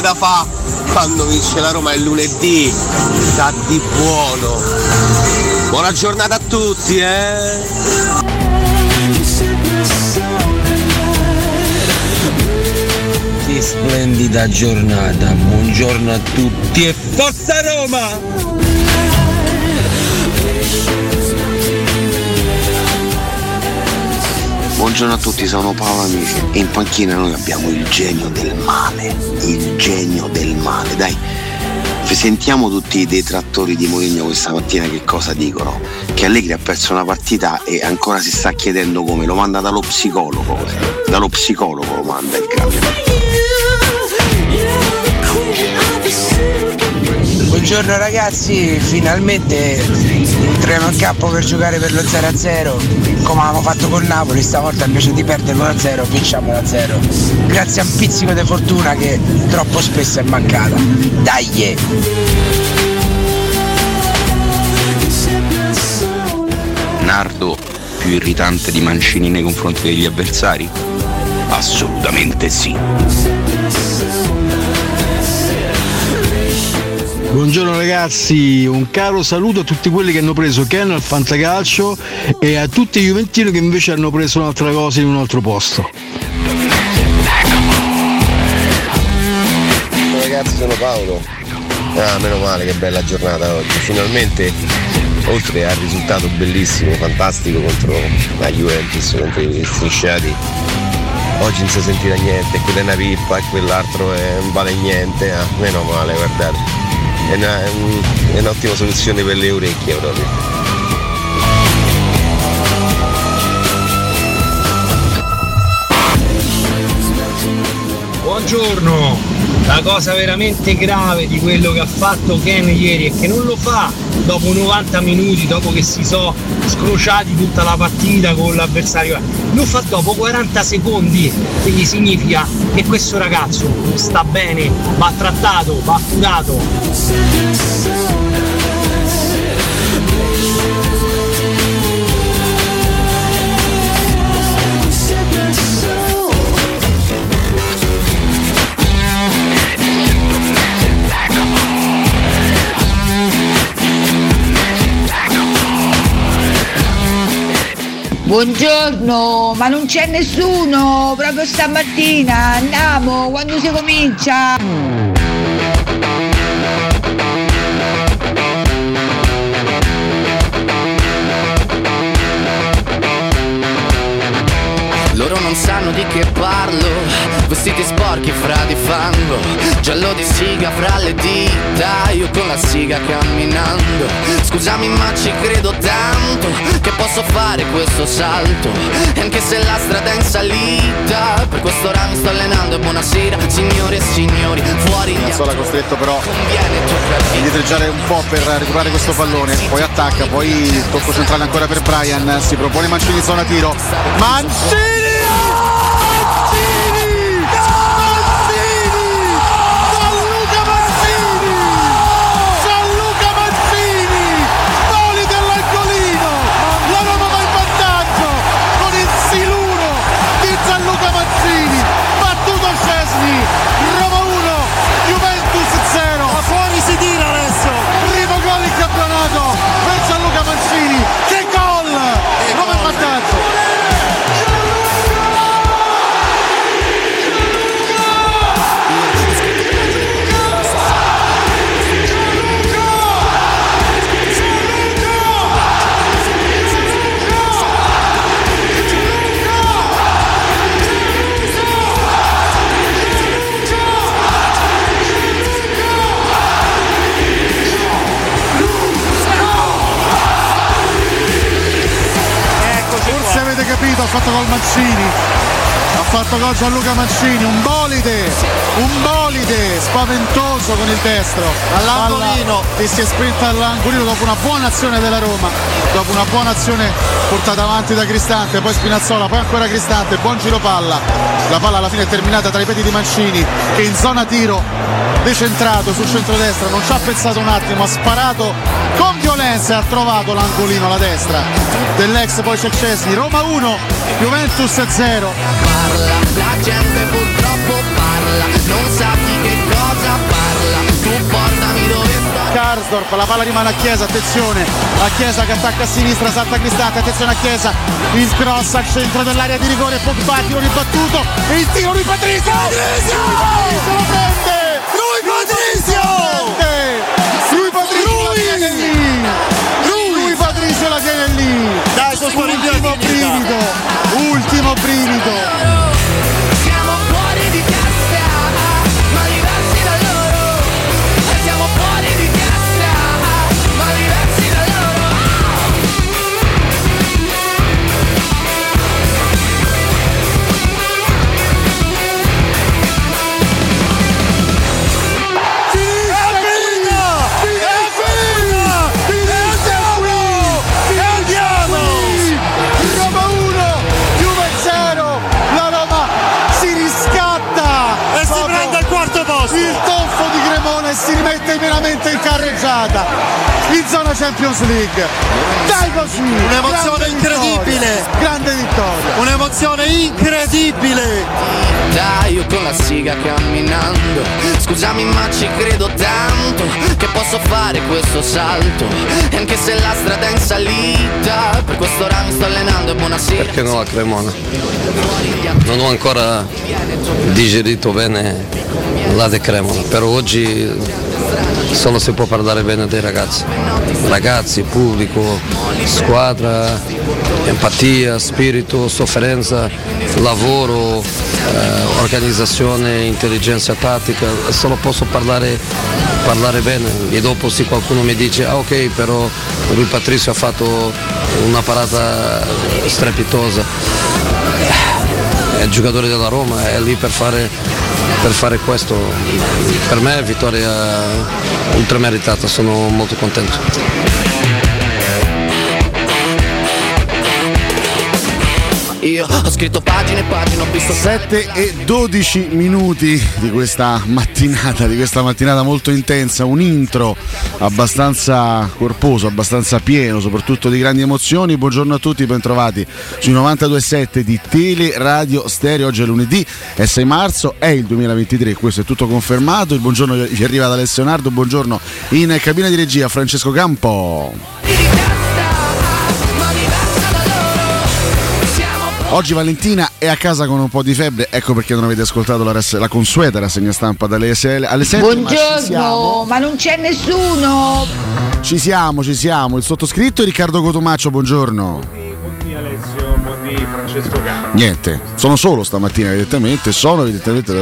da fa quando vince la Roma il lunedì, sa di buono. Buona giornata a tutti, Che splendida giornata, buongiorno a tutti e forza Roma! Buongiorno a tutti, sono Paolo Amici e in panchina noi abbiamo il genio del male, dai, sentiamo tutti i detrattori di Mourinho questa mattina che cosa dicono, che Allegri ha perso una partita e ancora si sta chiedendo come, lo manda dallo psicologo lo manda il grande. Buongiorno ragazzi, finalmente entriamo in campo per giocare per lo 0-0 come avevamo fatto con Napoli, stavolta invece di perdere 1-0 vinciamo 1-0 grazie a un pizzico di fortuna che troppo spesso è mancata. Dai! Nardo più irritante di Mancini nei confronti degli avversari? Assolutamente sì. Buongiorno ragazzi, un caro saluto a tutti quelli che hanno preso Ken al Fantacalcio e a tutti i juventini che invece hanno preso un'altra cosa in un altro posto. Ragazzi, sono Paolo. Meno male, che bella giornata oggi. Finalmente, oltre al risultato bellissimo, fantastico contro la Juventus, contro i strisciati, oggi non si sentirà niente, quella è una pippa e quell'altro non vale niente. Meno male, guardate. È un'ottima soluzione per le orecchie proprio. Buongiorno, la cosa veramente grave di quello che ha fatto Ken ieri è che non lo fa dopo 90 minuti, dopo che si sono scrociati tutta la partita con l'avversario, lo fa dopo 40 secondi, quindi significa che questo ragazzo sta bene, va trattato, va curato. Buongiorno, ma non c'è nessuno, proprio stamattina, andiamo, quando si comincia? Loro non sanno di che parlo, vestiti sporchi fra di fango, giallo di siga fra le dita, io con la siga camminando. Scusami ma ci credo tanto che posso fare questo salto, e anche se la strada è in salita, per quest'ora mi sto allenando e buonasera signore e signori, fuori in Sola costretto però a indietreggiare un po' per recuperare questo pallone, poi attacca, poi il tocco centrale ancora per Brian, si propone Mancini in zona tiro, Mancini! Ha fatto gol Mancini, ha fatto gol Gianluca Mancini, un bolide spaventoso con il destro all'angolino e si è spinta all'angolino dopo una buona azione della Roma, dopo una buona azione portata avanti da Cristante, poi Spinazzola, poi ancora Cristante, buon giro palla, la palla alla fine è terminata tra i piedi di Mancini che in zona tiro decentrato sul centrodestra, non ci ha pensato un attimo, ha sparato con violenza e ha trovato l'angolino alla destra dell'ex poi Szczęsny. Roma 1, Juventus 0. La gente purtroppo parla, parla, non sa di che cosa parla. Tu portami dove sto. Karsdorp, la palla rimane a Chiesa, attenzione, a Chiesa che attacca a sinistra, salta Cristante, attenzione a Chiesa, il cross al centro dell'area di rigore, Pogba, tiro ribattuto, e il tiro di Patrizio! Patrizio lo prende! Lui Patrizio la tiene lì! Dai, ultimo brivido! Siamo fuori di testa, ma diversi da loro. Siamo fuori di testa, ma diversi da loro. Roma 1, Juve 0, la Roma si riscatta e si prende il quarto posto, il tonfo di Cremona, e si rimette pienamente in carreggiata in zona Champions League. Dai così, un'emozione incredibile, grande vittoria, un'emozione incredibile. Dai, io con la siga camminando, scusami ma ci credo tanto che posso fare questo salto, e anche se la strada è in salita, per questo ora mi sto allenando e buonasera. Perché no a Cremona? Non ho ancora digerito bene la di Cremona, però oggi solo si può parlare bene dei ragazzi, pubblico, squadra, empatia, spirito, sofferenza, lavoro, organizzazione, intelligenza tattica, solo posso parlare bene, e dopo se qualcuno mi dice ok, però lui Patrizio ha fatto una parata strepitosa, è il giocatore della Roma, è lì per fare questo. Per me è vittoria ultrameritata, sono molto contento. Io ho scritto pagine e pagine, ho visto 7 e 12 minuti di questa mattinata molto intensa, un intro abbastanza corposo, abbastanza pieno, soprattutto di grandi emozioni. Buongiorno a tutti, bentrovati sui 92.7 di Tele Radio Stereo. Oggi è lunedì, è 6 marzo, è il 2023, questo è tutto confermato. Il buongiorno vi arriva da Alessio Nardo, buongiorno in cabina di regia Francesco Campo. Oggi Valentina è a casa con un po' di febbre, ecco perché non avete ascoltato la consueta rassegna stampa alle 7. Buongiorno, ma non c'è nessuno. Ci siamo, il sottoscritto è Riccardo Cotomaccio, buongiorno. Buondì Alessio, buondì Francesco Campo. Niente, sono solo stamattina evidentemente da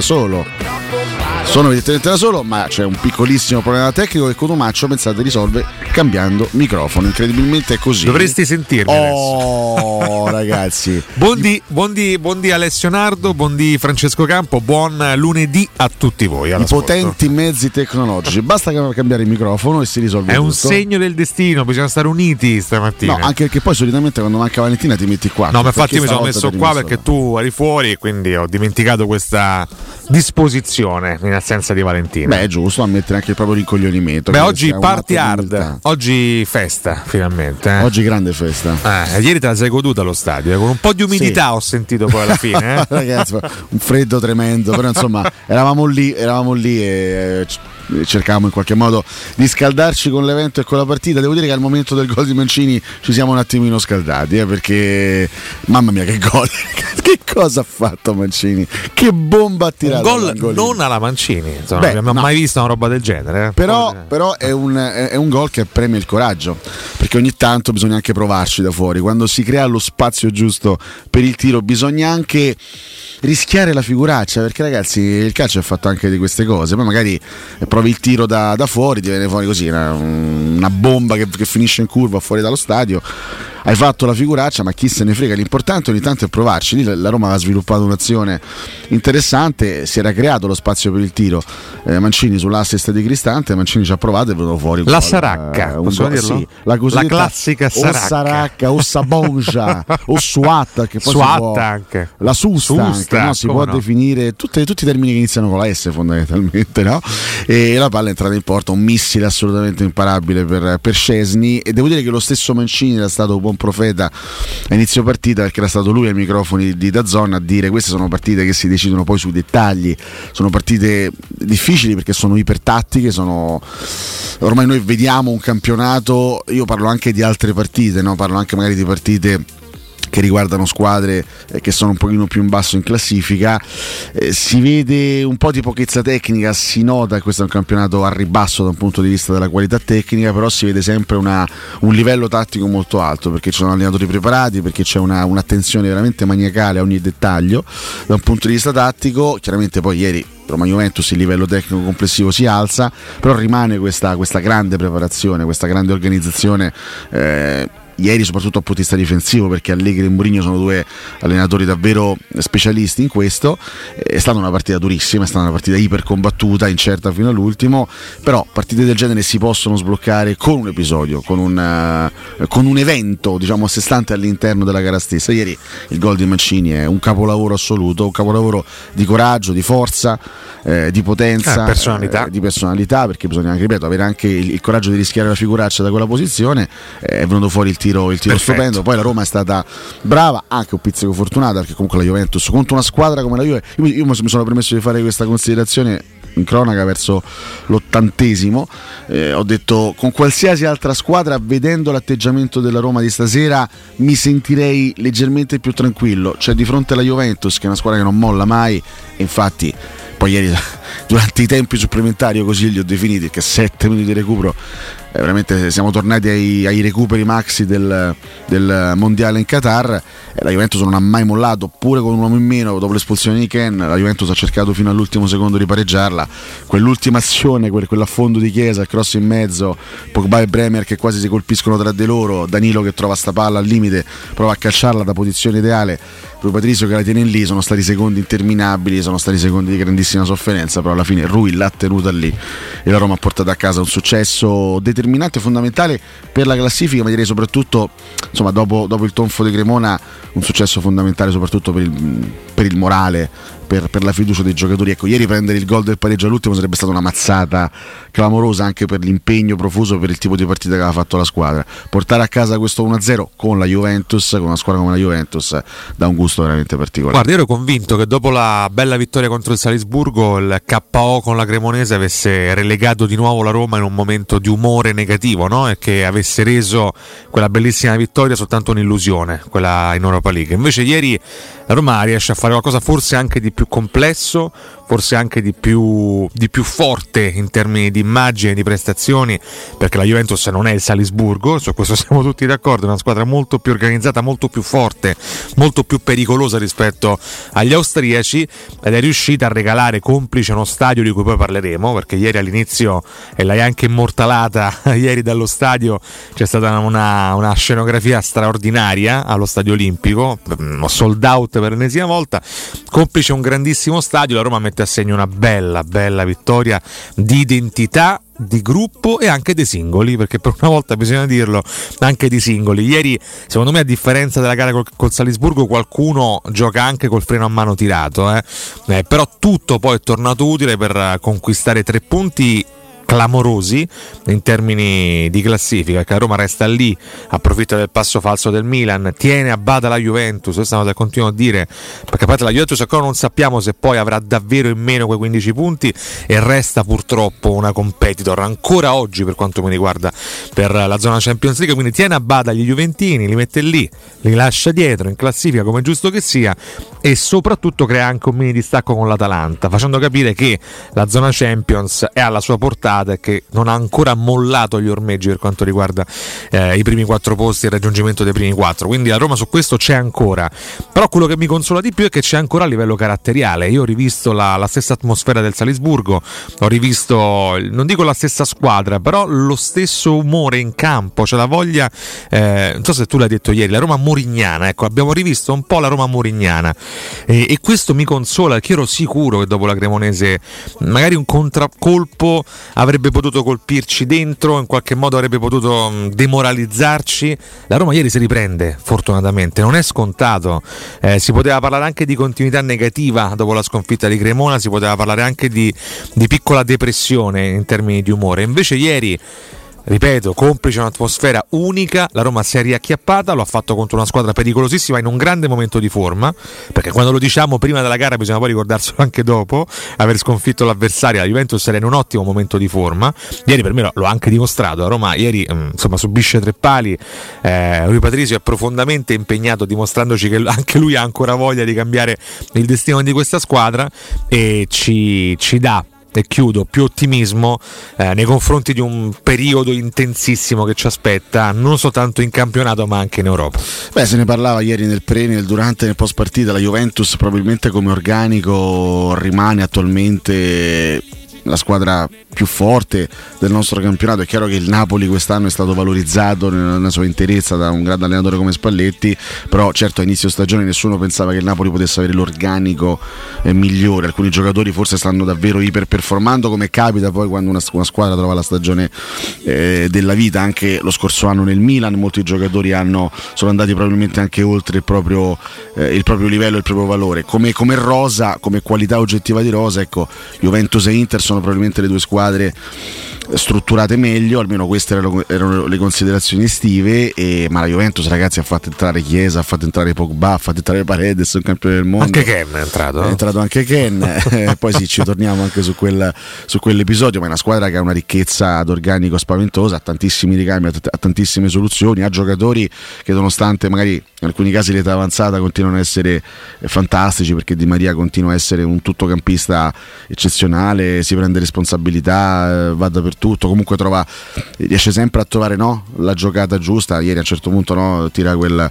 solo, ma c'è un piccolissimo problema tecnico che Cotomaccio, pensate, risolve cambiando microfono. Incredibilmente è così. Dovresti sentirmi adesso. Ragazzi. Buondì Alessio Nardo, buondì Francesco Campo, buon lunedì a tutti voi. I potenti mezzi tecnologici, basta cambiare il microfono e si risolve tutto. È un segno del destino, bisogna stare uniti stamattina. No, anche perché poi solitamente quando manca Valentina ti metti qua. No, ma infatti io mi sono messo qua perché tu eri fuori e quindi ho dimenticato questa disposizione in assenza di Valentina. Beh, è giusto ammettere anche il proprio rincoglionimento. Beh, oggi party hard, oggi festa finalmente. Oggi grande festa. Ieri te la sei goduta allo stadio, con un po' di umidità ho sentito poi alla fine. Ragazzi, un freddo tremendo, però insomma eravamo lì e cercavamo in qualche modo di scaldarci con l'evento e con la partita. Devo dire che al momento del gol di Mancini ci siamo un attimino scaldati, perché mamma mia che gol, che cosa ha fatto Mancini, che bomba ha tirato, un gol non alla Mancini, insomma. Beh, non ho mai visto una roba del genere, però è un gol che premia il coraggio, perché ogni tanto bisogna anche provarci da fuori, quando si crea lo spazio giusto per il tiro bisogna anche rischiare la figuraccia, perché ragazzi il calcio è fatto anche di queste cose. Poi magari provi il tiro da fuori, ti viene fuori così una bomba che finisce in curva fuori dallo stadio, hai fatto la figuraccia, ma chi se ne frega, l'importante ogni tanto è provarci. Lì la Roma ha sviluppato un'azione interessante, si era creato lo spazio per il tiro, Mancini sull'assist di Cristante, Mancini ci ha provato e è venuto fuori la Saracca, possiamo dirlo? Sì, la classica Saracca, o Saracca o Sabonja o Suatta, che poi Suatta anche, la Susta anche, no? Si può definire tutti i termini che iniziano con la S fondamentalmente, no? E la palla è entrata in porta, un missile assolutamente imparabile per Szczesny, e devo dire che lo stesso Mancini era stato un po' un profeta a inizio partita, perché era stato lui ai microfoni di DAZN a dire: queste sono partite che si decidono poi sui dettagli, sono partite difficili perché sono ipertattiche, ormai noi vediamo un campionato, io parlo anche di altre partite, no? Parlo anche magari di partite che riguardano squadre che sono un pochino più in basso in classifica, si vede un po' di pochezza tecnica, si nota che questo è un campionato a ribasso da un punto di vista della qualità tecnica, però si vede sempre un livello tattico molto alto, perché ci sono allenatori preparati, perché c'è un'attenzione veramente maniacale a ogni dettaglio da un punto di vista tattico. Chiaramente poi ieri Roma-Juventus il livello tecnico complessivo si alza, però rimane questa grande preparazione, questa grande organizzazione, ieri soprattutto dal punto di vista difensivo, perché Allegri e Mourinho sono due allenatori davvero specialisti in questo. È stata una partita durissima, è stata una partita ipercombattuta, incerta fino all'ultimo, però partite del genere si possono sbloccare con un episodio, con un evento, diciamo, a sé stante all'interno della gara stessa. Ieri il gol di Mancini è un capolavoro assoluto, un capolavoro di coraggio, di forza, di potenza, di personalità, perché bisogna anche, ripeto, avere anche il coraggio di rischiare la figuraccia da quella posizione. È venuto fuori il tiro stupendo. Poi la Roma è stata brava, anche un pizzico fortunata, perché comunque la Juventus contro una squadra come la Juve, io mi sono permesso di fare questa considerazione in cronaca verso l'80°, ho detto: con qualsiasi altra squadra, vedendo l'atteggiamento della Roma di stasera, mi sentirei leggermente più tranquillo, cioè di fronte alla Juventus, che è una squadra che non molla mai. E infatti poi ieri durante i tempi supplementari, così li ho definiti, che 7 minuti di recupero, veramente siamo tornati ai recuperi maxi del mondiale in Qatar. La Juventus non ha mai mollato, pure con un uomo in meno dopo l'espulsione di Ken. La Juventus ha cercato fino all'ultimo secondo di pareggiarla. Quell'ultima azione, quell'affondo di Chiesa, il cross in mezzo, Pogba e Bremer che quasi si colpiscono tra di loro, Danilo che trova sta palla al limite, prova a calciarla da posizione ideale, Rui Patricio che la tiene lì. Sono stati secondi interminabili, sono stati secondi di grandissima sofferenza, però alla fine Rui l'ha tenuta lì e la Roma ha portato a casa un successo determinante e fondamentale per la classifica, ma direi soprattutto, insomma, dopo il tonfo di Cremona, un successo fondamentale soprattutto per il morale, per la fiducia dei giocatori. Ecco, ieri prendere il gol del pareggio all'ultimo sarebbe stata una mazzata clamorosa, anche per l'impegno profuso, per il tipo di partita che aveva fatto la squadra. Portare a casa questo 1-0 con la Juventus, con una squadra come la Juventus, dà un gusto veramente particolare. Guarda, io ero convinto che dopo la bella vittoria contro il Salisburgo il KO con la Cremonese avesse relegato di nuovo la Roma in un momento di umore negativo, no? E che avesse reso quella bellissima vittoria soltanto un'illusione, quella in Europa League. Invece ieri la Roma riesce a fare qualcosa forse anche di più complesso, forse anche di più forte in termini di immagine, di prestazioni, perché la Juventus non è il Salisburgo, su questo siamo tutti d'accordo, è una squadra molto più organizzata, molto più forte, molto più pericolosa rispetto agli austriaci, ed è riuscita a regalare, complice uno stadio di cui poi parleremo, perché ieri all'inizio, e l'hai anche immortalata ieri dallo stadio, c'è stata una scenografia straordinaria allo Stadio Olimpico, sold out per l'ennesima volta, complice un grandissimo stadio. La Roma mette a segno una bella vittoria di identità, di gruppo e anche dei singoli, perché per una volta bisogna dirlo, anche di singoli. Ieri, secondo me, a differenza della gara col Salisburgo, qualcuno gioca anche col freno a mano tirato, però tutto poi è tornato utile per conquistare 3 punti clamorosi in termini di classifica, che la Roma resta lì, approfitta del passo falso del Milan, tiene a bada la Juventus. Questa cosa continuo a dire, perché a parte la Juventus ancora non sappiamo se poi avrà davvero in meno quei 15 punti, e resta purtroppo una competitor ancora oggi per quanto mi riguarda per la zona Champions League, quindi tiene a bada gli juventini, li mette lì, li lascia dietro in classifica come giusto che sia, e soprattutto crea anche un mini distacco con l'Atalanta, facendo capire che la zona Champions è alla sua portata e che non ha ancora mollato gli ormeggi per quanto riguarda i primi 4 posti e il raggiungimento dei primi 4. Quindi la Roma su questo c'è ancora, però quello che mi consola di più è che c'è ancora a livello caratteriale. Io ho rivisto la stessa atmosfera del Salisburgo, ho rivisto, non dico la stessa squadra, però lo stesso umore in campo, c'è la voglia, non so se tu l'hai detto ieri, la Roma murignana. Ecco, abbiamo rivisto un po' la Roma murignana, e questo mi consola, perché ero sicuro che dopo la Cremonese magari un contraccolpo avrebbe potuto colpirci dentro, in qualche modo avrebbe potuto demoralizzarci. La Roma ieri si riprende, fortunatamente, non è scontato. Si poteva parlare anche di continuità negativa dopo la sconfitta di Cremona, si poteva parlare anche di piccola depressione in termini di umore. Invece ieri ripeto, complice un'atmosfera unica, la Roma si è riacchiappata, lo ha fatto contro una squadra pericolosissima in un grande momento di forma, perché quando lo diciamo prima della gara bisogna poi ricordarselo anche dopo, aver sconfitto l'avversaria, la Juventus era in un ottimo momento di forma, ieri per me l'ho anche dimostrato, la Roma ieri subisce 3 pali, Rui Patricio è profondamente impegnato dimostrandoci che anche lui ha ancora voglia di cambiare il destino di questa squadra e ci dà, e chiudo, più ottimismo nei confronti di un periodo intensissimo che ci aspetta non soltanto in campionato ma anche in Europa. Se ne parlava ieri nel pre, nel durante e nel post partita. La Juventus probabilmente come organico rimane attualmente la squadra più forte del nostro campionato. È chiaro che il Napoli quest'anno è stato valorizzato nella sua interezza da un grande allenatore come Spalletti, però certo a inizio stagione nessuno pensava che il Napoli potesse avere l'organico migliore. Alcuni giocatori forse stanno davvero iperperformando, come capita poi quando una squadra trova la stagione della vita. Anche lo scorso anno nel Milan molti giocatori sono andati probabilmente anche oltre il proprio livello e il proprio valore. Come rosa, come qualità oggettiva di rosa, ecco, Juventus e Inter sono probabilmente le due squadre strutturate meglio, almeno queste erano le considerazioni estive. Ma la Juventus, ragazzi, ha fatto entrare Chiesa, ha fatto entrare Pogba, ha fatto entrare Paredes, un campione del mondo, anche Ken è entrato, è entrato anche Ken. Poi sì, ci torniamo anche su quell'episodio, ma è una squadra che ha una ricchezza d'organico spaventosa, ha tantissimi ricambi, ha tantissime soluzioni, ha giocatori che nonostante magari in alcuni casi l'età avanzata continuano a essere fantastici, perché Di Maria continua a essere un tuttocampista eccezionale, si prende responsabilità, va dappertutto, comunque riesce sempre a trovare la giocata giusta. Ieri a un certo punto tira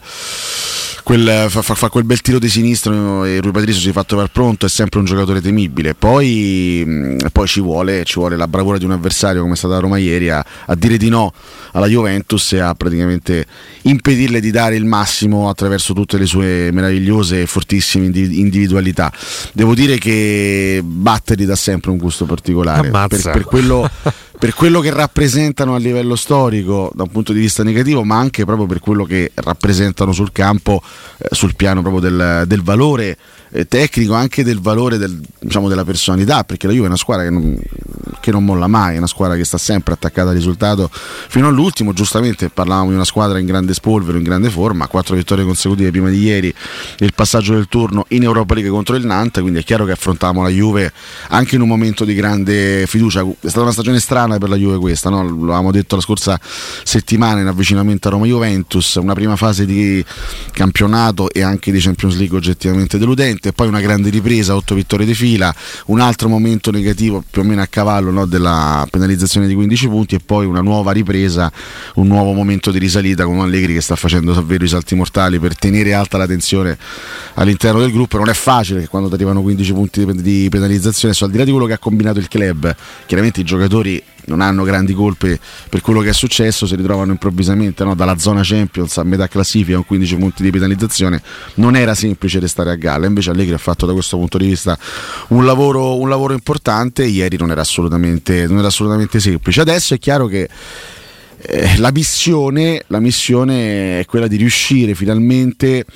fa quel bel tiro di sinistro e Rui Patricio si fa trovare pronto, è sempre un giocatore temibile. Poi ci vuole la bravura di un avversario come è stata la Roma ieri a dire di no alla Juventus e a praticamente impedirle di dare il massimo attraverso tutte le sue meravigliose e fortissime individualità. Devo dire che Batteri dà sempre un gusto particolare per quello che rappresentano a livello storico da un punto di vista negativo, ma anche proprio per quello che rappresentano sul campo, sul piano proprio del valore tecnico, anche del valore della personalità, perché la Juve è una squadra che non molla mai, è una squadra che sta sempre attaccata al risultato fino all'ultimo. Giustamente parlavamo di una squadra in grande spolvero, in grande forma, 4 vittorie consecutive prima di ieri, il passaggio del turno in Europa League contro il Nantes, quindi è chiaro che affrontavamo la Juve anche in un momento di grande fiducia. È stata una stagione strana per la Juve questa, no? Lo avevamo detto la scorsa settimana in avvicinamento a Roma-Juventus, una prima fase di campionato e anche di Champions League oggettivamente deludente, poi una grande ripresa, 8 vittorie di fila, un altro momento negativo più o meno a cavallo della penalizzazione di 15 punti e poi una nuova ripresa, un nuovo momento di risalita con Allegri che sta facendo davvero i salti mortali per tenere alta la tensione all'interno del gruppo. Non è facile, che quando ti arrivano 15 punti di penalizzazione, al di là di quello che ha combinato il club, chiaramente i giocatori non hanno grandi colpe per quello che è successo, si ritrovano improvvisamente dalla zona Champions a metà classifica con 15 punti di penalizzazione. Non era semplice restare a galla, invece Allegri ha fatto da questo punto di vista un lavoro importante. Ieri non era assolutamente semplice. Adesso è chiaro che la missione è quella di riuscire finalmente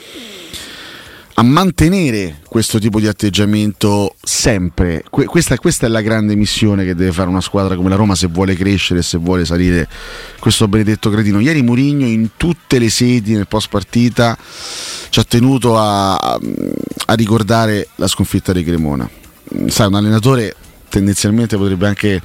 a mantenere questo tipo di atteggiamento sempre. Questa è la grande missione che deve fare una squadra come la Roma se vuole crescere e se vuole salire questo benedetto gradino. Ieri Mourinho in tutte le sedi nel post partita ci ha tenuto a ricordare la sconfitta di Cremona. Sai, un allenatore tendenzialmente potrebbe anche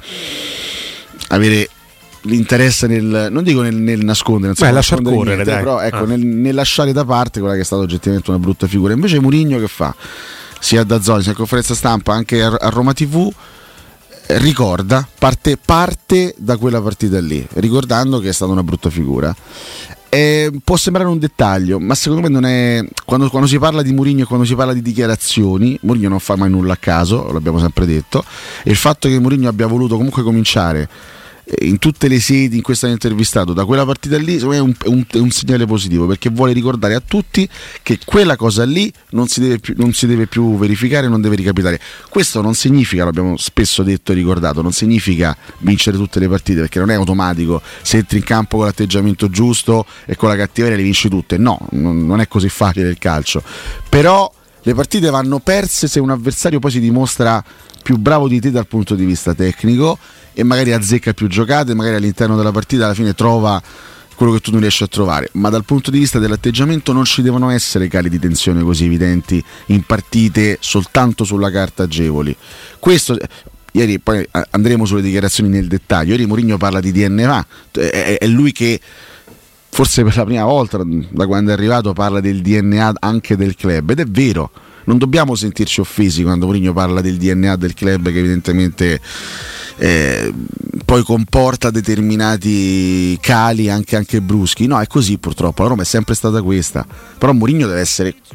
avere l'interesse non dico nel nascondere, lasciar correre, niente, però ecco, nel lasciare da parte quella che è stata oggettivamente una brutta figura. Invece Mourinho che fa? Sia da Zoli, sia in conferenza stampa, anche a Roma TV, ricorda, parte da quella partita lì, ricordando che è stata una brutta figura. Può sembrare un dettaglio, ma secondo me non è. Quando si parla di Mourinho e quando si parla di dichiarazioni, Mourinho non fa mai nulla a caso, l'abbiamo sempre detto, e il fatto che Mourinho abbia voluto comunque cominciare in tutte le sedi in cui è stato intervistato da quella partita lì, secondo me è un segnale positivo, perché vuole ricordare a tutti che quella cosa lì non si deve più verificare, non deve ricapitare. Questo non significa, l'abbiamo spesso detto e ricordato, non significa vincere tutte le partite, perché non è automatico. Se entri in campo con l'atteggiamento giusto e con la cattiveria le vinci tutte, no, non è così facile il calcio, però le partite vanno perse se un avversario poi si dimostra più bravo di te dal punto di vista tecnico e magari azzecca più giocate, magari all'interno della partita alla fine trova quello che tu non riesci a trovare, ma dal punto di vista dell'atteggiamento non ci devono essere cali di tensione così evidenti in partite soltanto sulla carta agevoli. Questo ieri, poi andremo sulle dichiarazioni nel dettaglio, ieri Mourinho parla di DNA, è lui che forse per la prima volta da quando è arrivato parla del DNA anche del club, ed è vero, non dobbiamo sentirci offesi quando Mourinho parla del DNA del club che evidentemente poi comporta determinati cali anche bruschi. No, è così purtroppo, la Roma è sempre stata questa, però Mourinho deve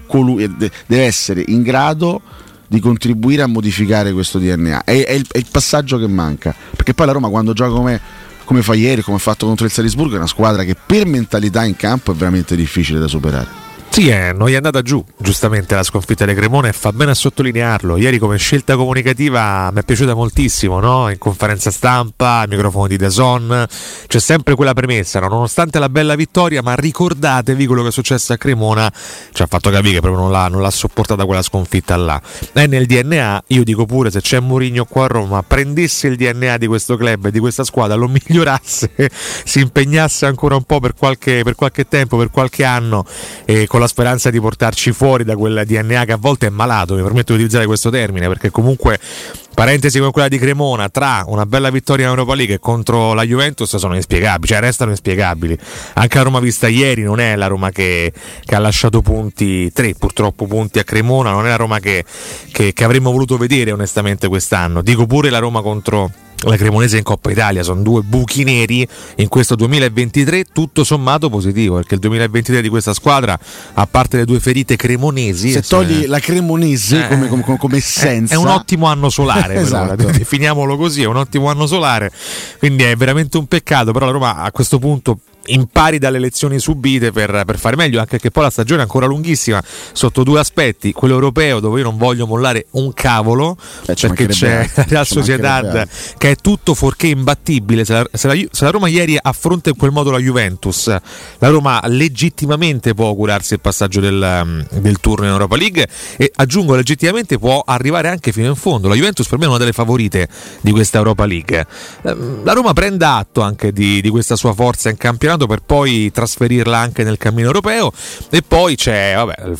essere in grado di contribuire a modificare questo DNA, è il passaggio che manca, perché poi la Roma quando gioca come fa ieri, come ha fatto contro il Salisburgo, è una squadra che per mentalità in campo è veramente difficile da superare. Sì, non gli è andata giù, giustamente, la sconfitta delle Cremone, e fa bene a sottolinearlo. Ieri come scelta comunicativa mi è piaciuta moltissimo, no? In conferenza stampa, al microfono di DAZN, c'è sempre quella premessa, no? Nonostante la bella vittoria, ma ricordatevi quello che è successo a Cremona, ci ha fatto capire che proprio non l'ha sopportata quella sconfitta là. È nel DNA, io dico pure, se c'è Mourinho qua a Roma, prendesse il DNA di questo club e di questa squadra, lo migliorasse, si impegnasse ancora un po' per qualche tempo, per qualche anno, e con la speranza di portarci fuori da quel DNA che a volte è malato, mi permetto di utilizzare questo termine, perché comunque parentesi come quella di Cremona, tra una bella vittoria in Europa League e contro la Juventus, sono inspiegabili, cioè restano inspiegabili. Anche la Roma vista ieri non è la Roma che ha lasciato punti, 3 purtroppo punti a Cremona, non è la Roma che avremmo voluto vedere onestamente quest'anno. Dico pure la Roma contro la Cremonese in Coppa Italia, sono 2 buchi neri in questo 2023, tutto sommato positivo, perché il 2023 di questa squadra, a parte le 2 ferite cremonesi, se togli la Cremonese come essenza, è un ottimo anno solare. Esatto. Però, definiamolo così, è un ottimo anno solare, quindi è veramente un peccato, però la Roma a questo punto impari dalle lezioni subite per fare meglio, anche perché poi la stagione è ancora lunghissima sotto 2 aspetti: quello europeo, dove io non voglio mollare un cavolo, perché c'è la Real Sociedad che è tutto fuorché imbattibile. Se la Roma ieri affronta in quel modo la Juventus, la Roma legittimamente può augurarsi il passaggio del turno in Europa League, e aggiungo legittimamente può arrivare anche fino in fondo. La Juventus per me è una delle favorite di questa Europa League. La Roma prenda atto anche di questa sua forza in campionato, per poi trasferirla anche nel cammino europeo, e poi c'è la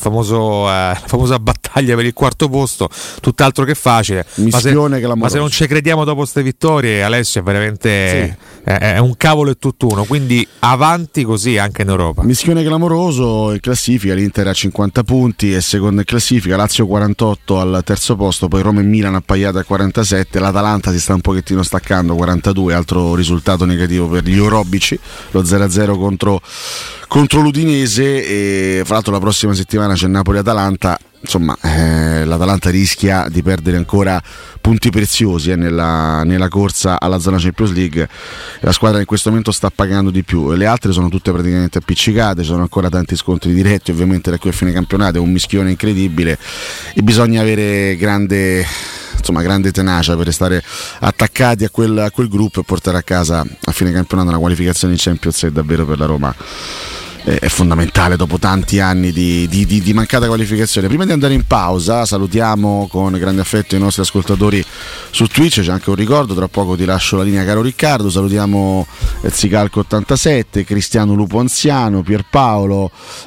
famosa battaglia per il 4º posto, tutt'altro che facile. Ma se non ci crediamo dopo queste vittorie, Alessio, è veramente è un cavolo e tutt'uno, quindi avanti così anche in Europa. Mischione clamoroso in classifica, l'Inter a 50 punti è seconda in classifica, Lazio 48 al terzo posto, poi Roma e Milan appaiate a 47, l'Atalanta si sta un pochettino staccando, 42, altro risultato negativo per gli orobici, lo 0-0 contro l'Udinese, e fra l'altro la prossima settimana c'è Napoli-Atalanta. Insomma, l'Atalanta rischia di perdere ancora punti preziosi nella corsa alla zona Champions League. La squadra in questo momento sta pagando di più, le altre sono tutte praticamente appiccicate, ci sono ancora tanti scontri diretti ovviamente da qui a fine campionato, è un mischione incredibile e bisogna avere grande tenacia per restare attaccati a quel gruppo e portare a casa a fine campionato una qualificazione in Champions, che davvero per la Roma è fondamentale dopo tanti anni di mancata qualificazione. Prima di andare in pausa salutiamo con grande affetto i nostri ascoltatori su Twitch, c'è anche un ricordo, tra poco ti lascio la linea caro Riccardo. Salutiamo Zicalco87, Cristiano Lupo Anziano, Pierpaolo,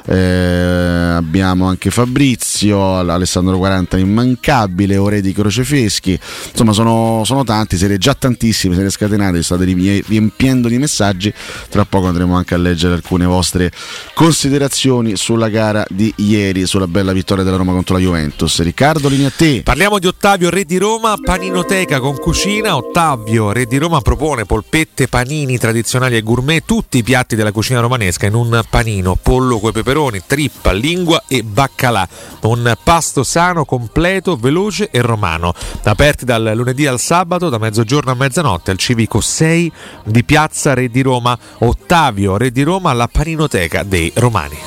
abbiamo anche Fabrizio, Alessandro 40 immancabile, Oredi Crocefeschi, insomma sono tanti, siete già tantissimi, siete scatenati, state riempiendo di messaggi. Tra poco andremo anche a leggere alcune vostre considerazioni sulla gara di ieri, sulla bella vittoria della Roma contro la Juventus. Riccardo, linea a te. Parliamo di Ottavio, re di Roma, paninoteca con cucina. Ottavio, re di Roma, propone polpette, panini tradizionali e gourmet, tutti i piatti della cucina romanesca in un panino: pollo coi peperoni, trippa, lingua e baccalà, un pasto sano, completo, veloce e romano. Aperti dal lunedì al sabato da mezzogiorno a mezzanotte al civico 6 di piazza Re di Roma. Ottavio, re di Roma, la paninoteca dei romani.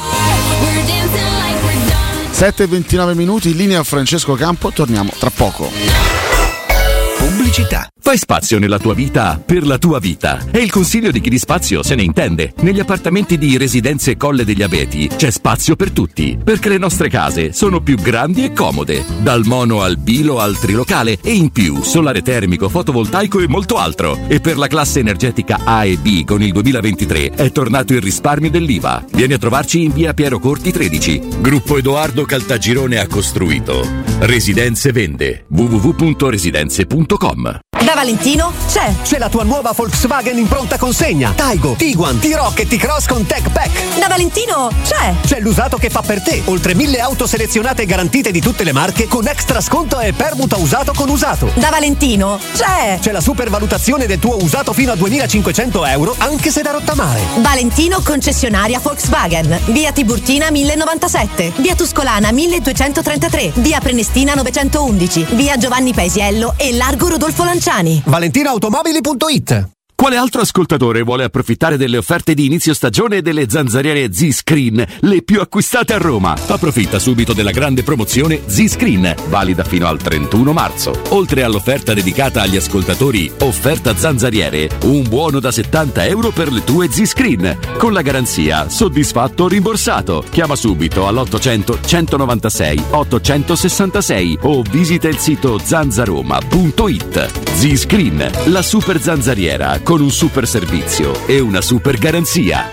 7:29 minuti, in linea Francesco Campo, torniamo tra poco. pubblicità. Fai spazio nella tua vita per la tua vita. È il consiglio di chi di spazio se ne intende. Negli appartamenti di Residenze Colle degli Abeti c'è spazio per tutti, perché le nostre case sono più grandi e comode, dal mono al bilo al trilocale, e in più solare termico, fotovoltaico e molto altro. E per la classe energetica A e B con il 2023 è tornato il risparmio dell'IVA. Vieni a trovarci in via Piero Corti 13. Gruppo Edoardo Caltagirone ha costruito. Residenze vende. www.residenze.com. Da Valentino c'è la tua nuova Volkswagen in pronta consegna. Taigo, Tiguan, T-Roc e T-Cross con Tech Pack. Da Valentino c'è l'usato che fa per te. Oltre 1000 auto selezionate e garantite di tutte le marche con extra sconto e permuta usato con usato. Da Valentino c'è la supervalutazione del tuo usato fino a 2.500 euro anche se da rottamare. Valentino concessionaria Volkswagen. Via Tiburtina 1097, via Tuscolana 1233, via Prenestina 911, via Giovanni Paesiello e largo Rodolfo Lanciani. ValentinoAutomobili.it. Quale altro ascoltatore vuole approfittare delle offerte di inizio stagione delle zanzariere Z-Screen, le più acquistate a Roma? Approfitta subito della grande promozione Z-Screen, valida fino al 31 marzo. Oltre all'offerta dedicata agli ascoltatori Offerta Zanzariere, un buono da 70 euro per le tue Z-Screen, con la garanzia soddisfatto o rimborsato. Chiama subito all'800 196 866 o visita il sito zanzaroma.it. Z-Screen, la super zanzariera con un super servizio e una super garanzia.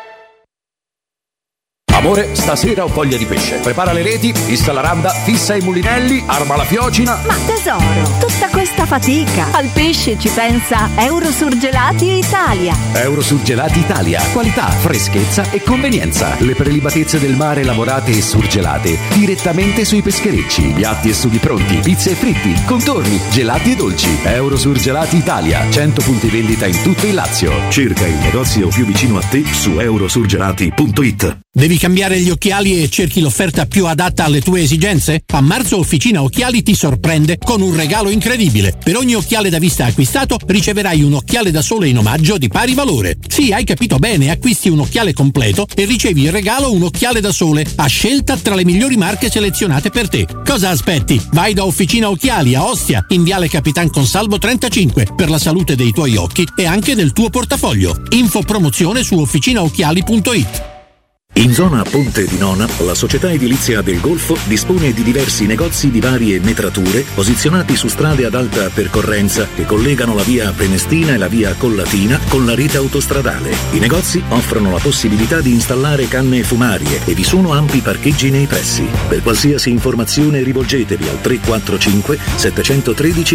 Amore, stasera ho voglia di pesce. Prepara le reti, fissa la randa, fissa i mulinelli, arma la fiocina. Ma tesoro, tutta questa fatica. Al pesce ci pensa Eurosurgelati Italia. Eurosurgelati Italia. Qualità, freschezza e convenienza. Le prelibatezze del mare lavorate e surgelate direttamente sui pescherecci. Piatti e sughi pronti, pizze e fritti, contorni, gelati e dolci. Eurosurgelati Italia. 100 punti vendita in tutto il Lazio. Cerca il negozio più vicino a te su eurosurgelati.it. Devi cambiare gli occhiali e cerchi l'offerta più adatta alle tue esigenze? A marzo Officina Occhiali ti sorprende con un regalo incredibile. Per ogni occhiale da vista acquistato riceverai un occhiale da sole in omaggio di pari valore. Sì, hai capito bene, acquisti un occhiale completo e ricevi in regalo un occhiale da sole a scelta tra le migliori marche selezionate per te. Cosa aspetti? Vai da Officina Occhiali a Ostia, in Viale Capitan Consalvo 35, per la salute dei tuoi occhi e anche del tuo portafoglio. Info promozione su officinaocchiali.it. In zona Ponte di Nona, la società edilizia del Golfo dispone di diversi negozi di varie metrature posizionati su strade ad alta percorrenza che collegano la via Prenestina e la via Collatina con la rete autostradale. I negozi offrono la possibilità di installare canne fumarie e vi sono ampi parcheggi nei pressi. Per qualsiasi informazione rivolgetevi al 345 713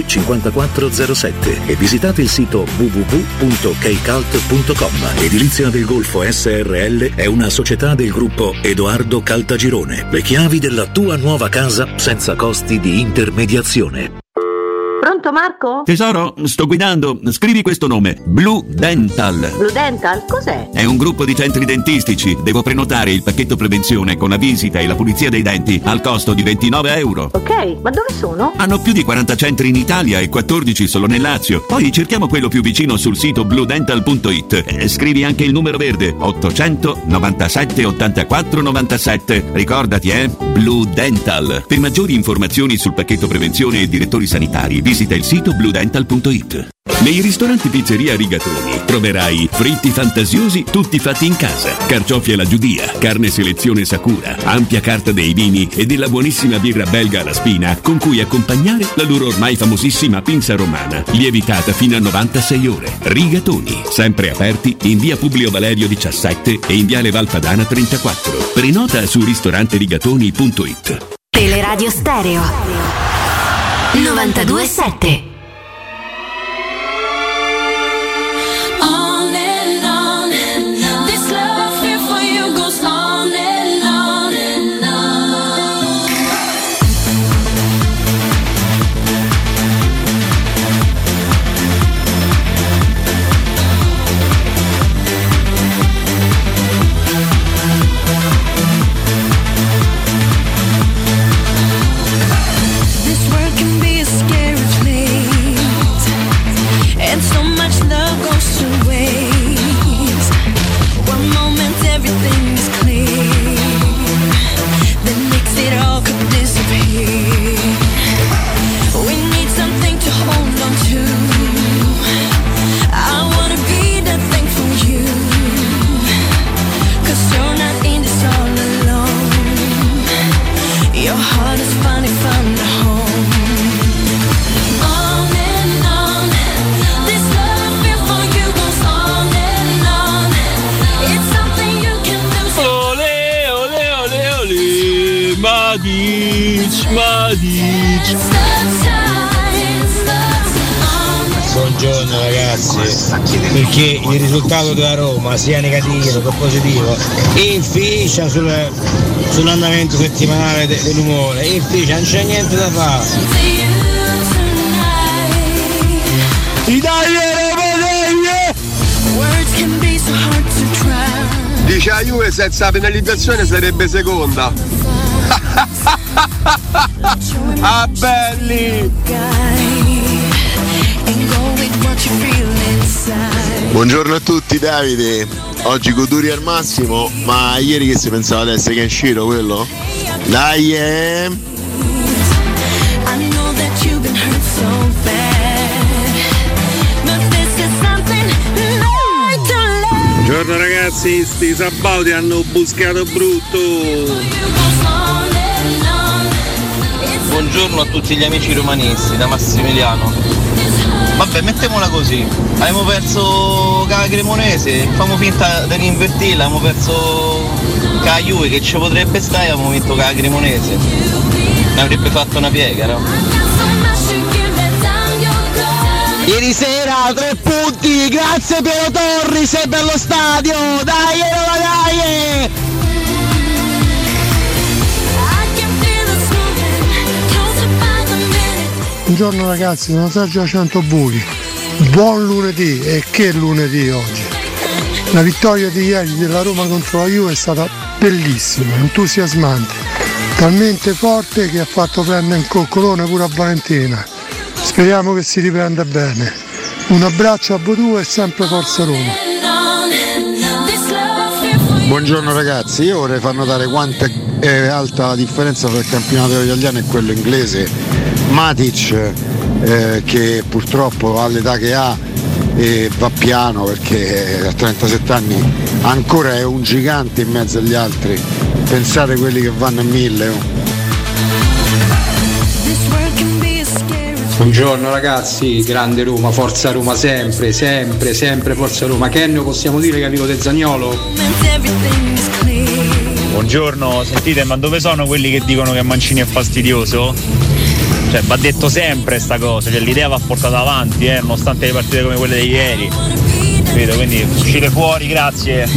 5407 e visitate il sito www.kcalt.com. Edilizia del Golfo SRL è una società del gruppo Edoardo Caltagirone. Le chiavi della tua nuova casa senza costi di intermediazione. Pronto Marco? Tesoro, sto guidando. Scrivi questo nome: Blue Dental. Blue Dental? Cos'è? È un gruppo di centri dentistici. Devo prenotare il pacchetto prevenzione con la visita e la pulizia dei denti al costo di 29 euro. Ok, ma dove sono? Hanno più di 40 centri in Italia e 14 solo nel Lazio. Poi cerchiamo quello più vicino sul sito bluedental.it. Scrivi anche il numero verde: 800 97 84 97. Ricordati, Blue Dental. Per maggiori informazioni sul pacchetto prevenzione e direttori sanitari, visita il sito bluedental.it. Nei ristoranti Pizzeria Rigatoni troverai fritti fantasiosi tutti fatti in casa, carciofi alla giudia, carne selezione Sakura, ampia carta dei vini e della buonissima birra belga alla spina con cui accompagnare la loro ormai famosissima pinza romana, lievitata fino a 96 ore. Rigatoni, sempre aperti in via Publio Valerio 17 e in viale Valpadana 34. Prenota su ristoranterigatoni.it. Teleradio Stereo 92.7. This world can be a scary place. Buongiorno ragazzi, perché il risultato della Roma sia negativo che positivo inficia sull'andamento settimanale dell'umore, inficia, non c'è niente da fare. Dice la Juve senza penalizzazione sarebbe seconda. Ah belli! Buongiorno a tutti, Davide. Oggi goduri al massimo, ma ieri che si pensava di essere Kenshiro quello? Dai, Buongiorno ragazzi, sti sabauti hanno buscato brutto. Buongiorno a tutti gli amici romanisti da Massimiliano. Vabbè, mettiamola così, abbiamo perso la Cremonese, facciamo finta di rinvertirla, abbiamo perso la Juve che ci potrebbe stare, abbiamo vinto la Cremonese, ne avrebbe fatto una piega, no? Ieri sera 3 punti, grazie Piero Torri, sei bello stadio, dai Roma dai! Buongiorno ragazzi, sono Sergio da Centobuli. Buon lunedì, e che lunedì oggi! La vittoria di ieri della Roma contro la Juve è stata bellissima, entusiasmante, talmente forte che ha fatto prendere un coccolone pure a Valentina. Speriamo che si riprenda bene. Un abbraccio a voi due e sempre Forza Roma. Buongiorno ragazzi, io vorrei far notare quanto è alta la differenza tra il campionato italiano e quello inglese. Matic che purtroppo all'età che ha va piano perché a 37 anni ancora è un gigante in mezzo agli altri, pensate quelli che vanno a 1000. Buongiorno ragazzi, grande Roma, Forza Roma sempre, sempre, sempre Forza Roma. Kenno, possiamo dire che è amico del Zaniolo? Buongiorno, sentite, ma dove sono quelli che dicono che Mancini è fastidioso? Cioè, va detto sempre sta cosa, cioè l'idea va portata avanti, nonostante le partite come quelle di ieri. Vedo, quindi uscite fuori, grazie.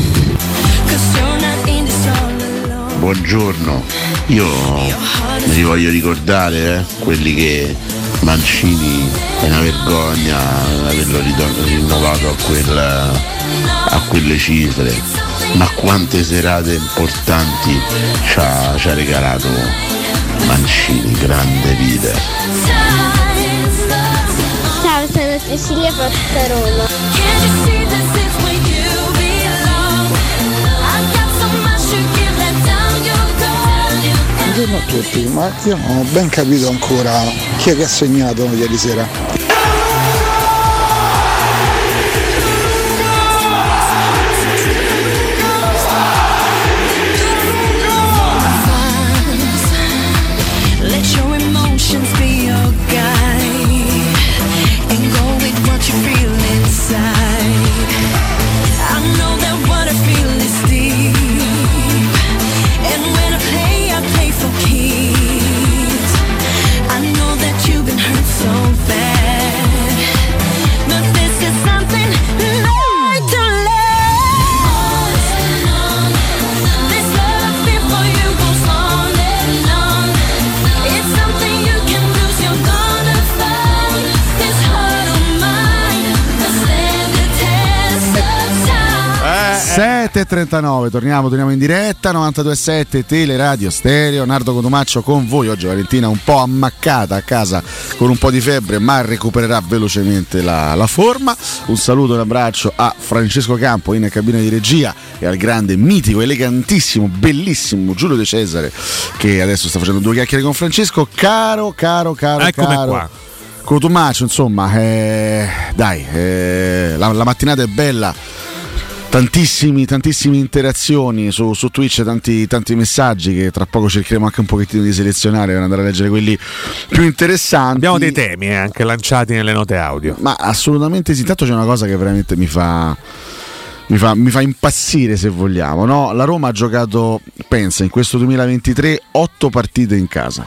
Buongiorno, io mi voglio ricordare quelli che Mancini è una vergogna averlo rinnovato a quelle cifre, ma quante serate importanti ci ha regalato Mancini, grande leader. Ciao, sono Cecilia Forza Roma. Buongiorno a tutti, ma io non ho ben capito ancora chi è che ha segnato ieri sera. e 39, torniamo in diretta 92.7 Teleradio Stereo. Nardo Cotumaccio con voi oggi. Valentina un po' ammaccata a casa con un po' di febbre, ma recupererà velocemente la forma. Un saluto e un abbraccio a Francesco Campo in cabina di regia e al grande, mitico, elegantissimo, bellissimo Giulio De Cesare, che adesso sta facendo due chiacchiere con Francesco. Caro Eccomi qua. Cotumaccio, insomma, dai, la mattinata è bella. Tantissime interazioni su Twitch, tanti messaggi che tra poco cercheremo anche un pochettino di selezionare per andare a leggere quelli più interessanti. Abbiamo dei temi anche lanciati nelle note audio. Ma assolutamente sì, intanto c'è una cosa che veramente mi fa mi fa impazzire, se vogliamo, no? La Roma ha giocato, pensa, in questo 2023 8 partite in casa,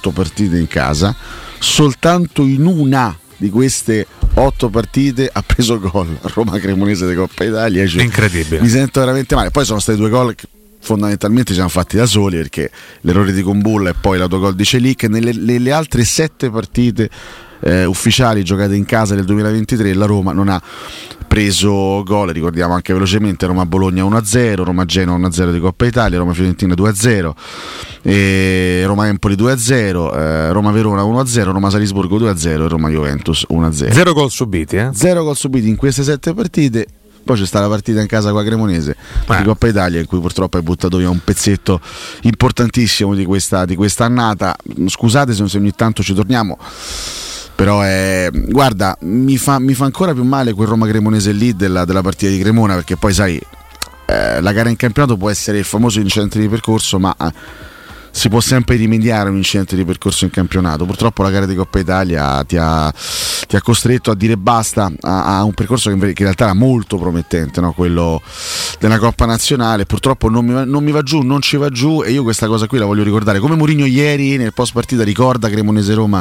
soltanto in una di queste 8 partite ha preso gol. Roma Cremonese di Coppa Italia, cioè, incredibile, mi sento veramente male. Poi sono stati 2 gol che fondamentalmente ci hanno fatti da soli, perché l'errore di Kumbulla e poi l'autogol di Celic. Nelle altre 7 partite ufficiali giocate in casa del 2023 la Roma non ha preso gol. Ricordiamo anche velocemente: Roma-Bologna 1-0, Roma-Genoa 1-0 di Coppa Italia, Roma-Fiorentina 2-0, Roma-Empoli 2-0, Roma-Verona 1-0, Roma-Salisburgo 2-0 e Roma-Juventus 1-0. 0 gol subiti, 0 gol subiti in queste 7 partite. Poi c'è stata la partita in casa con la Cremonese di Coppa Italia, in cui purtroppo hai buttato via un pezzetto importantissimo di questa annata. Scusate se ogni tanto ci torniamo, però guarda, mi fa ancora più male quel Roma Cremonese lì della partita di Cremona, perché poi sai, la gara in campionato può essere il famoso incidente di percorso, ma si può sempre rimediare a un incidente di percorso in campionato. Purtroppo la gara di Coppa Italia ti ha costretto a dire basta a un percorso che in realtà era molto promettente, no? Quello della Coppa Nazionale. Purtroppo non mi va giù, non ci va giù, e io questa cosa qui la voglio ricordare, come Mourinho ieri nel post partita ricorda Cremonese-Roma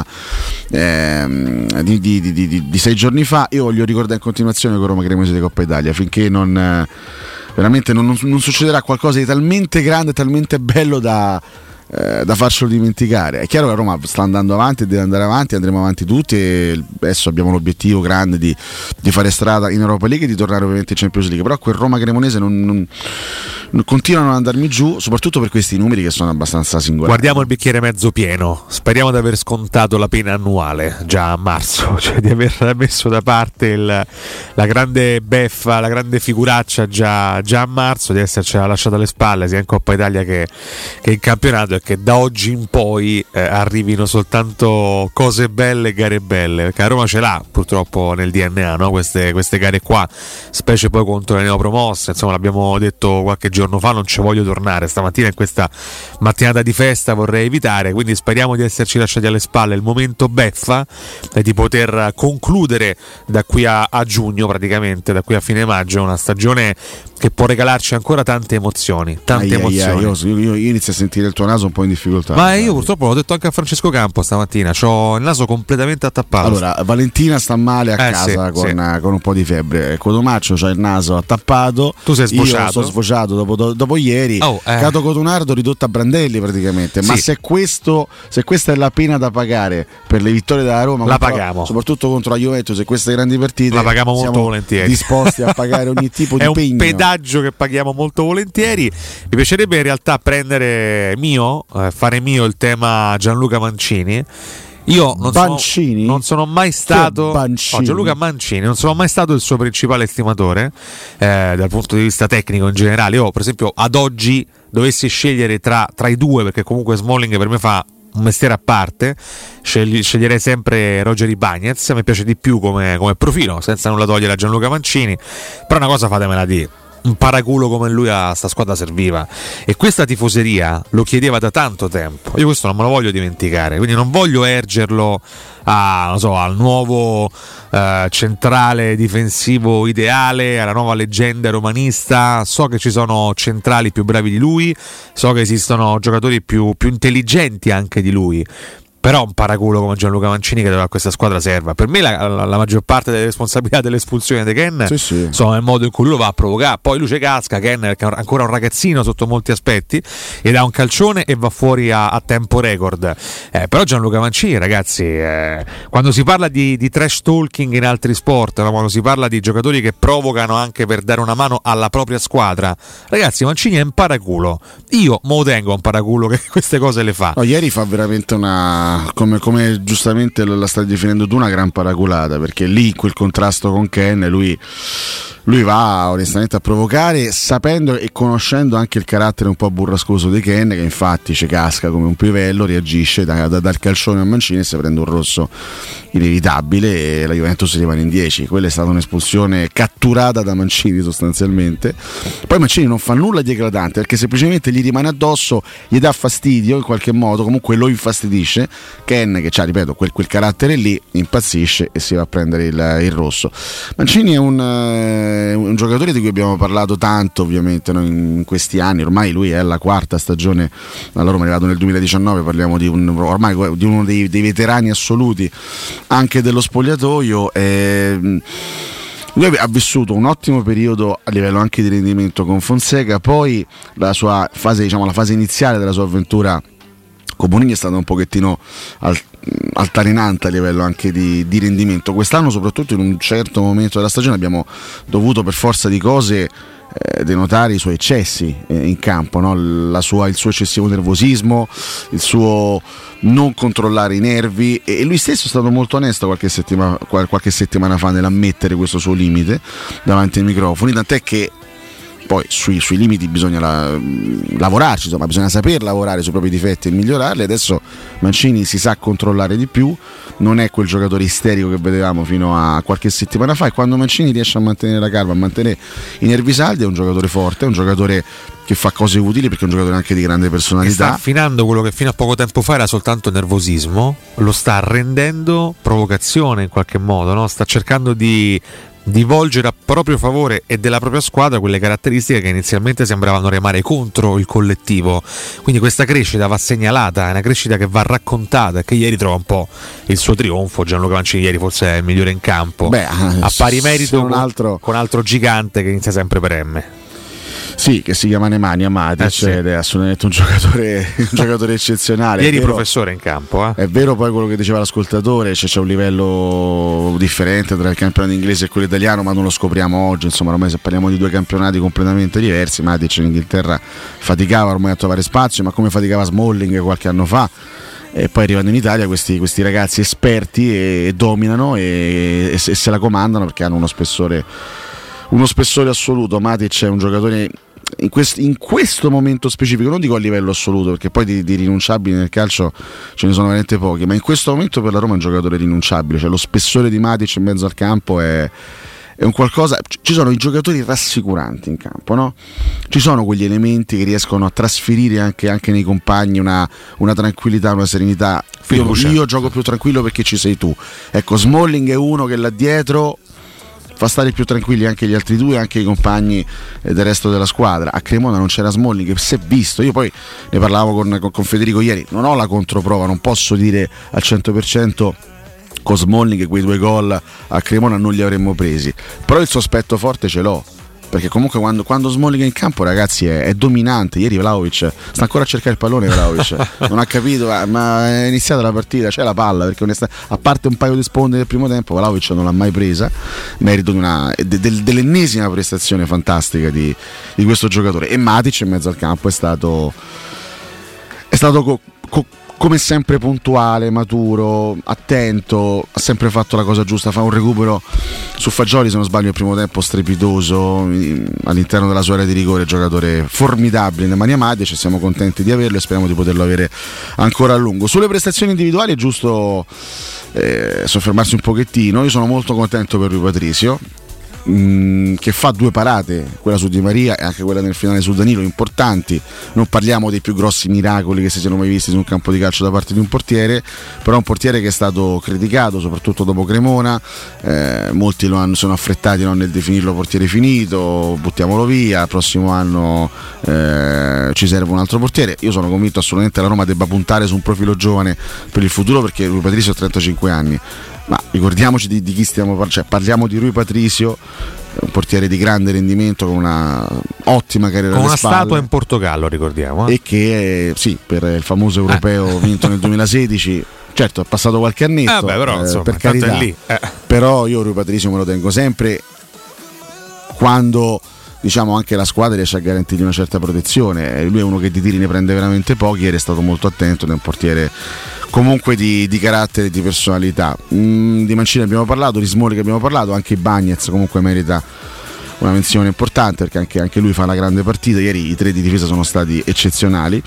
di 6 giorni fa. Io voglio ricordare in continuazione con Roma Cremonese di Coppa Italia, finché veramente non succederà qualcosa di talmente grande, talmente bello da farcelo dimenticare. È chiaro che Roma sta andando avanti e deve andare avanti, andremo avanti tutti, e adesso abbiamo l'obiettivo grande di fare strada in Europa League e di tornare ovviamente in Champions League, però quel Roma Cremonese non continuano ad andarmi giù, soprattutto per questi numeri che sono abbastanza singolari. Guardiamo il bicchiere mezzo pieno, speriamo di aver scontato la pena annuale già a marzo, cioè di aver messo da parte la grande beffa, la grande figuraccia già a marzo, di essercela lasciata alle spalle sia in Coppa Italia che in campionato, e che da oggi in poi arrivino soltanto cose belle e gare belle, perché la Roma ce l'ha purtroppo nel DNA, no? queste gare qua, specie poi contro le neopromosse. Insomma, l'abbiamo detto qualche giorno fa, non ci voglio tornare stamattina in questa mattinata di festa, vorrei evitare, quindi speriamo di esserci lasciati alle spalle il momento beffa e di poter concludere da qui a giugno, praticamente da qui a fine maggio, una stagione che può regalarci ancora tante emozioni, Io inizio a sentire il tuo naso un po' in difficoltà. Ma io purtroppo l'ho detto anche a Francesco Campo stamattina, c'ho il naso completamente attappato. Allora, Valentina sta male a casa con un po' di febbre, Cotomaccio c'ha il naso attappato, tu sei sbocciato. Io sono sbocciato dopo ieri. Cato Cotunardo ridotto a brandelli praticamente. Ma se questa è la pena da pagare per le vittorie della Roma, la paghiamo, soprattutto contro la Juventus, e queste grandi partite la paghiamo molto volentieri, disposti a pagare ogni tipo di è impegno. Un pedaggio che paghiamo molto volentieri. Mi piacerebbe in realtà fare mio il tema Gianluca Mancini. Io non sono mai stato Gianluca Mancini, non sono mai stato il suo principale estimatore dal punto di vista tecnico in generale. Io per esempio ad oggi dovessi scegliere tra i due, perché comunque Smalling per me fa un mestiere a parte, sceglierei sempre Roger Ibañez. Mi piace di più come profilo, senza nulla togliere a Gianluca Mancini, però una cosa fatemela dire: un paraculo come lui a sta squadra serviva, e questa tifoseria lo chiedeva da tanto tempo. Io questo non me lo voglio dimenticare, quindi non voglio ergerlo al nuovo centrale difensivo ideale, alla nuova leggenda romanista. So che ci sono centrali più bravi di lui, so che esistono giocatori più intelligenti anche di lui, però un paraculo come Gianluca Mancini che a questa squadra serva. Per me la maggior parte delle responsabilità dell'espulsione di Ken sono nel modo in cui lui lo va a provocare. Poi lui ci casca, Ken è ancora un ragazzino sotto molti aspetti, ed ha un calcione e va fuori a tempo record. Però Gianluca Mancini, ragazzi, quando si parla di trash talking in altri sport, no? Quando si parla di giocatori che provocano anche per dare una mano alla propria squadra, ragazzi, Mancini è un paraculo. Io me lo tengo un paraculo che queste cose le fa. No, ieri fa veramente come giustamente la stai definendo tu, una gran paraculata, perché lì quel contrasto con Ken lui va onestamente a provocare, sapendo e conoscendo anche il carattere un po' burrascoso di Ken, che infatti ci casca come un pivello, reagisce dal calcione a Mancini e si prende un rosso inevitabile e la Juventus rimane in 10. Quella è stata un'espulsione catturata da Mancini sostanzialmente. Poi Mancini non fa nulla di eclatante, perché semplicemente gli rimane addosso, gli dà fastidio in qualche modo, comunque lo infastidisce. Ken, che ha, ripeto, quel carattere lì, impazzisce e si va a prendere il rosso. Mancini è è un giocatore di cui abbiamo parlato tanto ovviamente, no, in questi anni. Ormai lui è la quarta stagione alla Roma, è arrivato nel 2019, parliamo di ormai di uno dei veterani assoluti anche dello spogliatoio. Lui ha vissuto un ottimo periodo a livello anche di rendimento con Fonseca, poi la sua fase, diciamo la fase iniziale della sua avventura con Bonini è stata un pochettino altalenante a livello anche di rendimento. Quest'anno, soprattutto in un certo momento della stagione, abbiamo dovuto per forza di cose denotare i suoi eccessi in campo, no? Il suo eccessivo nervosismo, il suo non controllare i nervi, e lui stesso è stato molto onesto qualche settimana fa nell'ammettere questo suo limite davanti ai microfoni, tant'è che poi sui limiti bisogna lavorarci, insomma bisogna saper lavorare sui propri difetti e migliorarli. Adesso Mancini si sa controllare di più, non è quel giocatore isterico che vedevamo fino a qualche settimana fa, e quando Mancini riesce a mantenere la calma, a mantenere i nervi saldi, è un giocatore forte, è un giocatore che fa cose utili, perché è un giocatore anche di grande personalità. Sta affinando quello che fino a poco tempo fa era soltanto nervosismo, lo sta rendendo provocazione in qualche modo, no? Sta cercando di volgere a proprio favore e della propria squadra quelle caratteristiche che inizialmente sembravano remare contro il collettivo. Quindi questa crescita va segnalata, è una crescita che va raccontata, e che ieri trova un po' il suo trionfo. Gianluca Mancini ieri forse è il migliore in campo, a pari merito con altro gigante che inizia sempre per M. Sì, che si chiama Nemanja Matic, sì. Ed è assolutamente un giocatore eccezionale. Ieri professore in campo. È vero poi quello che diceva l'ascoltatore, c'è un livello differente tra il campionato inglese e quello italiano, ma non lo scopriamo oggi. Insomma, ormai se parliamo di due campionati completamente diversi. Matic in Inghilterra faticava ormai a trovare spazio, ma come faticava Smalling qualche anno fa. E poi arrivano in Italia questi ragazzi esperti e dominano e se la comandano, perché hanno uno spessore assoluto. Matic è un giocatore in questo momento specifico, non dico a livello assoluto, perché poi di rinunciabili nel calcio ce ne sono veramente pochi, ma in questo momento per la Roma è un giocatore rinunciabile. Cioè lo spessore di Matic in mezzo al campo è un qualcosa. Ci sono i giocatori rassicuranti in campo, no? Ci sono quegli elementi che riescono a trasferire anche nei compagni una tranquillità, una serenità. Io gioco più tranquillo perché ci sei tu. Ecco, Smalling è uno che là dietro fa stare più tranquilli anche gli altri due, anche i compagni del resto della squadra. A Cremona non c'era Smalling, che si è visto. Io poi ne parlavo con Federico ieri, non ho la controprova, non posso dire al 100% con Smalling che quei 2 gol a Cremona non li avremmo presi, però il sospetto forte ce l'ho, perché comunque quando Smalling è in campo, ragazzi, è dominante. Ieri Vlahovic sta ancora a cercare il pallone, Vlahovic non ha capito, ma è iniziata la partita, c'è la palla, perché a parte un paio di sponde del primo tempo, Vlahovic non l'ha mai presa, merito dell'ennesima prestazione fantastica di questo giocatore. E Matic in mezzo al campo è stato come sempre puntuale, maturo, attento, ha sempre fatto la cosa giusta. Fa un recupero su Fagioli, se non sbaglio, il primo tempo strepitoso all'interno della sua area di rigore. Giocatore formidabile, Nemanja Matic, siamo contenti di averlo e speriamo di poterlo avere ancora a lungo. Sulle prestazioni individuali è giusto soffermarsi un pochettino. Io sono molto contento per Rui Patricio, che fa 2 parate, quella su Di Maria e anche quella nel finale su Danilo, importanti. Non parliamo dei più grossi miracoli che si siano mai visti su un campo di calcio da parte di un portiere, però un portiere che è stato criticato soprattutto dopo Cremona. Molti sono affrettati nel definirlo portiere finito, buttiamolo via, il prossimo anno ci serve un altro portiere. Io sono convinto assolutamente che la Roma debba puntare su un profilo giovane per il futuro, perché Rui Patricio ha 35 anni. Ma ricordiamoci di chi stiamo parlando, cioè parliamo di Rui Patricio, un portiere di grande rendimento con una ottima carriera con alle una spalle, statua in Portogallo, ricordiamo, e che sì, per il famoso europeo vinto nel 2016, certo è passato qualche annetto, però, insomma, per carità, è lì. Però io Rui Patricio me lo tengo sempre quando, diciamo, anche la squadra riesce a garantirgli una certa protezione. Lui è uno che di tiri ne prende veramente pochi, ieri è stato molto attento ed è un portiere comunque di carattere e di personalità. Di Mancini abbiamo parlato, di Smalling abbiamo parlato, anche Bagnez comunque merita una menzione importante, perché anche lui fa una grande partita. Ieri i 3 di difesa sono stati eccezionali.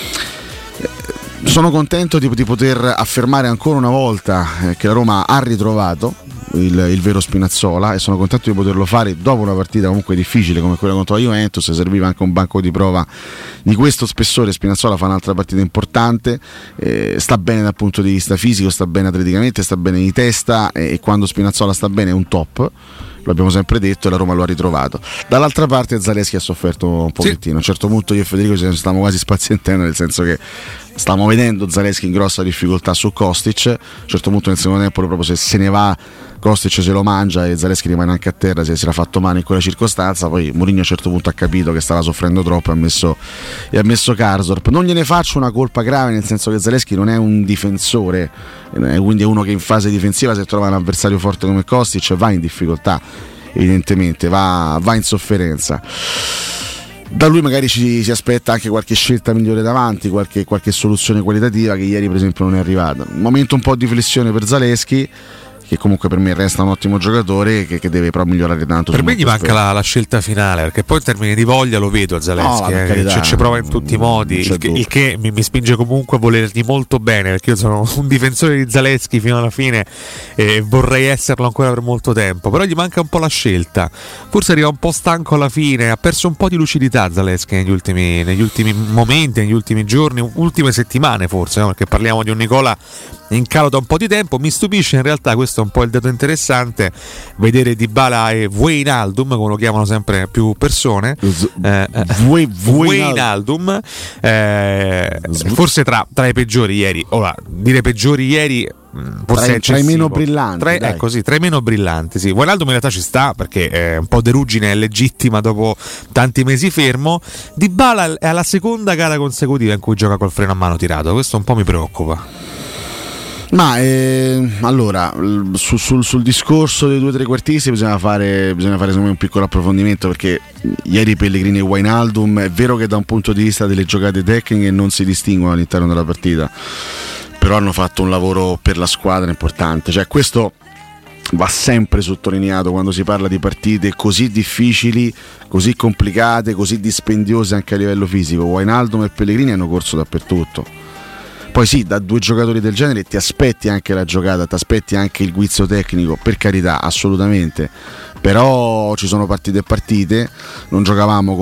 Sono contento di poter affermare ancora una volta che la Roma ha ritrovato il vero Spinazzola, e sono contento di poterlo fare dopo una partita comunque difficile come quella contro la Juventus. Serviva anche un banco di prova di questo spessore. Spinazzola fa un'altra partita importante, sta bene dal punto di vista fisico, sta bene atleticamente, sta bene di testa, e quando Spinazzola sta bene è un top. l'abbiamo sempre detto, e la Roma lo ha ritrovato. Dall'altra parte Zalewski ha sofferto un pochettino. A un certo punto io e Federico ci stavamo quasi spazientando, nel senso che stavamo vedendo Zalewski in grossa difficoltà su Kostic. A un certo punto nel secondo tempo proprio se ne va, Kostic se lo mangia e Zalewski rimane anche a terra, si era fatto male in quella circostanza. Poi Mourinho a un certo punto ha capito che stava soffrendo troppo e ha messo Karsdorp. Non gliene faccio una colpa grave, nel senso che Zalewski non è un difensore, quindi è uno che in fase difensiva, se trova un avversario forte come Kostic, va in difficoltà, evidentemente va in sofferenza. Da lui magari si aspetta anche qualche scelta migliore davanti, qualche soluzione qualitativa che ieri per esempio non è arrivata. Un momento un po' di flessione per Zalewski, che comunque per me resta un ottimo giocatore, che deve però migliorare tanto. Per me gli manca la scelta finale, perché poi in termini di voglia lo vedo a Zalewski, ci prova in tutti i modi, il che mi spinge comunque a volergli molto bene, perché io sono un difensore di Zalewski fino alla fine e vorrei esserlo ancora per molto tempo, però gli manca un po' la scelta, forse arriva un po' stanco alla fine, ha perso un po' di lucidità Zalewski negli ultimi momenti, negli ultimi giorni, ultime settimane forse, no? Perché parliamo di un Nicola in calo da un po' di tempo. Mi stupisce in realtà, questo è un po' il dato interessante, vedere Dybala e Wijnaldum, come lo chiamano sempre più persone, Wijnaldum, forse tra i peggiori ieri. Ora, dire peggiori ieri forse tra i meno brillanti, tra i meno brillanti, sì. Wijnaldum in realtà ci sta, perché un po' di ruggine è legittima dopo tanti mesi fermo. Dybala è alla seconda gara consecutiva in cui gioca col freno a mano tirato, questo un po' mi preoccupa. Ma allora sul discorso dei 2 trequartisti bisogna fare secondo me un piccolo approfondimento, perché ieri Pellegrini e Wijnaldum è vero che da un punto di vista delle giocate tecniche non si distinguono all'interno della partita, però hanno fatto un lavoro per la squadra importante, cioè questo va sempre sottolineato quando si parla di partite così difficili, così complicate, così dispendiose anche a livello fisico. Wijnaldum e Pellegrini hanno corso dappertutto. Poi sì, da 2 giocatori del genere ti aspetti anche la giocata, ti aspetti anche il guizzo tecnico, per carità, assolutamente, però ci sono partite e partite. Non giocavamo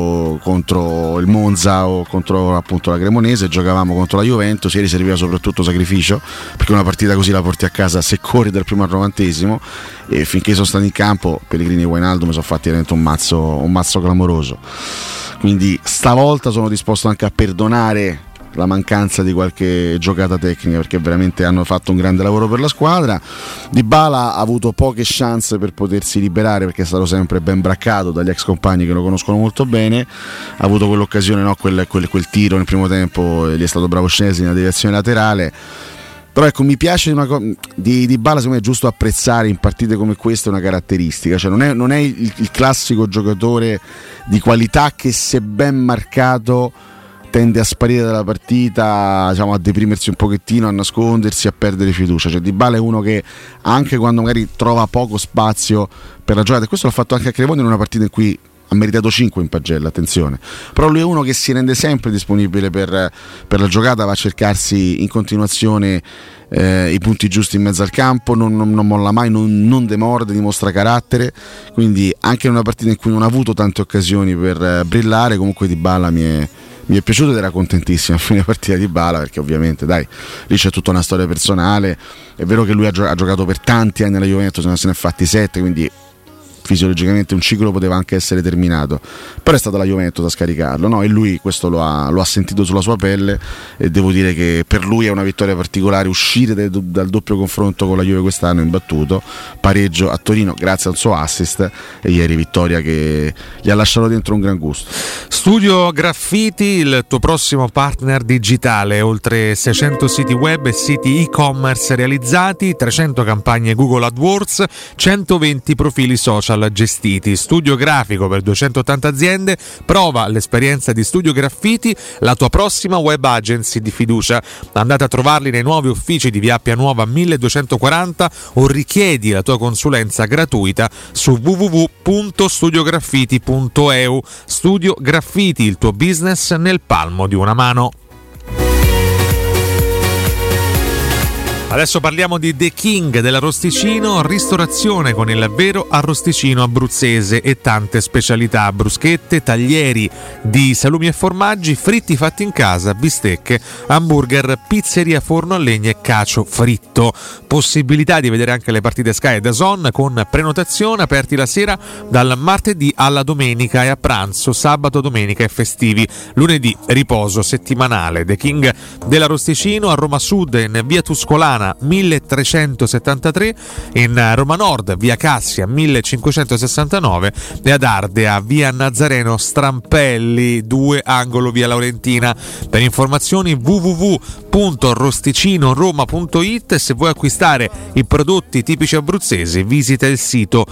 contro il Monza o contro appunto la Cremonese, giocavamo contro la Juventus. Ieri serviva soprattutto sacrificio, perché una partita così la porti a casa se corri dal primo al 90esimo, e finché sono stati in campo Pellegrini e Wijnaldum mi sono fatti veramente un mazzo clamoroso. Quindi stavolta sono disposto anche a perdonare la mancanza di qualche giocata tecnica, perché veramente hanno fatto un grande lavoro per la squadra. Dybala ha avuto poche chance per potersi liberare, perché è stato sempre ben braccato dagli ex compagni che lo conoscono molto bene. Ha avuto quell'occasione, no? quel tiro nel primo tempo, gli è stato bravo Scesi nella deviazione laterale. Però ecco, mi piace di Dybala, secondo me è giusto apprezzare in partite come queste una caratteristica, cioè non è il classico giocatore di qualità che, se ben marcato, tende a sparire dalla partita, diciamo, a deprimersi un pochettino, a nascondersi, a perdere fiducia. Cioè Dybala è uno che anche quando magari trova poco spazio per la giocata, e questo l'ha fatto anche a Cremona in una partita in cui ha meritato 5 in pagella, attenzione, però lui è uno che si rende sempre disponibile per la giocata, va a cercarsi in continuazione i punti giusti in mezzo al campo, non molla mai, non demorde, dimostra carattere. Quindi anche in una partita in cui non ha avuto tante occasioni per brillare, comunque Dybala mi è piaciuto ed era contentissimo a fine partita di Dybala, perché ovviamente lì c'è tutta una storia personale. È vero che lui ha giocato per tanti anni alla Juventus, se ne è fatti 7, quindi fisiologicamente un ciclo poteva anche essere terminato, però è stata la Juventus a scaricarlo, no? E lui questo lo ha sentito sulla sua pelle, e devo dire che per lui è una vittoria particolare uscire dal doppio confronto con la Juve quest'anno imbattuto, pareggio a Torino grazie al suo assist, e ieri vittoria che gli ha lasciato dentro un gran gusto. Studio Graffiti, il tuo prossimo partner digitale, oltre 600 siti web e siti e-commerce realizzati, 300 campagne Google AdWords, 120 profili social gestiti. Studio Grafico per 280 aziende. Prova l'esperienza di Studio Graffiti, la tua prossima web agency di fiducia. Andate a trovarli nei nuovi uffici di Via Appia Nuova 1240 o richiedi la tua consulenza gratuita su www.studiograffiti.eu. Studio Graffiti, il tuo business nel palmo di una mano. Adesso parliamo di The King dell'Arrosticino, ristorazione con il vero arrosticino abruzzese e tante specialità, bruschette, taglieri di salumi e formaggi, fritti fatti in casa, bistecche, hamburger, pizzeria forno a legna e cacio fritto. Possibilità di vedere anche le partite Sky e DAZN con prenotazione, aperti la sera dal martedì alla domenica e a pranzo sabato, domenica e festivi. Lunedì riposo settimanale. The King dell'Arrosticino a Roma Sud in via Tuscolana 1373, in Roma Nord via Cassia 1569 e ad Ardea via Nazareno Strampelli 2 angolo via Laurentina. Per informazioni www.arrosticinoroma.it. Se vuoi acquistare i prodotti tipici abruzzesi visita il sito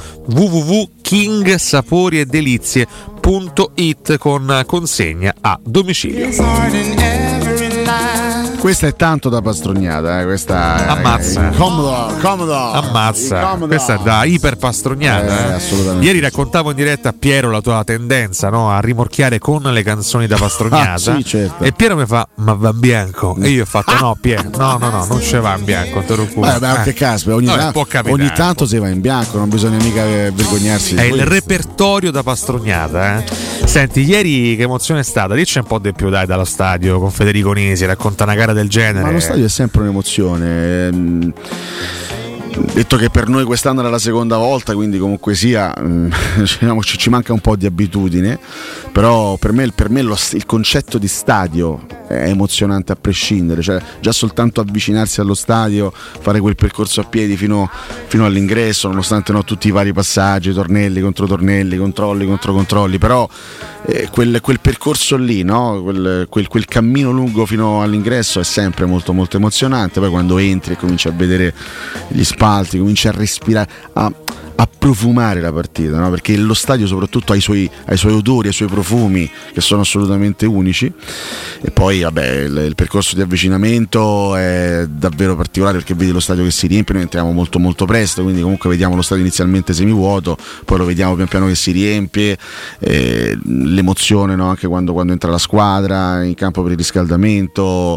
www.kingsaporiedelizie.it con consegna a domicilio. Questa è tanto da pastrugnata, questa ammazza. Comodo. Ammazza. Questa è da iperpastrugnata. Assolutamente. Ieri raccontavo in diretta a Piero la tua tendenza, no? A rimorchiare con le canzoni da pastrugnata. Sì, certo. E Piero mi fa: ma va in bianco? E io ho fatto: no, Piero, no, non ce va in bianco, te lo giuro. Che caspita, ogni tanto si va in bianco, non bisogna mica vergognarsi. È il repertorio da pastrugnata, Senti, ieri che emozione è stata? Dici un po' di più, dai, dallo stadio con Federico Nisi, racconta una gara del genere. Ma lo stadio è sempre un'emozione. Detto che per noi quest'anno era la seconda volta, quindi comunque sia ci manca un po' di abitudine, però per me il concetto di stadio è emozionante a prescindere, cioè già soltanto avvicinarsi allo stadio, fare quel percorso a piedi fino all'ingresso, nonostante tutti i vari passaggi, tornelli contro tornelli, controlli contro controlli, però quel percorso lì, no? quel cammino lungo fino all'ingresso è sempre molto molto emozionante. Poi quando entri e cominci a vedere gli spalti, cominci a respirare, a profumare la partita, no? Perché lo stadio soprattutto ha i suoi odori, i suoi profumi che sono assolutamente unici. E poi vabbè, il percorso di avvicinamento è davvero particolare, perché vedi lo stadio che si riempie. Noi entriamo molto molto presto, quindi comunque vediamo lo stadio inizialmente semivuoto, poi lo vediamo pian piano che si riempie, l'emozione, no? Anche quando entra la squadra in campo per il riscaldamento,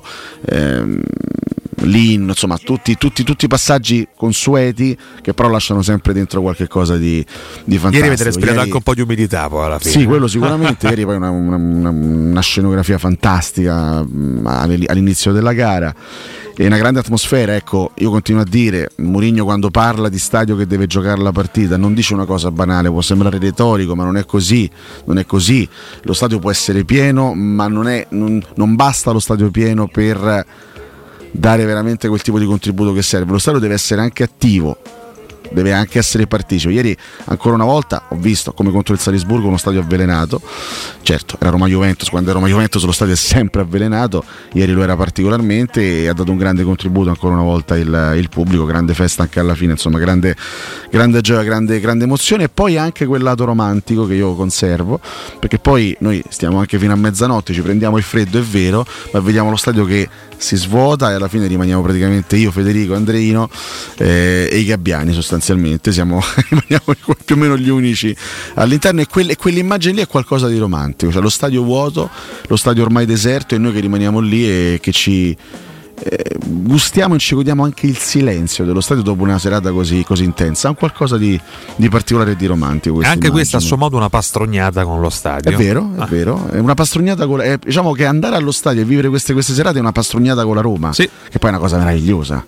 l'inno, insomma tutti i passaggi consueti che però lasciano sempre dentro qualche cosa di fantastico. Ieri avete respirato anche un po' di umidità poi alla fine. Sì, quello sicuramente. Ieri poi una scenografia fantastica all'inizio della gara e una grande atmosfera. Ecco, io continuo a dire, Mourinho quando parla di stadio che deve giocare la partita non dice una cosa banale, può sembrare retorico, ma non è così. Lo stadio può essere pieno, ma non basta lo stadio pieno per dare veramente quel tipo di contributo che serve. Lo stadio deve essere anche attivo, deve anche essere partecipe. Ieri ancora una volta ho visto come contro il Salisburgo uno stadio avvelenato. Certo, era Roma-Juventus, quando è Roma-Juventus lo stadio è sempre avvelenato, ieri lo era particolarmente e ha dato un grande contributo ancora una volta il pubblico, grande festa anche alla fine, insomma grande gioia, grande emozione. E poi anche quel lato romantico che io conservo, perché poi noi stiamo anche fino a mezzanotte, ci prendiamo il freddo, è vero, ma vediamo lo stadio che si svuota e alla fine rimaniamo praticamente io, Federico, Andreino e i gabbiani, sostanzialmente rimaniamo più o meno gli unici all'interno, e quell'immagine lì è qualcosa di romantico, cioè lo stadio vuoto, lo stadio ormai deserto e noi che rimaniamo lì e che ci gustiamo e ci godiamo anche il silenzio dello stadio dopo una serata così intensa. Ha un qualcosa di particolare e di romantico. Anche questa a suo modo una pastrugnata con lo stadio. È vero, è una pastrugnata diciamo che andare allo stadio e vivere queste serate è una pastrugnata con la Roma, sì, che poi è una cosa meravigliosa.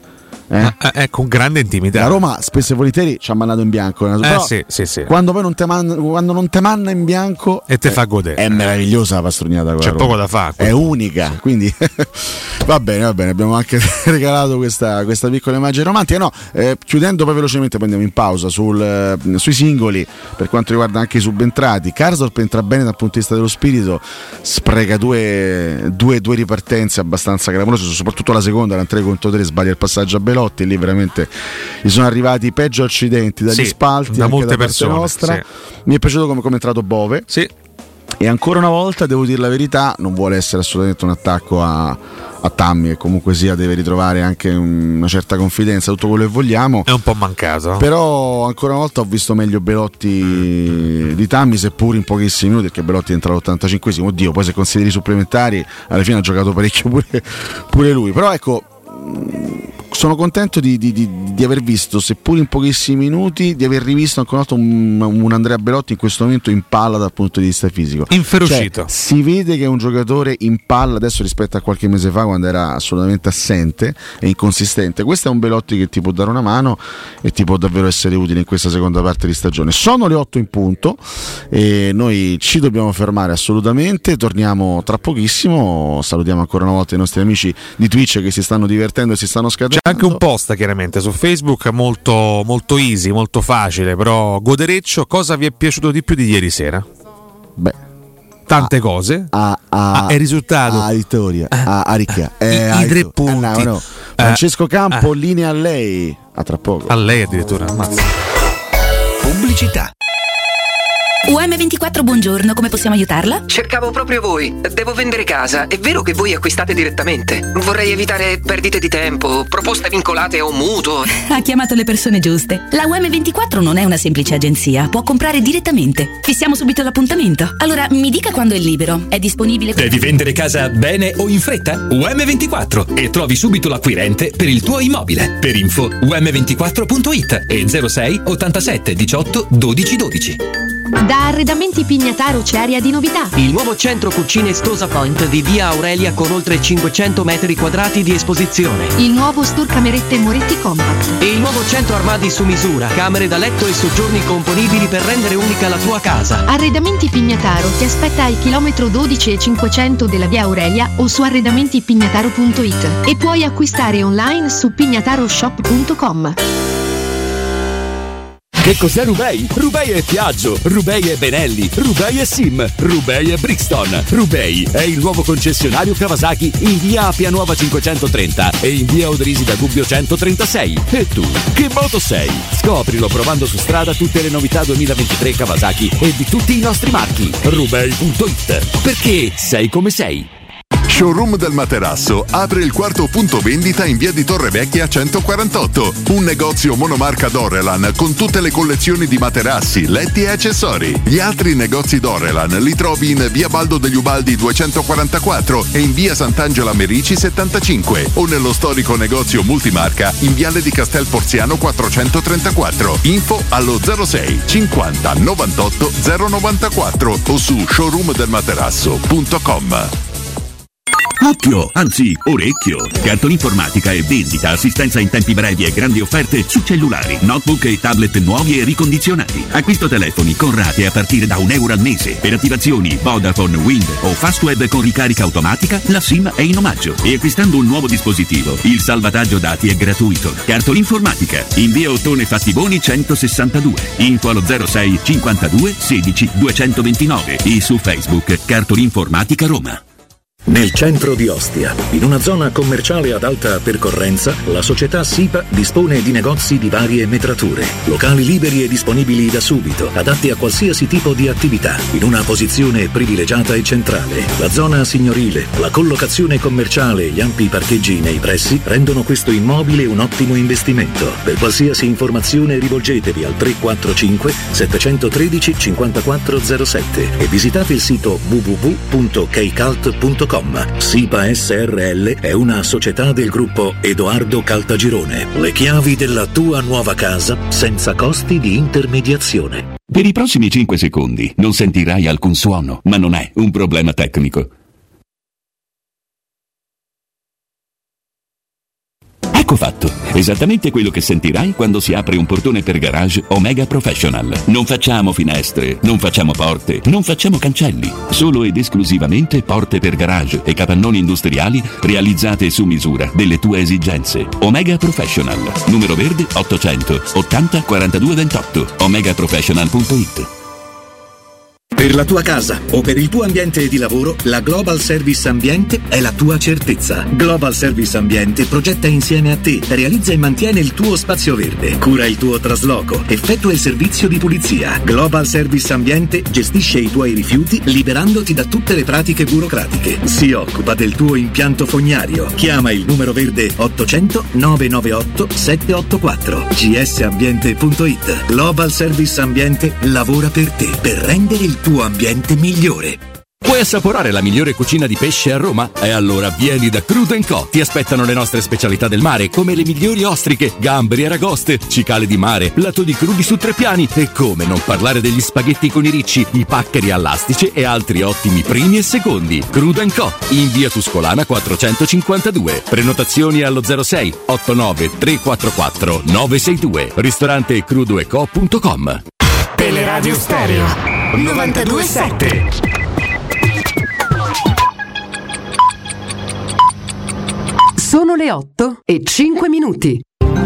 Con grande intimità. La Roma spesso e volentieri ci ha mandato in bianco, però sì. Quando poi non te manna in bianco e te fa godere, è meravigliosa la pastrugnata. C'è poco da fare, è unica, quindi va bene, abbiamo anche regalato questa piccola immagine romantica. Chiudendo poi velocemente, poi andiamo in pausa sui singoli. Per quanto riguarda anche i subentrati, Karsdorp entra bene dal punto di vista dello spirito, spreca due ripartenze abbastanza clamorose, soprattutto la seconda, l'entrata contro 3, sbaglia il passaggio a Belotti, e lì veramente gli sono arrivati i peggio accidenti dagli spalti, da anche molte da parte persone nostra. Sì. Mi è piaciuto come è entrato Bove, sì. E ancora una volta devo dire la verità, non vuole essere assolutamente un attacco a Tammy, che comunque sia deve ritrovare anche una certa confidenza, tutto quello che vogliamo, è un po' mancato, però ancora una volta ho visto meglio Belotti di Tammy, seppur in pochissimi minuti, perché Belotti entra all'85esimo. Oddio, poi se consideri i supplementari alla fine ha giocato parecchio pure lui, però ecco, sono contento di aver visto, seppur in pochissimi minuti, di aver rivisto ancora una volta un Andrea Belotti in questo momento in palla dal punto di vista fisico. Inferocito. Cioè, si vede che è un giocatore in palla adesso rispetto a qualche mese fa, quando era assolutamente assente e inconsistente. Questo è un Belotti che ti può dare una mano e ti può davvero essere utile in questa seconda parte di stagione. Sono le 8 in punto e noi ci dobbiamo fermare assolutamente. Torniamo tra pochissimo. Salutiamo ancora una volta i nostri amici di Twitch che si stanno divertendo e si stanno scadendo. C'è anche un post chiaramente su Facebook molto, molto easy, molto facile, però godereccio. Cosa vi è piaciuto di più di ieri sera? Beh, tante cose. È il risultato. Vittoria. Ricca. I 3 punti. No. Francesco Campo, linea a lei. A tra poco. A lei addirittura. Ammazza. Pubblicità. UM24, buongiorno, come possiamo aiutarla? Cercavo proprio voi. Devo vendere casa. È vero che voi acquistate direttamente? Vorrei evitare perdite di tempo, proposte vincolate o mutuo. Ha chiamato le persone giuste. La UM24 non è una semplice agenzia, può comprare direttamente. Fissiamo subito l'appuntamento. Allora, mi dica quando è libero. È disponibile? Devi vendere casa bene o in fretta? UM24 e trovi subito l'acquirente per il tuo immobile. Per info um24.it e 06 87 18 12 12. Da Arredamenti Pignataro c'è aria di novità. Il nuovo centro cucine Stosa Point di via Aurelia con oltre 500 metri quadrati di esposizione. Il nuovo store camerette Moretti Compact. E il nuovo centro armadi su misura, camere da letto e soggiorni componibili per rendere unica la tua casa. Arredamenti Pignataro ti aspetta al chilometro 12 e 500 della via Aurelia o su arredamentipignataro.it e puoi acquistare online su pignataroshop.com. Che cos'è Rubei? Rubei è Piaggio, Rubei è Benelli, Rubei è Sim, Rubei è Brixton. Rubei è il nuovo concessionario Kawasaki in via Appia Nuova 530 e in via Odrisi da Gubbio 136. E tu, che moto sei? Scoprilo provando su strada tutte le novità 2023 Kawasaki e di tutti i nostri marchi. Rubei.it, perché sei come sei. Showroom del Materasso apre il quarto punto vendita in via di Torrevecchia 148. Un negozio monomarca Dorelan con tutte le collezioni di materassi, letti e accessori. Gli altri negozi Dorelan li trovi in via Baldo degli Ubaldi 244 e in via Sant'Angela Merici 75 o nello storico negozio multimarca in viale di Castel Porziano 434. Info allo 06 50 98 094 o su showroomdelmaterasso.com. Occhio, anzi orecchio. Cartolinformatica e vendita, assistenza in tempi brevi e grandi offerte su cellulari, notebook e tablet nuovi e ricondizionati. Acquisto telefoni con rate a partire da €1 al mese. Per attivazioni Vodafone, Wind o Fastweb con ricarica automatica, la SIM è in omaggio. E acquistando un nuovo dispositivo, il salvataggio dati è gratuito. Cartolinformatica, in via Ottone Fattiboni 162. Info allo 06 52 16 229 e su Facebook Cartolinformatica Roma. Nel centro di Ostia, in una zona commerciale ad alta percorrenza, la società SIPA dispone di negozi di varie metrature, locali liberi e disponibili da subito, adatti a qualsiasi tipo di attività, in una posizione privilegiata e centrale. La zona signorile, la collocazione commerciale e gli ampi parcheggi nei pressi rendono questo immobile un ottimo investimento. Per qualsiasi informazione rivolgetevi al 345 713 5407 e visitate il sito www.keicalt.com. SIPA SRL è una società del gruppo Edoardo Caltagirone. Le chiavi della tua nuova casa senza costi di intermediazione. Per i prossimi 5 secondi non sentirai alcun suono, ma non è un problema tecnico. Ecco fatto, esattamente quello che sentirai quando si apre un portone per garage Omega Professional. Non facciamo finestre, non facciamo porte, non facciamo cancelli, solo ed esclusivamente porte per garage e capannoni industriali realizzate su misura delle tue esigenze. Omega Professional, numero verde 800 80 42 28, omegaprofessional.it. Per la tua casa o per il tuo ambiente di lavoro, la Global Service Ambiente è la tua certezza. Global Service Ambiente progetta insieme a te, realizza e mantiene il tuo spazio verde, cura il tuo trasloco, effettua il servizio di pulizia. Global Service Ambiente gestisce i tuoi rifiuti liberandoti da tutte le pratiche burocratiche. Si occupa del tuo impianto fognario. Chiama il numero verde 800 998 784. gsambiente.it. Global Service Ambiente lavora per te, per rendere il tuo ambiente migliore. Vuoi assaporare la migliore cucina di pesce a Roma? E allora vieni da Crudo & Co. Ti aspettano le nostre specialità del mare, come le migliori ostriche, gamberi e aragoste, cicale di mare, plato di crudi su 3 piani e come non parlare degli spaghetti con i ricci, i paccheri all'astice e altri ottimi primi e secondi. Crudo & Co. in via Tuscolana 452. Prenotazioni allo 06 89 344 962. Ristorante crudoeco.com. Teleradio Stereo 92.7. Sono le 8:05.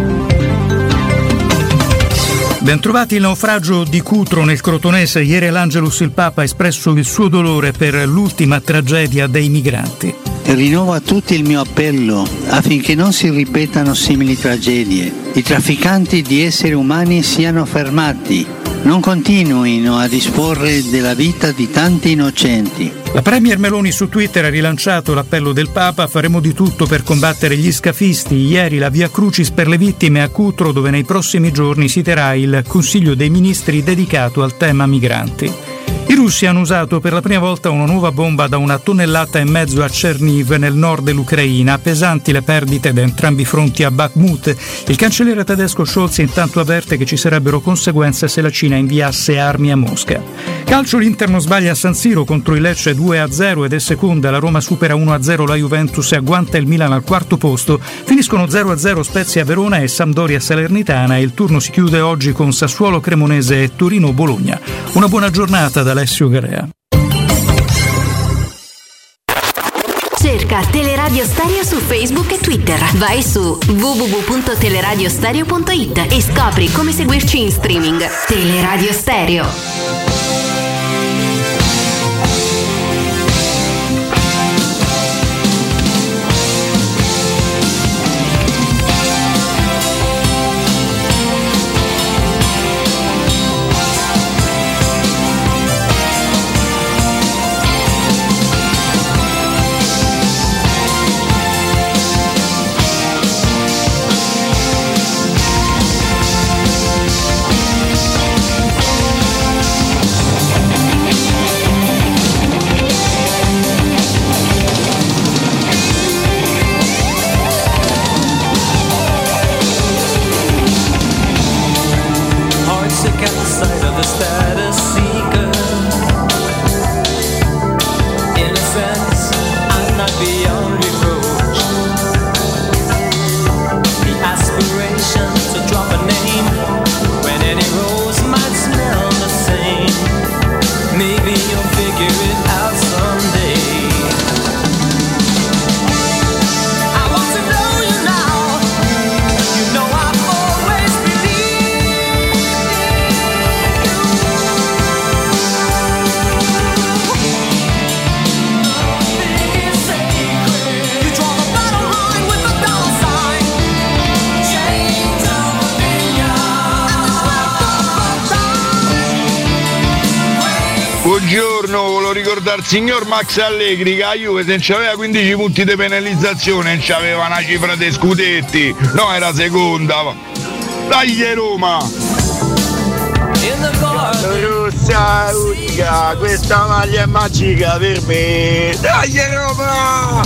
Bentrovati. Il naufragio di Cutro nel Crotonese. Ieri all'Angelus il Papa ha espresso il suo dolore per l'ultima tragedia dei migranti. Rinnovo a tutti il mio appello affinché non si ripetano simili tragedie. I trafficanti di esseri umani siano fermati, non continuino a disporre della vita di tanti innocenti. La Premier Meloni su Twitter ha rilanciato l'appello del Papa: faremo di tutto per combattere gli scafisti. Ieri la Via Crucis per le vittime a Cutro, dove nei prossimi giorni si terrà il Consiglio dei Ministri dedicato al tema migranti. I russi hanno usato per la prima volta una nuova bomba da 1,5 tonnellate a Cherniv, nel nord dell'Ucraina. Pesanti le perdite da entrambi i fronti a Bakhmut. Il cancelliere tedesco Scholz intanto avverte che ci sarebbero conseguenze se la Cina inviasse armi a Mosca. Calcio, l'Inter non sbaglia a San Siro contro il Lecce 2-0 ed è seconda. La Roma supera 1-0 la Juventus e agguanta il Milan al quarto posto. Finiscono 0-0 Spezia Verona e Sampdoria Salernitana e il turno si chiude oggi con Sassuolo Cremonese e Torino Bologna. Una buona giornata da Alessio Garea. Cerca Teleradio Stereo su Facebook e Twitter. Vai su www.teleradiostereo.it e scopri come seguirci in streaming. Teleradio Stereo. Buongiorno, volevo ricordare al signor Max Allegri che la Juve se non c'aveva 15 punti di penalizzazione non c'aveva una cifra dei scudetti, no, era seconda. Dai Roma! Russia, unica, questa maglia è magica per me. Dai Roma!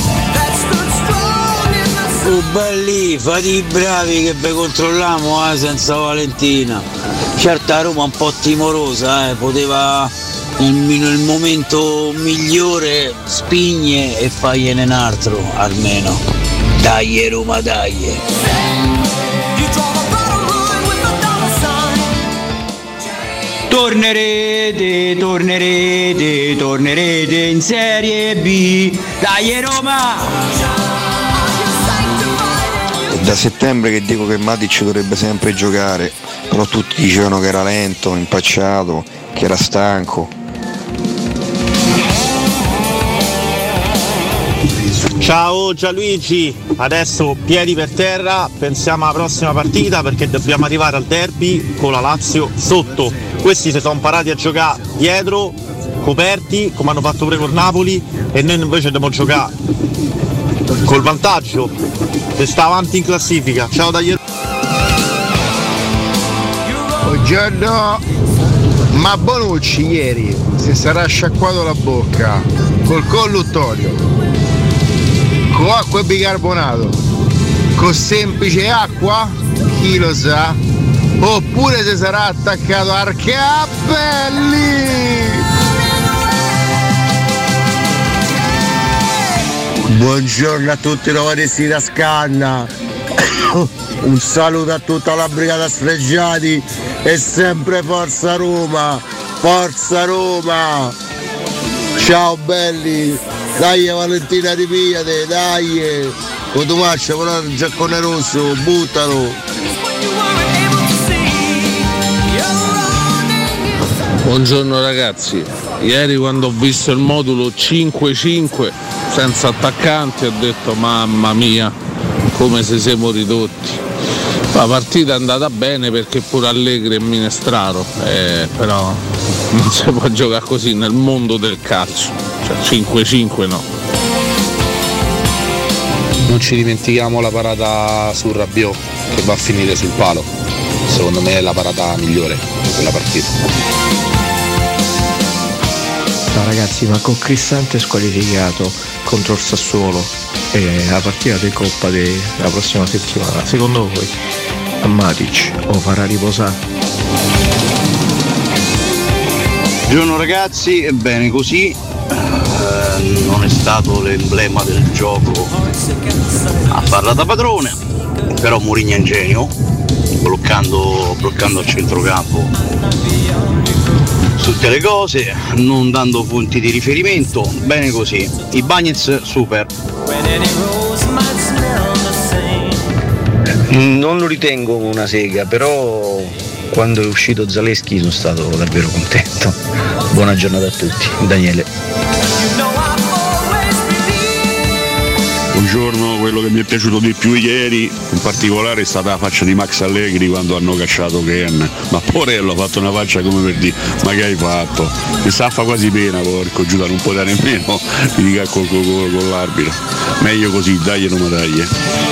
Belli, fate i bravi che vi controlliamo senza Valentina. Certo, la Roma è un po' timorosa, poteva nel momento migliore spigne e fagliene un altro almeno. Dai Roma, dai. Tornerete in Serie B. Dai Roma! È da settembre che dico che Matic dovrebbe sempre giocare, però tutti dicevano che era lento, impacciato, che era stanco. Ciao Gianluigi, adesso piedi per terra, pensiamo alla prossima partita perché dobbiamo arrivare al derby con la Lazio sotto. Questi si sono imparati a giocare dietro, coperti, come hanno fatto pure con Napoli, e noi invece dobbiamo giocare col vantaggio che sta avanti in classifica. Ciao da ieri. Buongiorno, Ma Bonucci ieri si sarà sciacquato la bocca col colluttorio, con acqua e bicarbonato, con semplice acqua, chi lo sa, oppure si sarà attaccato al capelli. Buongiorno a tutti i romanisti da Scanna. Un saluto a tutta la brigata sfregiati e sempre forza Roma, forza Roma. Ciao belli, dai Valentina ripiate, dai. Cotumaccia, però il giaccone rosso, buttalo. Buongiorno ragazzi, ieri quando ho visto il modulo 5-5 senza attaccanti ho detto mamma mia come se siamo ridotti. La partita è andata bene perché pure Allegri è Minestraro, però non si può giocare così nel mondo del calcio, cioè 5-5 no. Non ci dimentichiamo la parata su Rabiot che va a finire sul palo, secondo me è la parata migliore di quella partita. No ragazzi, ma con Cristante squalificato contro il Sassuolo e la partita di Coppa della prossima settimana, secondo voi a Matic o farà riposare? Buongiorno ragazzi, ebbene così non è stato l'emblema del gioco a farla da padrone, però Mourinho è un genio, bloccando al centrocampo tutte le cose, non dando fonti di riferimento, bene così. I Bagnets super. Non lo ritengo una sega, però quando è uscito Zaleschi sono stato davvero contento. Buona giornata a tutti, Daniele. Buongiorno, quello che mi è piaciuto di più ieri in particolare è stata la faccia di Max Allegri quando hanno cacciato Ken, ma porello ha fatto una faccia come per dire ma che hai fatto? Mi sta a fa quasi pena, porco Giuda, non può dare nemmeno di dica con l'arbitro, meglio così, dai Roma dai.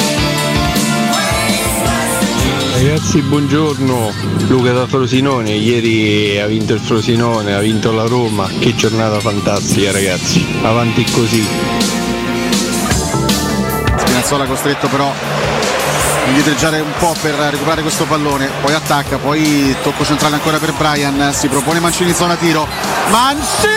Ragazzi buongiorno, Luca da Frosinone, ieri ha vinto il Frosinone, ha vinto la Roma, che giornata fantastica ragazzi, avanti così. Spinazzola costretto però a indietreggiare un po' per recuperare questo pallone, poi attacca, poi tocco centrale ancora per Brian, si propone Mancini in zona tiro, Mancini!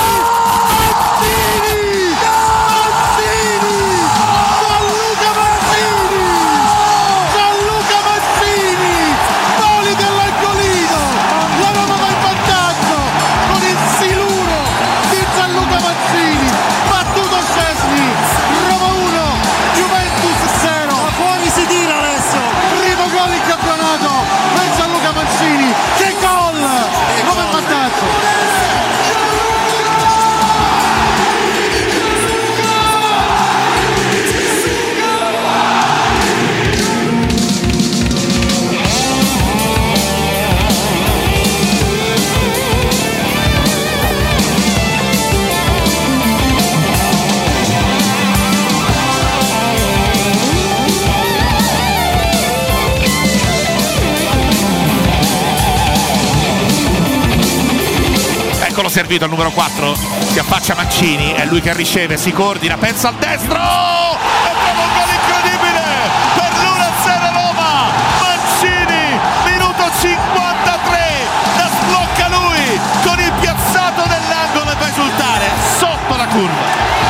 Servito al numero 4, si affaccia Mancini, è lui che riceve, si coordina, pensa al destro e trova un gol incredibile per l'1-0 Roma. Mancini, minuto 53, la sblocca lui con il piazzato dell'angolo e fa esultare sotto la curva.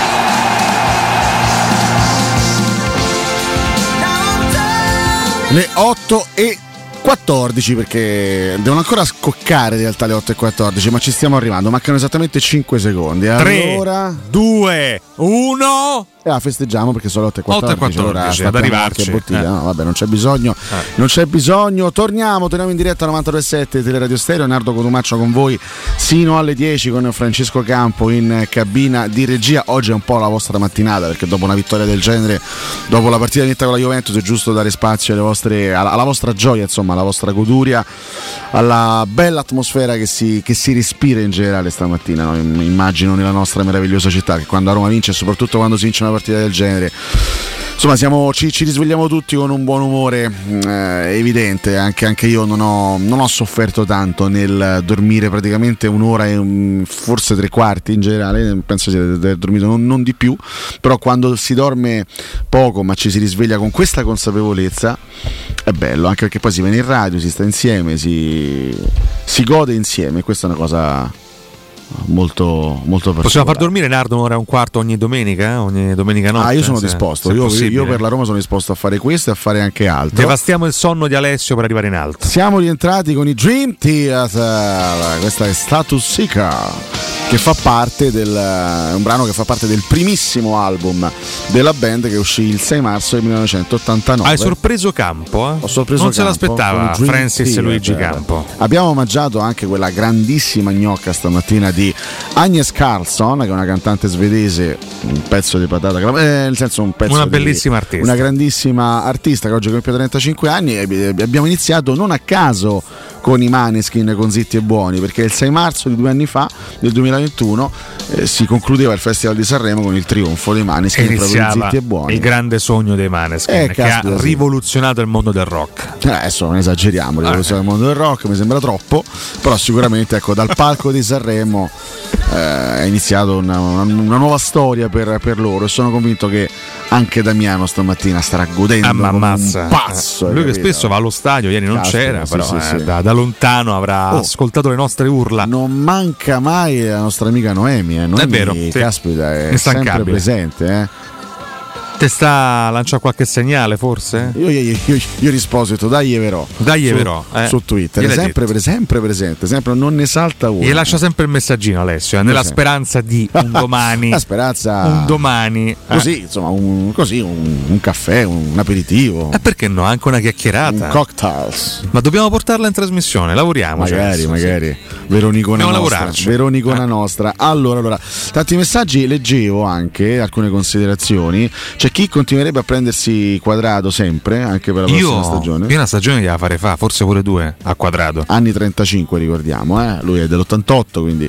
Le 8:14 perché devono ancora scoccare in realtà le 8:14, ma ci stiamo arrivando, mancano esattamente 5 secondi. 3, allora 2, 1 e festeggiamo perché sono le 8:14, allora ad arrivarci. No, vabbè, non c'è bisogno. Non c'è bisogno. Torniamo in diretta a 92.7 Teleradio Stereo. Nardo Cotumaccio con voi sino alle 10 con Francesco Campo in cabina di regia. Oggi è un po' la vostra mattinata perché dopo una vittoria del genere, dopo la partita vinta con la Juventus, è giusto dare spazio alla vostra gioia, insomma, alla vostra goduria, alla bella atmosfera che si respira in generale stamattina, no? Immagino nella nostra meravigliosa città che quando a Roma vince e soprattutto quando si vince una partita del genere Insomma, ci risvegliamo tutti con un buon umore, evidente. Anche io non ho sofferto tanto nel dormire praticamente un'ora e forse 3/4 in generale. Penso di aver dormito non di più. Però quando si dorme poco ma ci si risveglia con questa consapevolezza è bello, anche perché poi si viene in radio, si sta insieme, si gode insieme. Questa è una cosa molto particolare. Possiamo far dormire Nardo un'ora e un quarto ogni domenica notte? Io sono disposto, io per la Roma sono disposto a fare questo e a fare anche altro. Devastiamo il sonno di Alessio per arrivare in alto. Siamo rientrati con i Dream Theater. Questa è Status Seeker, che fa parte è un brano che fa parte del primissimo album della band, che uscì il 6 marzo del 1989. Hai sorpreso Campo, Ho sorpreso non Campo, se l'aspettava Francis Theater. Luigi Campo. Abbiamo omaggiato anche quella grandissima gnocca stamattina di Agnes Carlsson, che è una cantante svedese, un pezzo di patata, nel senso un pezzo una bellissima artista, una grandissima artista che oggi compie 35 anni. E abbiamo iniziato non a caso con i Maneskin, con Zitti e Buoni, perché il 6 marzo di 2 anni fa, del 2021, si concludeva il Festival di Sanremo con il trionfo dei Maneskin, proprio di Zitti e Buoni, il grande sogno dei Maneskin, che ha rivoluzionato il mondo del rock. Adesso non esageriamo, rivoluzionato il mondo del rock mi sembra troppo, però sicuramente, ecco, dal palco di Sanremo è iniziata una nuova storia per loro, e sono convinto che anche Damiano stamattina starà godendo come un pazzo. Lui che spesso va allo stadio, ieri non c'era, però sì. Da lontano avrà ascoltato le nostre urla. Non manca mai la nostra amica Noemi, Noemi, è vero, caspita, è sempre presente, Te sta lanciando qualche segnale forse? Io risposo, ho detto dai verò su Twitter, è sempre presente, sempre, non ne salta uno. E lascia sempre il messaggino, Alessio, nella speranza di un domani. La speranza, un domani così, insomma, un caffè, un aperitivo. E perché no, anche una chiacchierata, un cocktails. Ma dobbiamo portarla in trasmissione, lavoriamo. Magari. Veronicona nostra. Allora, tanti messaggi, leggevo anche alcune considerazioni. C'è chi continuerebbe a prendersi Quadrado sempre, anche per la prossima stagione. Io una stagione gliela farei forse pure 2 a Quadrado. Anni 35, ricordiamo, lui è dell'88, quindi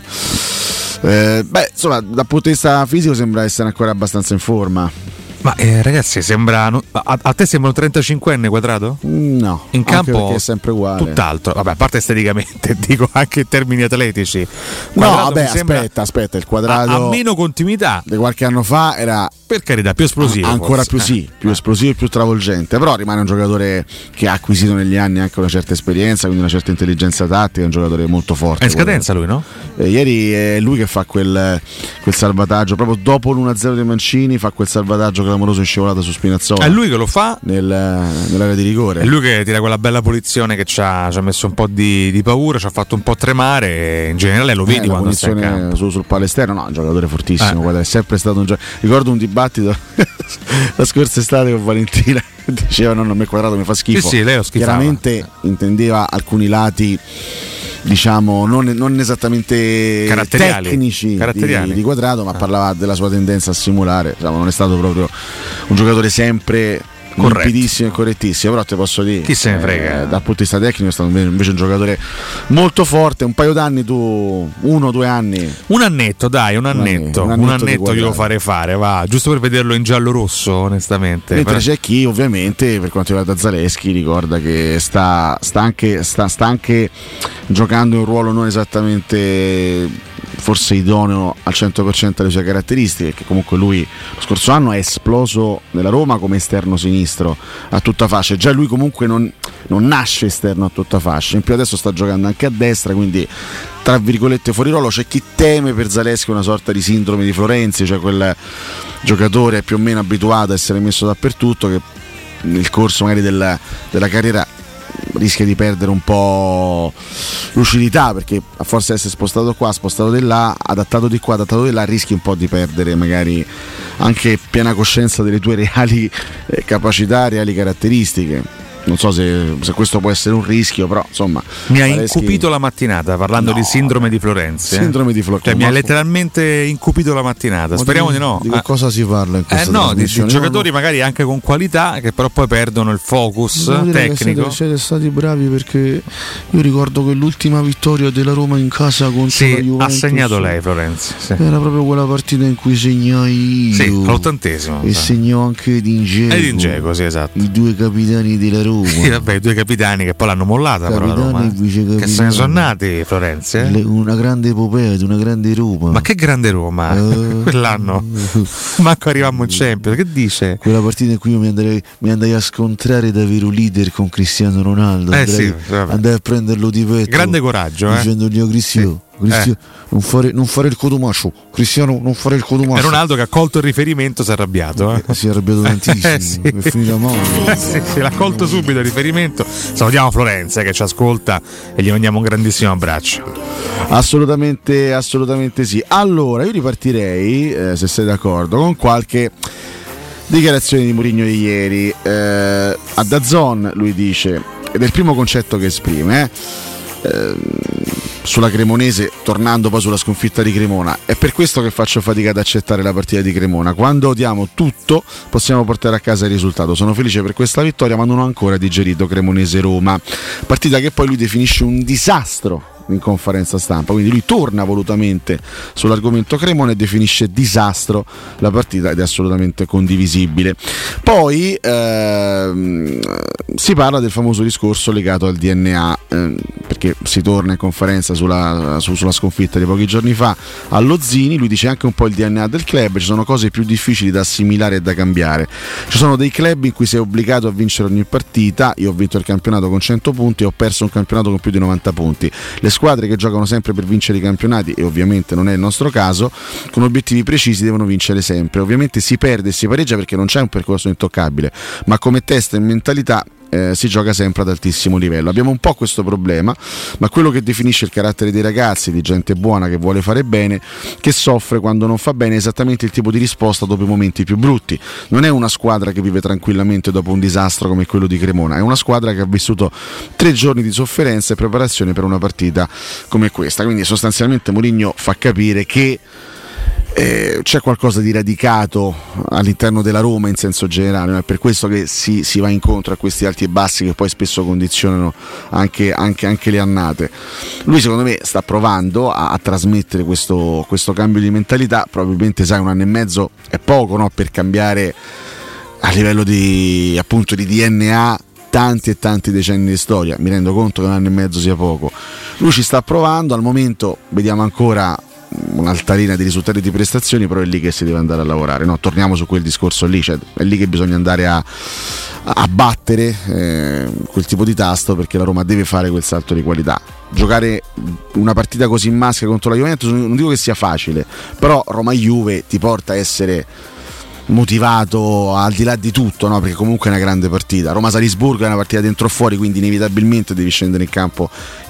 insomma, dal punto di vista fisico sembra essere ancora abbastanza in forma. Ma ragazzi, a te sembra un 35enne Quadrado? No, in campo perché è sempre uguale. Tutt'altro, vabbè, a parte esteticamente, dico anche in termini atletici. Quadrado, no, vabbè, aspetta, il Quadrado ha meno continuità. Di qualche anno fa era, per carità, più esplosivo. Ancora forse. più esplosivo e più travolgente, però rimane un giocatore che ha acquisito negli anni anche una certa esperienza, quindi una certa intelligenza tattica, è un giocatore molto forte. È in scadenza lui, no? Ieri è lui che fa quel salvataggio, proprio dopo l'1-0 dei Mancini, fa quel salvataggio clamoroso in scivolata su Spinazzola. È lui che lo fa nell'area di rigore. È lui che tira quella bella punizione che ci ha messo un po' di paura, ci ha fatto un po' tremare, e in generale lo vedi quando sta in campo. Sul palo esterno, no, è un giocatore fortissimo, guarda, è sempre stato un giocatore. Ricordo un dibattito la scorsa estate con Valentina, diceva no, a me Quadrado mi fa schifo. Sì, lei lo schifava. Chiaramente intendeva alcuni lati, diciamo, non esattamente tecnici di Quadrado, ma parlava della sua tendenza a simulare. Diciamo, non è stato proprio un giocatore sempre limpidissimo e correttissimo, però te posso dire, chi se ne frega, dal punto di vista tecnico è stato invece un giocatore molto forte. Un paio d'anni, 1 o 2 anni, un annetto glielo farei fare, va, giusto per vederlo in giallo rosso, onestamente. Mentre c'è chi ovviamente, per quanto riguarda Zaleschi, ricorda che sta anche giocando un ruolo non esattamente forse idoneo al 100% delle sue caratteristiche, che comunque lui lo scorso anno è esploso nella Roma come esterno sinistro a tutta fascia. Già lui comunque non nasce esterno a tutta fascia, in più adesso sta giocando anche a destra, quindi tra virgolette fuori ruolo. C'è chi teme per Zaleschi una sorta di sindrome di Florenzi, cioè quel giocatore più o meno abituato a essere messo dappertutto, che nel corso magari della carriera rischia di perdere un po' lucidità, perché a forza di essere spostato qua, spostato di là, adattato di qua, adattato di là, rischi un po' di perdere magari anche piena coscienza delle tue reali capacità, reali caratteristiche. non so se questo può essere un rischio, però insomma mi ha incupito la mattinata parlando di sindrome di Florenzi. Sindrome di Florenzi, cioè mi ha letteralmente incupito la mattinata. Speriamo di no. Di che cosa si parla in questa no, di trasmissione? giocatori magari anche con qualità che però poi perdono il focus tecnico. Siete stati bravi, perché io ricordo che l'ultima vittoria della Roma in casa contro la Juventus, ha segnato lei Florenzi, era proprio quella partita in cui segnai io, all'80° e segnò anche Edin Dzeko, sì, esatto, i due capitani della Roma. Vabbè, i due capitani che poi l'hanno mollata, però la Roma, che se ne sono nati Florenzi, una grande epopea di una grande Roma. Ma che grande Roma quell'anno manco arrivammo in Champions, che dice? Quella partita in cui io mi andai a scontrare da vero leader con Cristiano Ronaldo, andai a prenderlo di petto, grande coraggio, dicendogli Cristiano, non fare il codomaccio, Cristiano, non fare il codomaccio. È Ronaldo che ha colto il riferimento, si è arrabbiato, si è arrabbiato tantissimo, è finita male. Sì, l'ha colto subito il riferimento. Salutiamo Florenzi che ci ascolta e gli mandiamo un grandissimo abbraccio. Assolutamente sì. Allora io ripartirei, se sei d'accordo, con qualche dichiarazione di Mourinho di ieri. A DAZN lui dice, ed è il primo concetto che esprime, sulla Cremonese, tornando poi sulla sconfitta di Cremona: è per questo che faccio fatica ad accettare la partita di Cremona. Quando odiamo tutto possiamo portare a casa il risultato. Sono felice per questa vittoria, ma non ho ancora digerito Cremonese-Roma, partita che poi lui definisce un disastro in conferenza stampa, quindi lui torna volutamente sull'argomento Cremona e definisce disastro la partita, ed è assolutamente condivisibile. Poi si parla del famoso discorso legato al DNA, perché si torna in conferenza sulla sconfitta di pochi giorni fa allo Zini. Lui dice anche un po' il DNA del club, ci sono cose più difficili da assimilare e da cambiare. Ci sono dei club in cui sei obbligato a vincere ogni partita. Io ho vinto il campionato con 100 punti e ho perso un campionato con più di 90 punti. Le squadre che giocano sempre per vincere i campionati, e ovviamente non è il nostro caso, con obiettivi precisi devono vincere sempre. Ovviamente si perde e si pareggia perché non c'è un percorso intoccabile, ma come testa e mentalità si gioca sempre ad altissimo livello. Abbiamo un po' questo problema, ma quello che definisce il carattere dei ragazzi, di gente buona che vuole fare bene, che soffre quando non fa bene, è esattamente il tipo di risposta dopo i momenti più brutti. Non è una squadra che vive tranquillamente dopo un disastro come quello di Cremona, è una squadra che ha vissuto 3 giorni di sofferenza e preparazione per una partita come questa. Quindi sostanzialmente Mourinho fa capire che c'è qualcosa di radicato all'interno della Roma in senso generale, è per questo che si va incontro a questi alti e bassi che poi spesso condizionano anche le annate. Lui secondo me sta provando a trasmettere questo cambio di mentalità. Probabilmente 1 anno e mezzo è poco, no, per cambiare a livello di appunto di DNA tanti e tanti decenni di storia. Mi rendo conto che 1 anno e mezzo sia poco. Lui ci sta provando, al momento vediamo ancora un'altalena di risultati e di prestazioni, però è lì che si deve andare a lavorare, no? Torniamo su quel discorso lì, cioè è lì che bisogna andare a battere quel tipo di tasto, perché la Roma deve fare quel salto di qualità. Giocare una partita così in maschera contro la Juventus non dico che sia facile, però Roma-Juve ti porta a essere motivato al di là di tutto, no? Perché comunque è una grande partita. Roma-Salisburgo è una partita dentro o fuori, quindi inevitabilmente devi scendere in campo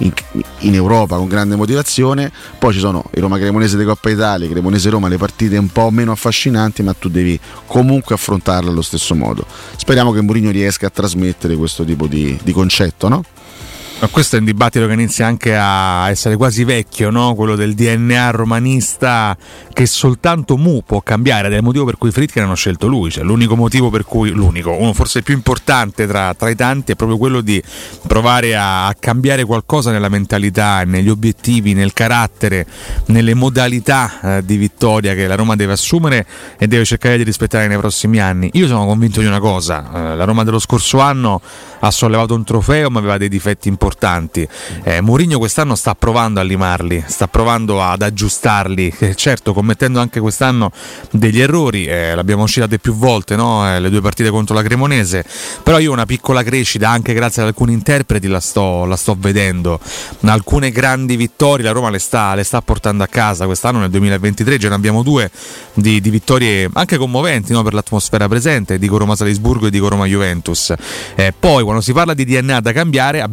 in Europa con grande motivazione. Poi ci sono i Roma-Cremonese di Coppa Italia, Cremonese-Roma, le partite un po' meno affascinanti, ma tu devi comunque affrontarle allo stesso modo. Speriamo che Mourinho riesca a trasmettere questo tipo di concetto, no? Ma questo è un dibattito che inizia anche a essere quasi vecchio, no? Quello del DNA romanista, che soltanto può cambiare, ed è il motivo per cui Friedkin hanno scelto lui. Cioè, l'unico motivo per cui, uno forse il più importante tra i tanti, è proprio quello di provare a cambiare qualcosa nella mentalità, negli obiettivi, nel carattere, nelle modalità di vittoria che la Roma deve assumere e deve cercare di rispettare nei prossimi anni. Io sono convinto di una cosa: la Roma dello scorso anno ha sollevato un trofeo ma aveva dei difetti importanti. Mourinho quest'anno sta provando a limarli, sta provando ad aggiustarli, certo commettendo anche quest'anno degli errori, l'abbiamo citate più volte, no? Le 2 partite contro la Cremonese, però io una piccola crescita anche grazie ad alcuni interpreti la sto vedendo. Alcune grandi vittorie la Roma le sta portando a casa quest'anno. Nel 2023 già ne abbiamo 2 di vittorie anche commoventi, no? Per l'atmosfera presente, dico Roma-Salisburgo e dico Roma-Juventus. Poi quando si parla di DNA da cambiare abbiamo un mese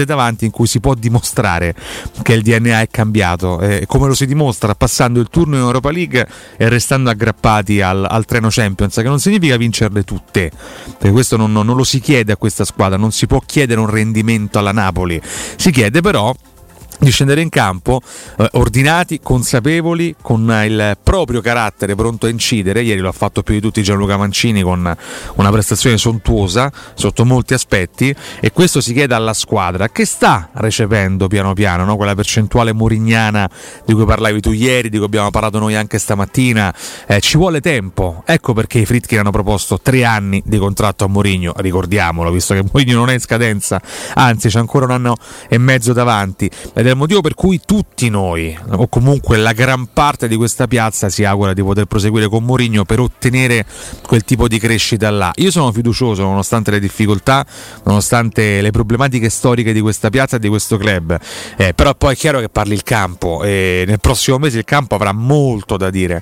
davanti in cui si può dimostrare che il DNA è cambiato, come lo si dimostra passando il turno in Europa League e restando aggrappati al treno Champions, che non significa vincerle tutte, perché questo non lo si chiede a questa squadra, non si può chiedere un rendimento alla Napoli, si chiede però di scendere in campo ordinati, consapevoli, con il proprio carattere pronto a incidere. Ieri lo ha fatto più di tutti Gianluca Mancini con una prestazione sontuosa sotto molti aspetti, e questo si chiede alla squadra, che sta recependo piano piano, no? Quella percentuale murignana di cui parlavi tu ieri, di cui abbiamo parlato noi anche stamattina. Ci vuole tempo, ecco perché i Friedkin hanno proposto 3 anni di contratto a Mourinho, ricordiamolo, visto che Mourinho non è in scadenza, anzi c'è ancora 1 anno e mezzo davanti, ed è il motivo per cui tutti noi, o comunque la gran parte di questa piazza, si augura di poter proseguire con Mourinho per ottenere quel tipo di crescita là. Io sono fiducioso nonostante le difficoltà, nonostante le problematiche storiche di questa piazza e di questo club, però poi è chiaro che parli il campo, e nel prossimo mese il campo avrà molto da dire.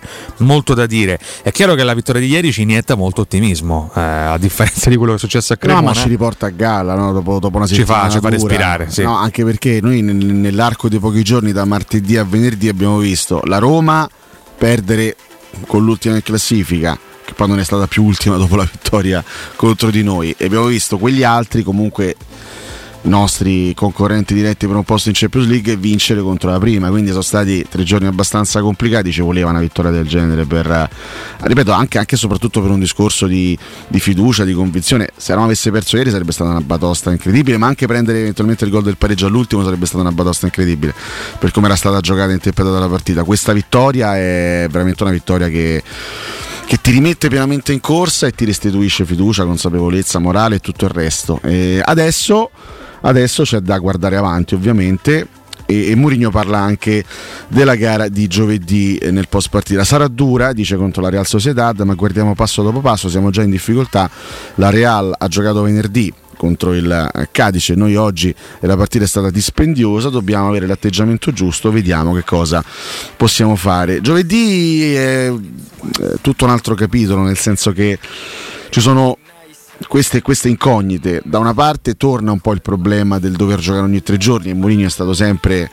È chiaro che la vittoria di ieri ci inietta molto ottimismo, a differenza di quello che è successo a Cremona. No, ma ci riporta a galla, no? dopo una settimana ci fa respirare, sì. No, anche perché noi nell'arco di pochi giorni, da martedì a venerdì, abbiamo visto la Roma perdere con l'ultima in classifica, che poi non è stata più ultima dopo la vittoria contro di noi, e abbiamo visto quegli altri, comunque i nostri concorrenti diretti per un posto in Champions League, vincere contro la prima. Quindi sono stati 3 giorni abbastanza complicati, ci voleva una vittoria del genere per, ripeto, anche e soprattutto per un discorso di fiducia, di convinzione. Se Roma avesse perso ieri sarebbe stata una batosta incredibile, ma anche prendere eventualmente il gol del pareggio all'ultimo sarebbe stata una batosta incredibile per come era stata giocata e interpretata la partita. Questa vittoria è veramente una vittoria che ti rimette pienamente in corsa e ti restituisce fiducia, consapevolezza, morale e tutto il resto. E adesso c'è da guardare avanti, ovviamente, e Mourinho parla anche della gara di giovedì nel post partita. Sarà dura, dice, contro la Real Sociedad, ma guardiamo passo dopo passo, siamo già in difficoltà. La Real ha giocato venerdì contro il Cadice, noi oggi, e la partita è stata dispendiosa, dobbiamo avere l'atteggiamento giusto, vediamo che cosa possiamo fare. Giovedì è tutto un altro capitolo, nel senso che ci sono queste incognite. Da una parte torna un po' il problema del dover giocare ogni 3 giorni, e Mourinho è stato sempre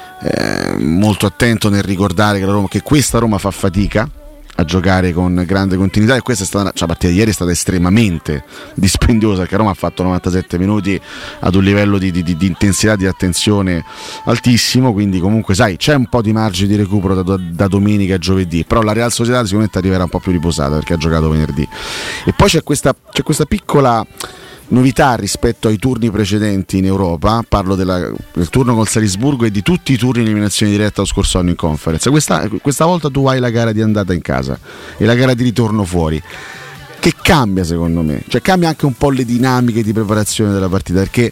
molto attento nel ricordare che questa Roma fa fatica a giocare con grande continuità, e questa è stata, la partita di ieri è stata estremamente dispendiosa, perché Roma ha fatto 97 minuti ad un livello di intensità, di attenzione altissimo, quindi comunque sai, c'è un po' di margine di recupero da domenica a giovedì, però la Real Sociedad sicuramente arriverà un po' più riposata perché ha giocato venerdì. E poi c'è questa piccola novità rispetto ai turni precedenti in Europa. Parlo del turno col Salisburgo e di tutti i turni in eliminazione diretta lo scorso anno in Conference. Questa volta tu hai la gara di andata in casa e la gara di ritorno fuori, che cambia secondo me, cioè cambia anche un po' le dinamiche di preparazione della partita, perché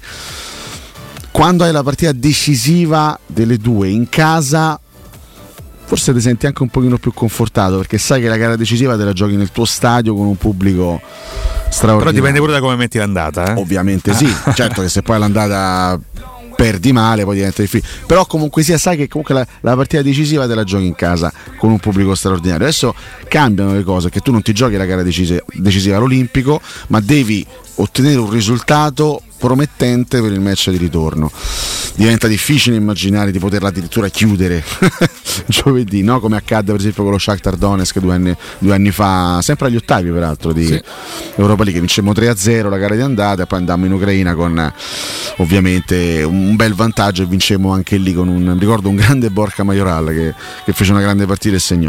quando hai la partita decisiva delle due in casa forse ti senti anche un pochino più confortato, perché sai che la gara decisiva te la giochi nel tuo stadio con un pubblico straordinario. Però dipende pure da come metti l'andata, Ovviamente sì, certo che se poi l'andata perdi male poi diventa difficile, però comunque sia sai che comunque la partita decisiva te la giochi in casa con un pubblico straordinario. Adesso cambiano le cose, che tu non ti giochi la gara decisiva all'Olimpico, ma devi ottenere un risultato promettente per il match di ritorno. Diventa difficile immaginare di poterla addirittura chiudere giovedì, no? Come accadde per esempio con lo Shakhtar Donetsk 2 anni fa, sempre agli ottavi peraltro di Europa League. Vincemmo 3-0 la gara di andata e poi andammo in Ucraina con ovviamente un bel vantaggio, e vincemmo anche lì con un grande Borja Majoral che fece una grande partita e segnò.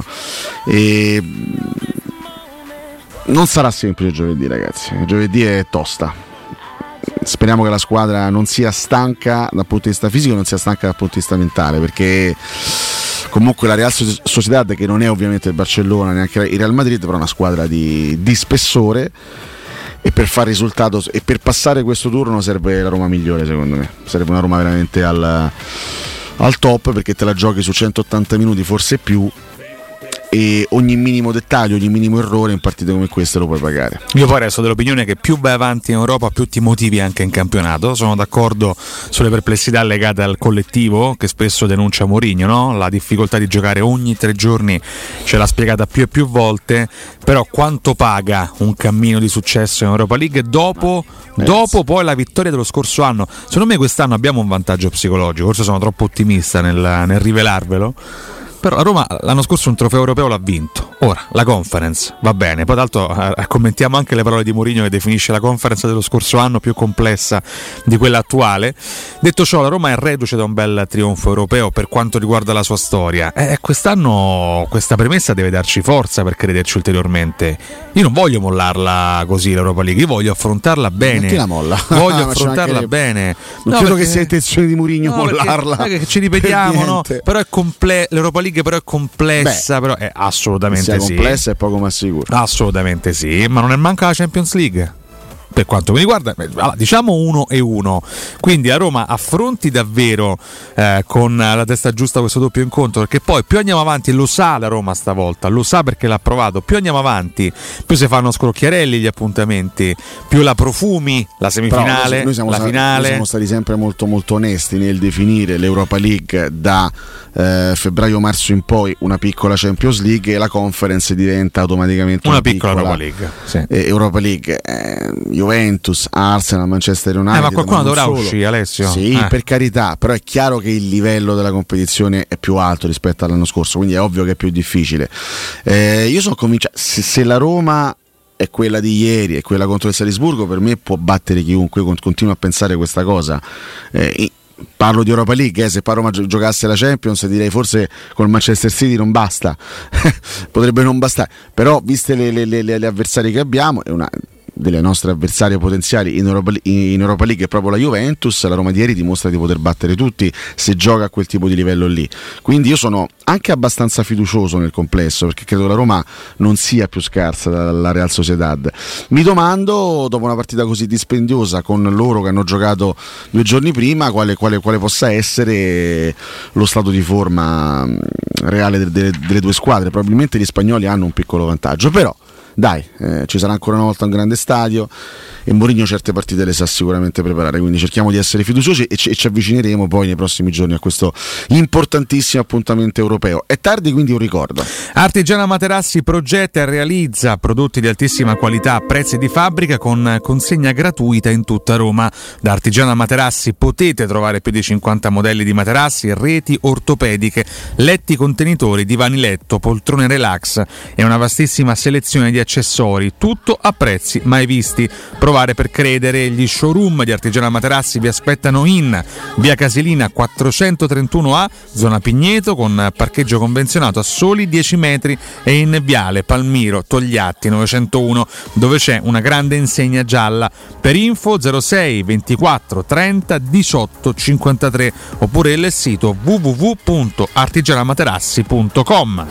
E non sarà semplice giovedì, ragazzi, giovedì è tosta. Speriamo che la squadra non sia stanca dal punto di vista fisico, non sia stanca dal punto di vista mentale, perché comunque la Real Sociedad, che non è ovviamente il Barcellona, neanche il Real Madrid, però è una squadra di spessore, e per fare risultato e per passare questo turno serve la Roma migliore, secondo me. Serve una Roma veramente al top, perché te la giochi su 180 minuti, forse più, e ogni minimo dettaglio, ogni minimo errore in partite come queste lo puoi pagare. Io poi resto dell'opinione che più vai avanti in Europa più ti motivi anche in campionato. Sono d'accordo sulle perplessità legate al collettivo che spesso denuncia Mourinho, no? La difficoltà di giocare ogni 3 giorni ce l'ha spiegata più e più volte, però quanto paga un cammino di successo in Europa League dopo poi la vittoria dello scorso anno? Secondo me quest'anno abbiamo un vantaggio psicologico, forse sono troppo ottimista nel rivelarvelo, però la Roma l'anno scorso un trofeo europeo l'ha vinto. Ora la Conference va bene, poi d'altro commentiamo anche le parole di Mourinho che definisce la Conference dello scorso anno più complessa di quella attuale. Detto ciò, la Roma è reduce da un bel trionfo europeo per quanto riguarda la sua storia, quest'anno questa premessa deve darci forza per crederci ulteriormente. Io non voglio mollarla così l'Europa League, io voglio affrontarla bene. Chi la molla? Voglio affrontarla bene. Non credo che sia intenzione di Mourinho mollarla. Che ci ripetiamo, no? Però è l'Europa League però è complessa, però è assolutamente sia sì. Complessa è poco ma sicuro. Assolutamente sì, ma non è manca la Champions League. Per quanto mi riguarda, diciamo 1-1. Quindi la Roma affronti davvero con la testa giusta questo doppio incontro, perché poi più andiamo avanti, lo sa la Roma stavolta, lo sa perché l'ha provato, più andiamo avanti, più si fanno scrocchiarelli gli appuntamenti, più la profumi, la semifinale, noi siamo la finale. Noi siamo stati sempre molto molto onesti nel definire l'Europa League da febbraio-marzo in poi una piccola Champions League, e la Conference diventa automaticamente una piccola Europa League. Sì. Europa League. Juventus, Arsenal, Manchester United. Ma qualcuno dovrà uscire, Alessio. Sì, per carità, però è chiaro che il livello della competizione è più alto rispetto all'anno scorso, quindi è ovvio che è più difficile. Io sono convinto, se la Roma è quella di ieri, è quella contro il Salisburgo, per me può battere chiunque. Continuo a pensare questa cosa. Parlo di Europa League, se poi Roma giocasse la Champions direi forse col Manchester City non basta, potrebbe non bastare, però viste le avversarie che abbiamo, è una delle nostre avversarie potenziali in Europa League è proprio la Juventus. La Roma di ieri dimostra di poter battere tutti se gioca a quel tipo di livello lì, quindi io sono anche abbastanza fiducioso nel complesso, perché credo la Roma non sia più scarsa dalla Real Sociedad. Mi domando, dopo una partita così dispendiosa con loro che hanno giocato 2 giorni prima, quale possa essere lo stato di forma reale delle due squadre. Probabilmente gli spagnoli hanno un piccolo vantaggio, però dai, ci sarà ancora una volta un grande stadio e Mourinho certe partite le sa sicuramente preparare, quindi cerchiamo di essere fiduciosi e ci avvicineremo poi nei prossimi giorni a questo importantissimo appuntamento europeo. È tardi, quindi un ricordo: Artigiana Materassi progetta e realizza prodotti di altissima qualità a prezzi di fabbrica con consegna gratuita in tutta Roma. Da Artigiana Materassi potete trovare più di 50 modelli di materassi, reti ortopediche, letti contenitori, divani letto, poltrone relax e una vastissima selezione di accessori, tutto a prezzi mai visti. Provare per credere. Gli showroom di Artigiana Materassi vi aspettano in via Casilina 431A, zona Pigneto, con parcheggio convenzionato a soli 10 metri, e in viale Palmiro Togliatti 901, dove c'è una grande insegna gialla. Per info 06 24 30 18 53, oppure il sito www.artigianamaterassi.com.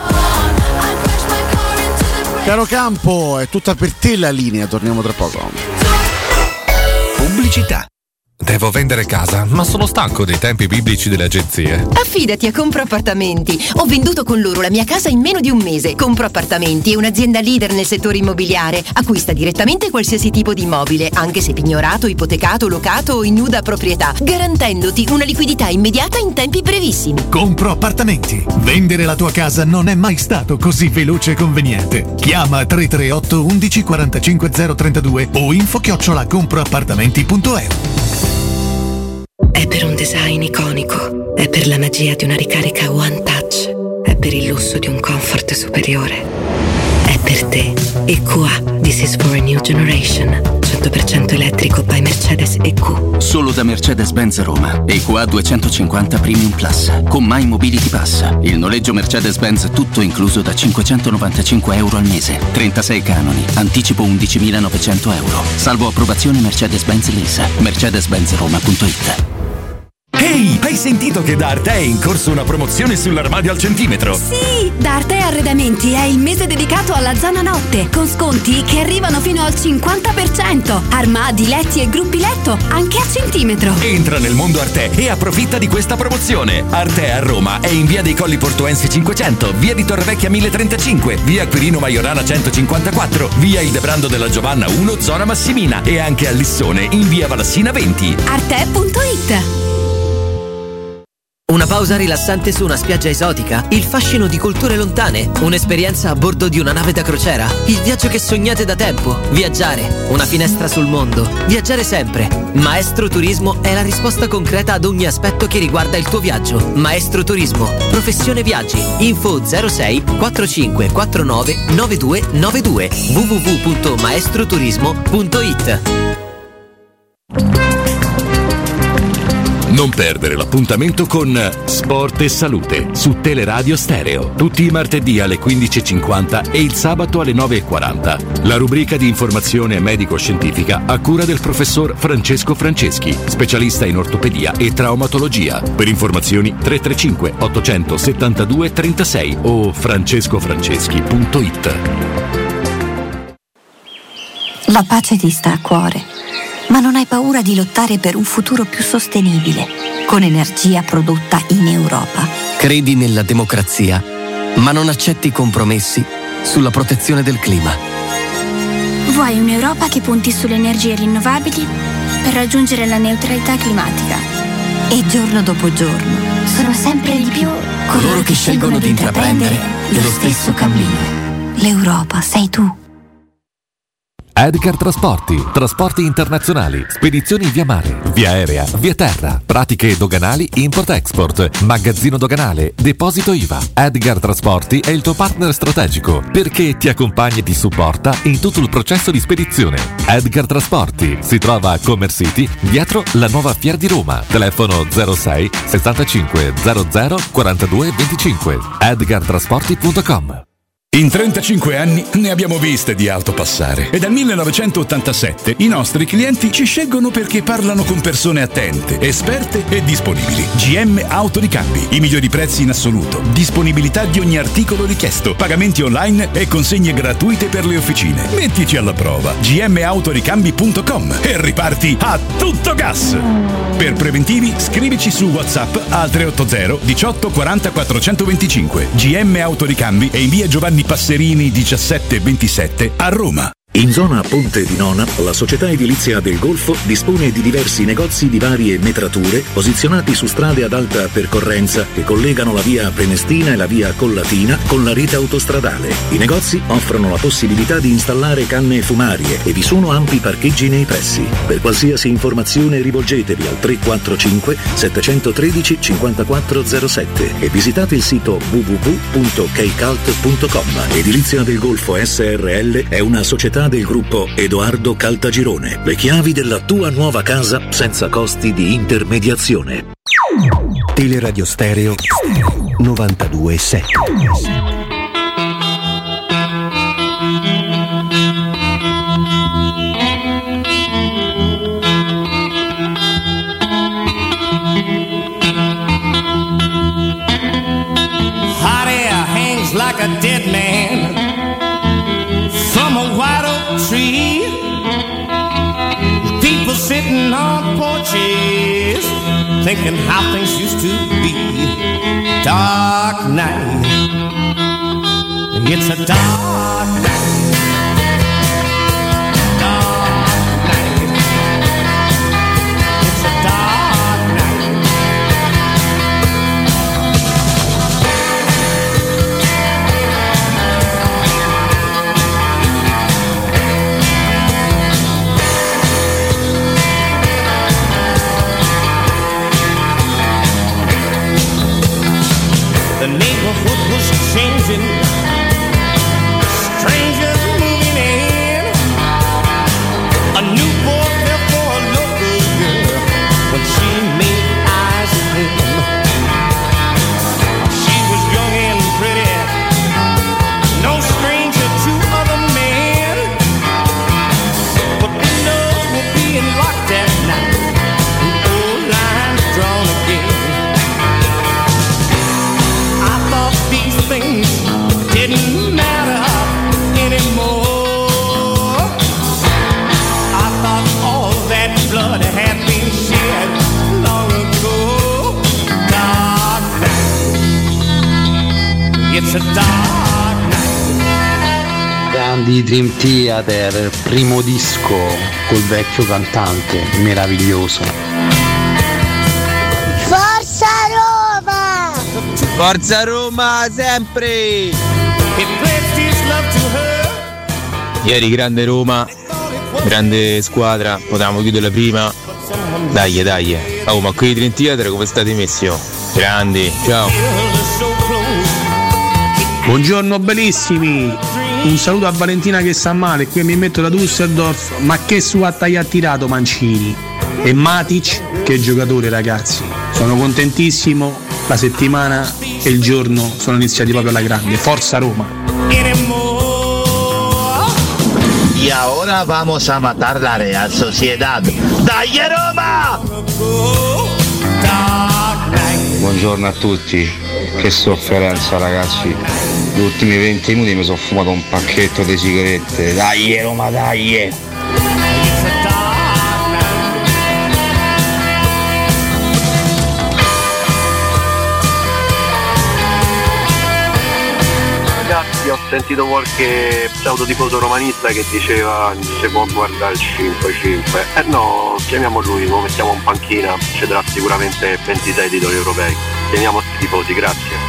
Caro Campo, è tutta per te la linea, torniamo tra poco. Pubblicità. Devo vendere casa, ma sono stanco dei tempi biblici delle agenzie. Affidati a Compro Appartamenti. Ho venduto con loro la mia casa in meno di un mese. Compro Appartamenti è un'azienda leader nel settore immobiliare. Acquista direttamente qualsiasi tipo di immobile, anche se pignorato, ipotecato, locato o in nuda proprietà, garantendoti una liquidità immediata in tempi brevissimi. Compro Appartamenti. Vendere la tua casa non è mai stato così veloce e conveniente. Chiama 338 11 45 032 o info@comproappartamenti.eu. È per un design iconico, è per la magia di una ricarica One Touch, è per il lusso di un comfort superiore. È per te. EQA, This is for a new generation. 100% elettrico by Mercedes EQ. Solo da Mercedes-Benz Roma. EQA 250 Premium Plus con My Mobility Pass. Il noleggio Mercedes-Benz tutto incluso da €595 al mese. 36 canoni. Anticipo €11.900. Salvo approvazione Mercedes-Benz Lease. Mercedes-Benz Roma.it. Ehi, hai sentito che da Arte è in corso una promozione sull'armadio al centimetro? Sì! Da Arte Arredamenti è il mese dedicato alla zona notte, con sconti che arrivano fino al 50%. Armadi, letti e gruppi letto, anche a centimetro. Entra nel mondo Arte e approfitta di questa promozione. Arte a Roma è in via dei Colli Portuensi 500, via di Torrevecchia 1035, via Quirino Maiorana 154, via Il Debrando della Giovanna 1, zona Massimina, e anche a Lissone in via Valassina 20. Arte.it. Una pausa rilassante su una spiaggia esotica? Il fascino di culture lontane? Un'esperienza a bordo di una nave da crociera? Il viaggio che sognate da tempo? Viaggiare, una finestra sul mondo. Viaggiare sempre. Maestro Turismo è la risposta concreta ad ogni aspetto che riguarda il tuo viaggio. Maestro Turismo, professione viaggi. Info 06 45 49 9292 www.maestroturismo.it. Non perdere l'appuntamento con Sport e Salute su Teleradio Stereo, tutti i martedì alle 15.50 e il sabato alle 9.40. La rubrica di informazione medico-scientifica a cura del professor Francesco Franceschi, specialista in ortopedia e traumatologia. Per informazioni 335 872 36 o francescofranceschi.it. La pace ti sta a cuore, ma non hai paura di lottare per un futuro più sostenibile, con energia prodotta in Europa. Credi nella democrazia, ma non accetti compromessi sulla protezione del clima. Vuoi un'Europa che punti sulle energie rinnovabili per raggiungere la neutralità climatica. E giorno dopo giorno sono sempre di più coloro che scelgono di intraprendere lo stesso cammino. L'Europa sei tu. Edgar trasporti internazionali, spedizioni via mare, via aerea, via terra, pratiche doganali, import-export, magazzino doganale, deposito IVA. Edgar Trasporti è il tuo partner strategico perché ti accompagna e ti supporta in tutto il processo di spedizione. Edgar Trasporti si trova a Commerce City, dietro la nuova Fiera di Roma. Telefono 06 65 00 42 25. edgartrasporti.com. In 35 anni ne abbiamo viste di auto passare e dal 1987 i nostri clienti ci scelgono perché parlano con persone attente, esperte e disponibili. GM Autoricambi, i migliori prezzi in assoluto, disponibilità di ogni articolo richiesto, pagamenti online e consegne gratuite per le officine. Mettici alla prova. gmautoricambi.com e riparti a tutto gas. Per preventivi scrivici su WhatsApp al 380 18 40 425. GM Autoricambi è in via Giovanni Passerini 1727 a Roma. In zona Ponte di Nona, la società edilizia del Golfo dispone di diversi negozi di varie metrature posizionati su strade ad alta percorrenza che collegano la via Prenestina e la via Collatina con la rete autostradale. I negozi offrono la possibilità di installare canne fumarie e vi sono ampi parcheggi nei pressi. Per qualsiasi informazione rivolgetevi al 345 713 5407 e visitate il sito www.keicalt.com. Edilizia del Golfo SRL è una società del gruppo Edoardo Caltagirone. Le chiavi della tua nuova casa senza costi di intermediazione. Teleradio Stereo 92.7. Hot air hangs like a dead man from a white oak tree. People sitting on porches thinking how things used to be. Dark night, it's a dark night. Dark night, it's a dark night. The neighborhood was changing. grandi Dream Theater, primo disco col vecchio cantante, meraviglioso. Forza Roma! Forza Roma sempre! Ieri grande Roma, grande squadra, potevamo chiudere prima. Dai. Oh, ma qui i Dream Theater come state messi? Oh? Grandi, ciao. Buongiorno bellissimi, un saluto a Valentina che sta male, qui mi metto da Düsseldorf, ma che suatta gli ha tirato Mancini. E Matic, che giocatore ragazzi, sono contentissimo, la settimana e il giorno sono iniziati proprio alla grande, forza Roma. Y ahora vamos a matar la Real Sociedad. ¡Dai Roma! Buongiorno a tutti, che sofferenza ragazzi, gli ultimi 20 minuti mi sono fumato un pacchetto di sigarette, dai Roma dai! Ragazzi, ho sentito qualche pseudotifoso romanista che diceva si può guardare il 5-5. No, chiamiamo lui, lo mettiamo in panchina, ci darà sicuramente 26 titoli europei. Chiamiamo sti tifosi, grazie.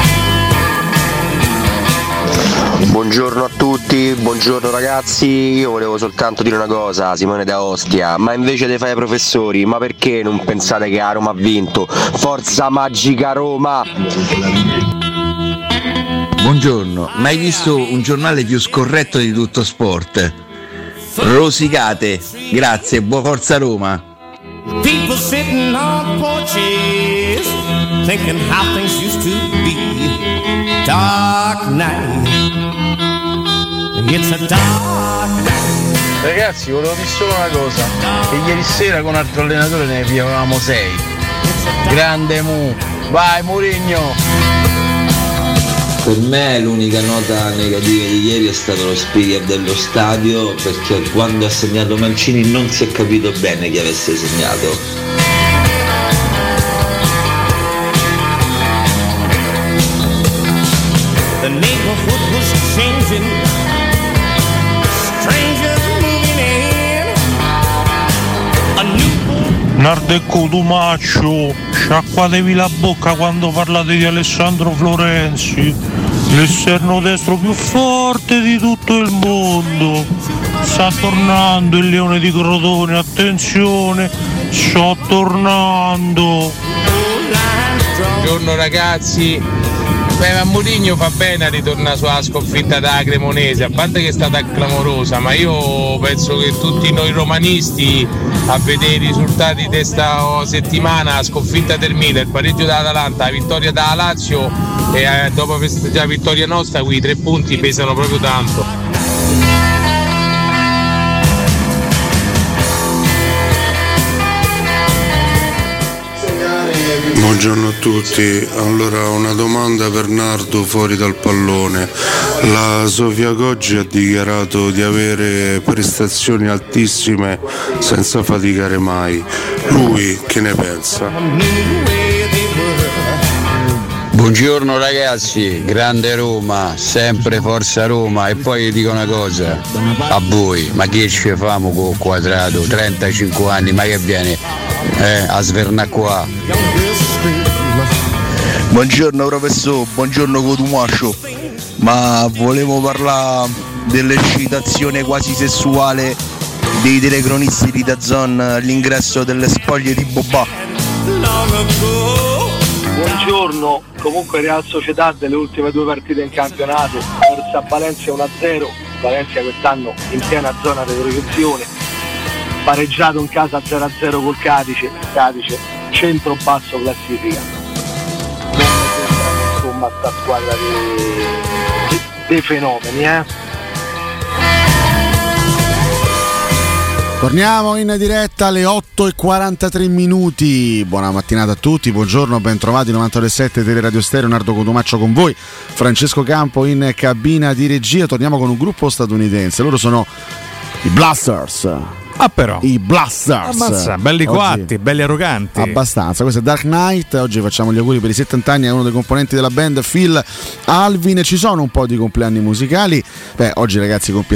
Buongiorno a tutti, buongiorno ragazzi, io volevo soltanto dire una cosa, Simone da Ostia, ma invece di fare i professori, ma perché non pensate che a Roma ha vinto? Forza magica Roma! Buongiorno, mai visto un giornale più scorretto di tutto sport? Rosicate, grazie, buona forza Roma! People sitting on porches, thinking how things used to be. Dark night, it's a dark night. Ragazzi, volevo dire solo una cosa, che ieri sera con altro allenatore ne avevamo 6. Grande Mu, vai Mourinho! Per me l'unica nota negativa di ieri è stato lo speaker dello stadio, perché quando ha segnato Mancini non si è capito bene chi avesse segnato. The neighborhood was changing, strangers moving in, a new Nardo Cotumaccio, sciacquatevi la bocca quando parlate di Alessandro Florenzi, l'esterno destro più forte di tutto il mondo. Sta tornando il leone di Crotone, attenzione, sto tornando. Buongiorno ragazzi. Beh, ma Mourinho fa bene a ritornare sulla sconfitta da Cremonese, a parte che è stata clamorosa, ma io penso che tutti noi romanisti a vedere i risultati di questa settimana, la sconfitta del Milan, il pareggio dall'Atalanta, la vittoria da Lazio e dopo festeggiare la vittoria nostra, qui i 3 punti pesano proprio tanto. Buongiorno a tutti, allora una domanda per Nardo fuori dal pallone. La Sofia Goggi ha dichiarato di avere prestazioni altissime senza faticare mai. Lui che ne pensa? Buongiorno ragazzi, grande Roma, sempre forza Roma. E poi vi dico una cosa a voi, ma che ci famo con Quadrato, 35 anni, ma che viene a svernà qua? Buongiorno professore, buongiorno Cotumaccio, ma volevo parlare dell'eccitazione quasi sessuale dei telecronisti di DAZN all'ingresso delle spoglie di Bobà. Buongiorno, comunque Real Sociedad delle ultime 2 partite in campionato, forza Valencia 1-0, Valencia quest'anno in piena zona di retrocessione, pareggiato in casa 0-0 col Cadice, centro-basso classifica. Insomma sta squadra dei fenomeni, Torniamo in diretta alle 8:43 minuti. Buona mattinata a tutti, buongiorno, ben trovati 92.7 Teleradio Stereo, Nardo Cotumaccio con voi, Francesco Campo in cabina di regia. Torniamo con un gruppo statunitense, loro sono i Blasters. però i Blasters. Ammazza, belli coatti, belli arroganti. Abbastanza. Questo è Dark Knight. Oggi facciamo gli auguri per i 70 anni a uno dei componenti della band, Phil Alvin. Ci sono un po' di compleanni musicali. Oggi ragazzi compie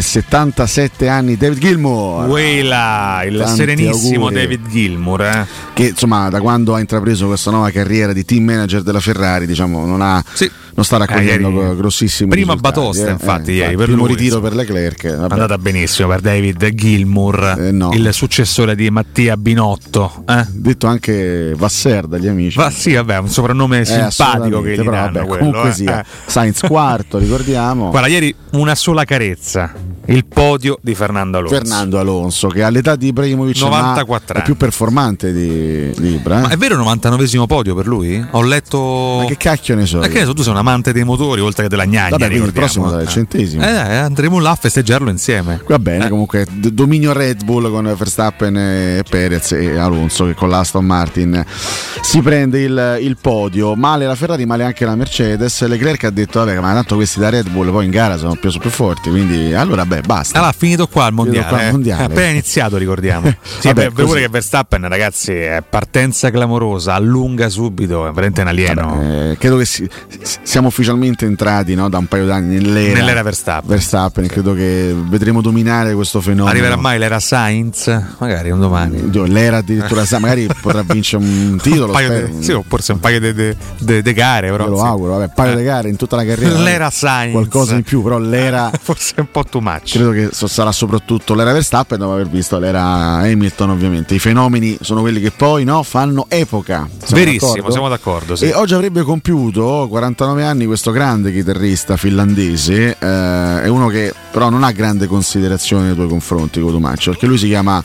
77 anni David Gilmour. Weila, il Tanti serenissimo auguri. David Gilmour, che insomma da quando ha intrapreso questa nuova carriera di team manager della Ferrari, diciamo, non sta raccogliendo grossissimi prima risultati, batosta infatti ieri per primo lui, ritiro per Leclerc. È andata benissimo per David Gilmour, il successore di Mattia Binotto, detto anche Vasser dagli amici. Sì, vabbè, un soprannome simpatico che gli però, danno, vabbè, quello, comunque sia Sainz quarto, ricordiamo. Guarda, ieri una sola carezza, il podio di Fernando Alonso, che all'età di Ibrahimovic 94 è più performante di Ibra. Ma è vero 99esimo podio per lui? Ho letto. Ma che cacchio ne so? Ma che ne so, tu sei un amante dei motori oltre che della gnagna. Vabbè, quindi il prossimo sarà il 100esimo. Andremo là a festeggiarlo insieme. Va bene, comunque dominio Red Bull con Verstappen e Perez e Alonso, che con l'Aston Martin si prende il podio. Male la Ferrari, male anche la Mercedes. Leclerc ha detto vabbè, ma tanto questi da Red Bull poi in gara sono più forti, quindi allora basta. Allora, finito qua il mondiale. Appena iniziato, ricordiamo. Sì, vabbè, pure che Verstappen, ragazzi, è partenza clamorosa, allunga subito, è veramente un alieno. Vabbè, credo che siamo ufficialmente entrati, no, da un paio d'anni nell'era Verstappen. Credo che vedremo dominare questo fenomeno. Arriverà mai l'era Sainz? Magari un domani. L'era addirittura Sainz, magari potrà vincere un titolo. Sì, forse un paio di gare, però. Io lo auguro, vabbè, un paio di gare in tutta la carriera. L'era Sainz. Qualcosa in più, però l'era forse è un po' too much. Credo che sarà soprattutto l'era Verstappen dopo aver visto l'era Hamilton, ovviamente. I fenomeni sono quelli che poi fanno epoca. Verissimo, siamo d'accordo. Sì. E oggi avrebbe compiuto 49 anni questo grande chitarrista finlandese, è uno che però non ha grande considerazione nei tuoi confronti, Cotumaccio, perché lui si chiama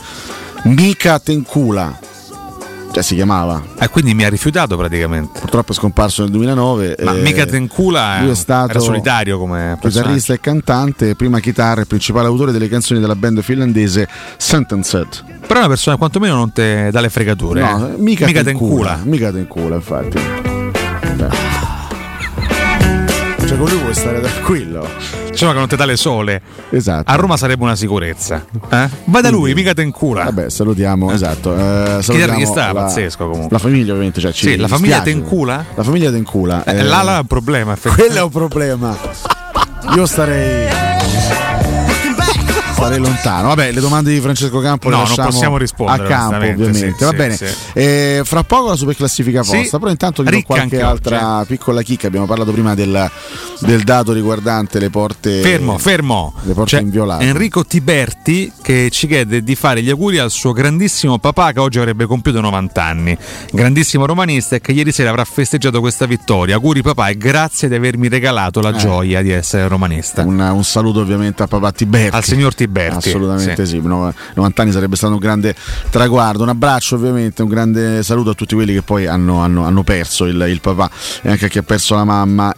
Mika Tenkula. Cioè si chiamava. Quindi mi ha rifiutato praticamente. Purtroppo è scomparso nel 2009. Ma Mika Tenkula era solitario come chitarrista e cantante, prima chitarra e principale autore delle canzoni della band finlandese Sentenced. Però è una persona quantomeno non te dà le fregature. No, Mika Tenkula. Mika Tenkula, infatti. Cioè con lui puoi stare tranquillo. Diciamo che non ti dà le sole. Esatto. A Roma sarebbe una sicurezza. Vai da lui, Mika Tenkula. Vabbè, salutiamo, esatto. Chitarrista pazzesco comunque. La famiglia ovviamente, cioè, sì, la famiglia Tenkula? La famiglia Tenkula. Là è un problema. Quello è un problema. Io starei lontano. Vabbè, le domande di Francesco Campo le lasciamo, non possiamo rispondere a campo, ovviamente. Sì, va bene. Sì. Fra poco la super classifica posta, però intanto vi do qualche altra piccola chicca. Abbiamo parlato prima del dato riguardante le porte. Fermo. Le porte inviolate. Enrico Tiberti che ci chiede di fare gli auguri al suo grandissimo papà, che oggi avrebbe compiuto 90 anni. Grandissimo romanista e che ieri sera avrà festeggiato questa vittoria. Auguri papà e grazie di avermi regalato la gioia di essere romanista. Un saluto ovviamente a papà Tiberti. Al signor Tiberti. Assolutamente sì. 90 anni sarebbe stato un grande traguardo. Un abbraccio ovviamente, un grande saluto a tutti quelli che poi hanno perso il papà e anche a chi ha perso la mamma.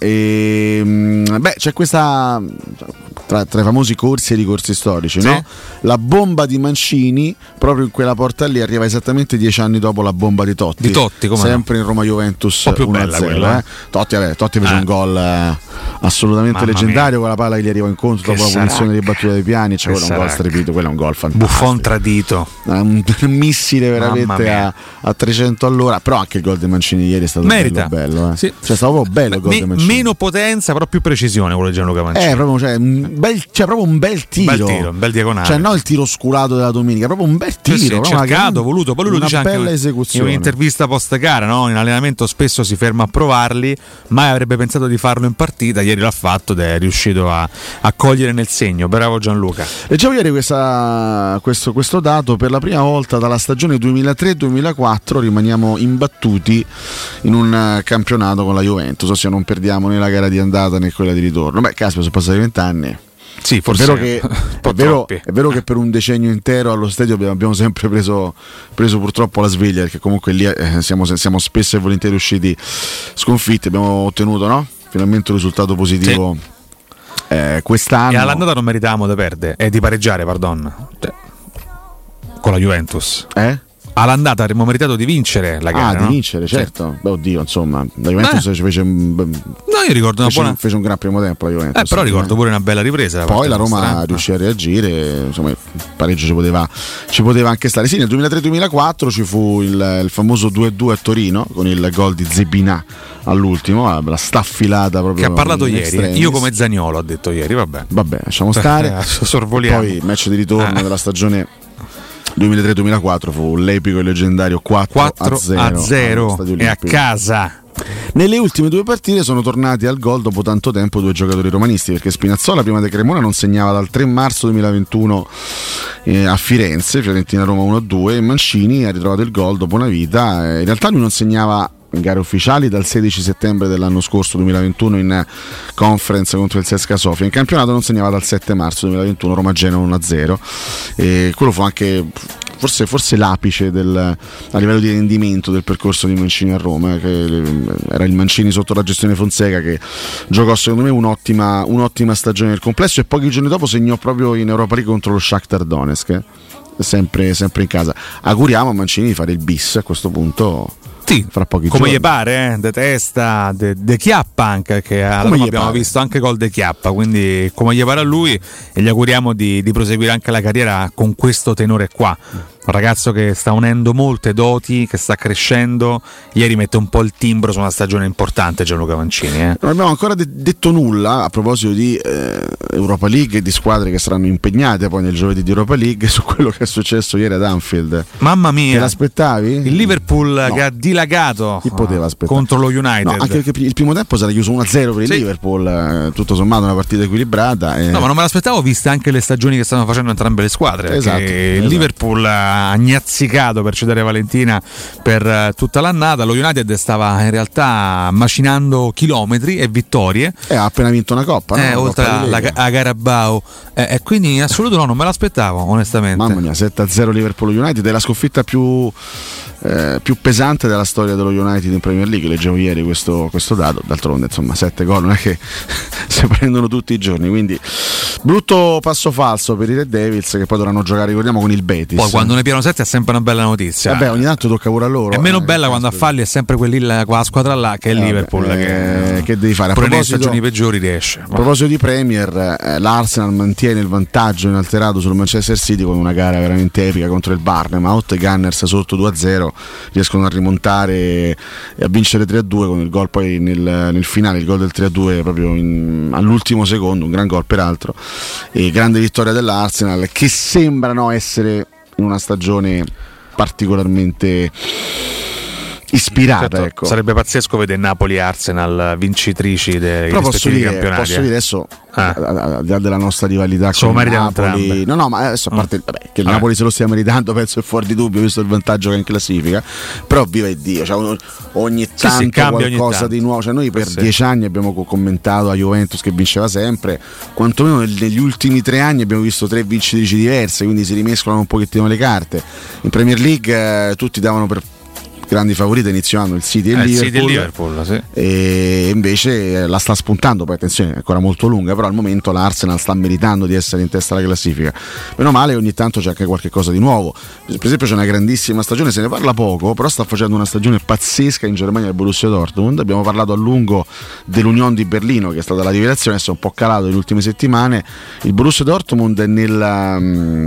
E c'è questa tra i famosi corsi e i corsi storici, sì, no? La bomba di Mancini, proprio in quella porta lì, arriva esattamente 10 anni dopo la bomba di Totti. Come sempre in Roma-Juventus, un po' più bella quella. Totti fece un gol assolutamente leggendario, con la palla che gli arriva incontro dopo la punizione di battuta dei piani, c'è quello un gol strepito, quello è un gol fantastico. Buffon tradito, un missile veramente a 300 all'ora, però anche il gol di Mancini ieri è stato bello. Sì. Cioè, è stato proprio bello il gol di Mancini. Meno potenza, però più precisione quello di Gianluca Mancini. Proprio un bel tiro. Un bel diagonale. Cioè, non il tiro sculato della domenica, proprio un bel tiro. Cercato, voluto. Poi lui lo dice anche in un'intervista post gara, no? In allenamento spesso si ferma a provarli, mai avrebbe pensato di farlo in partita. Ieri l'ha fatto ed è riuscito a cogliere nel segno. Bravo Gianluca. Leggevo ieri questo dato: per la prima volta dalla stagione 2003-2004 rimaniamo imbattuti in un campionato con la Juventus, ossia non perdiamo né la gara di andata né quella di ritorno. Caspita, sono passati 20 anni. Sì, forse è vero che per un decennio intero allo stadio abbiamo sempre preso purtroppo la sveglia, perché comunque lì siamo spesso e volentieri usciti sconfitti. Abbiamo ottenuto, no? Finalmente un risultato positivo, sì, quest'anno. E all'andata non meritavamo di perdere, di pareggiare, pardon, con la Juventus. all'andata avremmo meritato di vincere la gara. Di vincere, certo. Beh, oddio, insomma, la Juventus ci fece io ricordo fece un gran primo tempo la Juventus. Però ricordo pure una bella ripresa. Poi la Roma riuscì a reagire, insomma, il pareggio ci poteva anche stare. Sì, nel 2003-2004 ci fu il famoso 2-2 a Torino con il gol di Zebinà all'ultimo, la staffilata proprio. Che ha parlato ieri. Extremis. Io come Zaniolo ho detto ieri, vabbè, lasciamo stare. Sorvoliamo. Poi match di ritorno della stagione 2003-2004 fu l'epico e leggendario 4-0 e a casa. Nelle ultime due partite sono tornati al gol dopo tanto tempo due giocatori romanisti, perché Spinazzola prima di Cremona non segnava dal 3 marzo 2021 a Firenze, Fiorentina-Roma 1-2, e Mancini ha ritrovato il gol dopo una vita. In realtà lui non segnava in gare ufficiali dal 16 settembre dell'anno scorso 2021 in conference contro il CSKA Sofia. In campionato non segnava dal 7 marzo 2021 Roma-Genoa 1-0, e quello fu anche forse l'apice a livello di rendimento del percorso di Mancini a Roma, che era il Mancini sotto la gestione Fonseca, che giocò secondo me un'ottima stagione nel complesso, e pochi giorni dopo segnò proprio in Europa League contro lo Shakhtar Donetsk, sempre in casa. Auguriamo a Mancini di fare il bis a questo punto. Sì, fra pochi come giorni. gli pare, de testa, de chiappa anche, che abbiamo visto anche gol de chiappa, quindi come gli pare a lui, e gli auguriamo di proseguire anche la carriera con questo tenore qua. Un ragazzo che sta unendo molte doti, che sta crescendo. Ieri mette un po' il timbro su una stagione importante Gianluca Mancini. Non abbiamo ancora detto nulla a proposito di Europa League e di squadre che saranno impegnate poi nel giovedì di Europa League, su quello che è successo ieri ad Anfield. Mamma mia! Te l'aspettavi? Il Liverpool che ha dilagato Chi poteva aspettare? contro lo United. No, anche perché il primo tempo sarà chiuso 1-0 per il Liverpool, tutto sommato una partita equilibrata. No, ma non me l'aspettavo, viste anche le stagioni che stanno facendo entrambe le squadre. Esatto. Il Liverpool ha gnazzicato, per citare Valentina, per tutta l'annata. Lo United stava in realtà macinando chilometri e vittorie. Ha appena vinto una coppa, no? Oltre a Carabao. E quindi in assoluto no, non me l'aspettavo, onestamente. Mamma mia, 7-0 Liverpool United, è la sconfitta più pesante della storia dello United in Premier League. Leggevo ieri questo dato. D'altronde, insomma, 7 gol non è che si prendono tutti i giorni, quindi brutto passo falso per i Red Devils, che poi dovranno giocare, ricordiamo, con il Betis. Poi quando ne piano 7 è sempre una bella notizia. Vabbè, ogni tanto tocca pure a loro. È meno bella quando a falli è sempre quella squadra là, che è il Liverpool, che devi fare. Pure nelle stagioni peggiori riesce. A proposito di Premier, l'Arsenal mantiene il vantaggio inalterato sul Manchester City con una gara veramente epica contro il Bournemouth. I Gunners sotto 2-0 riescono a rimontare e a vincere 3-2 con il gol poi nel finale, il gol del 3-2 proprio all'ultimo secondo, un gran gol peraltro, e grande vittoria dell'Arsenal, che sembrano essere in una stagione particolarmente ispirata. Certo, ecco. Sarebbe pazzesco vedere Napoli e Arsenal vincitrici dei rispettivi campionati. Posso dire adesso, al di là della nostra rivalità con Napoli, no, ma adesso, a parte che il Napoli se lo stia meritando, penso è fuori di dubbio, visto il vantaggio che è in classifica, però viva Dio, cioè, ogni tanto qualcosa di nuovo. Cioè, noi per 10 anni abbiamo commentato a Juventus che vinceva sempre, quantomeno negli ultimi 3 anni abbiamo visto 3 vincitrici diverse, quindi si rimescolano un pochettino le carte. In Premier League tutti davano per grandi favorite inizio anno il City e il Liverpool, sì. E invece la sta spuntando, poi attenzione, è ancora molto lunga, però al momento l'Arsenal sta meritando di essere in testa alla classifica. Meno male, ogni tanto c'è anche qualche cosa di nuovo. Per esempio c'è una grandissima stagione, se ne parla poco, però sta facendo una stagione pazzesca in Germania il Borussia Dortmund. Abbiamo parlato a lungo dell'Union di Berlino, che è stata la rivelazione, adesso è un po' calato nelle ultime settimane. Il Borussia Dortmund nel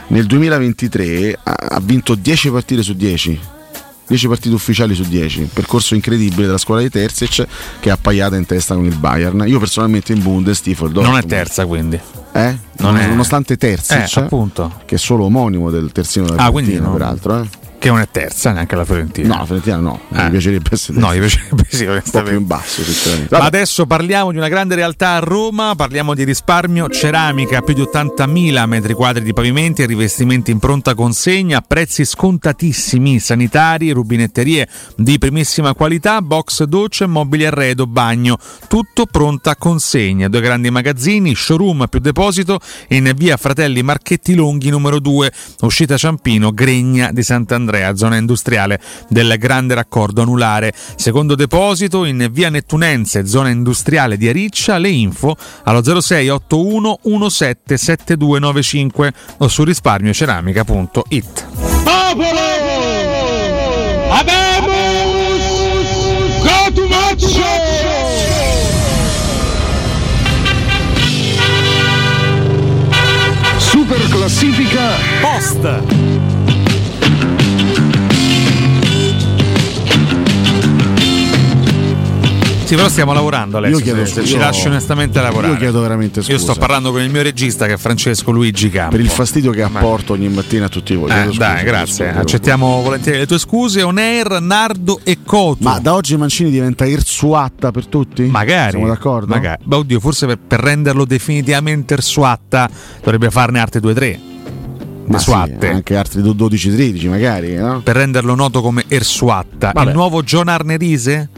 2023 ha vinto 10 partite su 10. 10 partite ufficiali su 10, percorso incredibile della squadra di Terzic, che è appaiata in testa con il Bayern. Io personalmente in Bundes tifo il Dortmund. Non è terza, quindi? Nonostante Terzic, appunto, che è solo omonimo del terzino della Fiorentina, peraltro. Che non è terza neanche la Fiorentina. No, la Fiorentina no, mi piacerebbe essere terza. No, mi piacerebbe sì, un po' più in basso, sinceramente. Ma adesso parliamo di una grande realtà a Roma, parliamo di risparmio ceramica, più di 80.000 metri quadri di pavimenti e rivestimenti in pronta consegna a prezzi scontatissimi, sanitari, rubinetterie di primissima qualità, box docce, mobili arredo, bagno, tutto pronta consegna. 2 grandi magazzini, showroom più deposito in via Fratelli Marchetti Longhi numero 2, uscita Ciampino, Gregna di Sant'Andrea, zona industriale del grande raccordo anulare. Secondo deposito in via Nettunense, zona industriale di Ariccia. Le info allo 0681 177295 o su risparmioceramica.it. Popolo! super classifica post. Sì, però stiamo lavorando, Alessio. Se ci lasci onestamente lavorare. Io chiedo veramente scusa. Io sto parlando con il mio regista che è Francesco Luigi Campo. Per il fastidio che apporto ogni mattina a tutti voi. Dai, grazie. Accettiamo volentieri le tue scuse. On air, Nardo e Cotu. Ma da oggi Mancini diventa Irsuatta per tutti? Magari. Siamo d'accordo? Magari. Beh, oddio, forse per renderlo definitivamente Irsuatta dovrebbe farne altre 2-3. Ma sì, anche altri 12-13 magari, no? Per renderlo noto come Irsuatta. Il nuovo John Arnerise?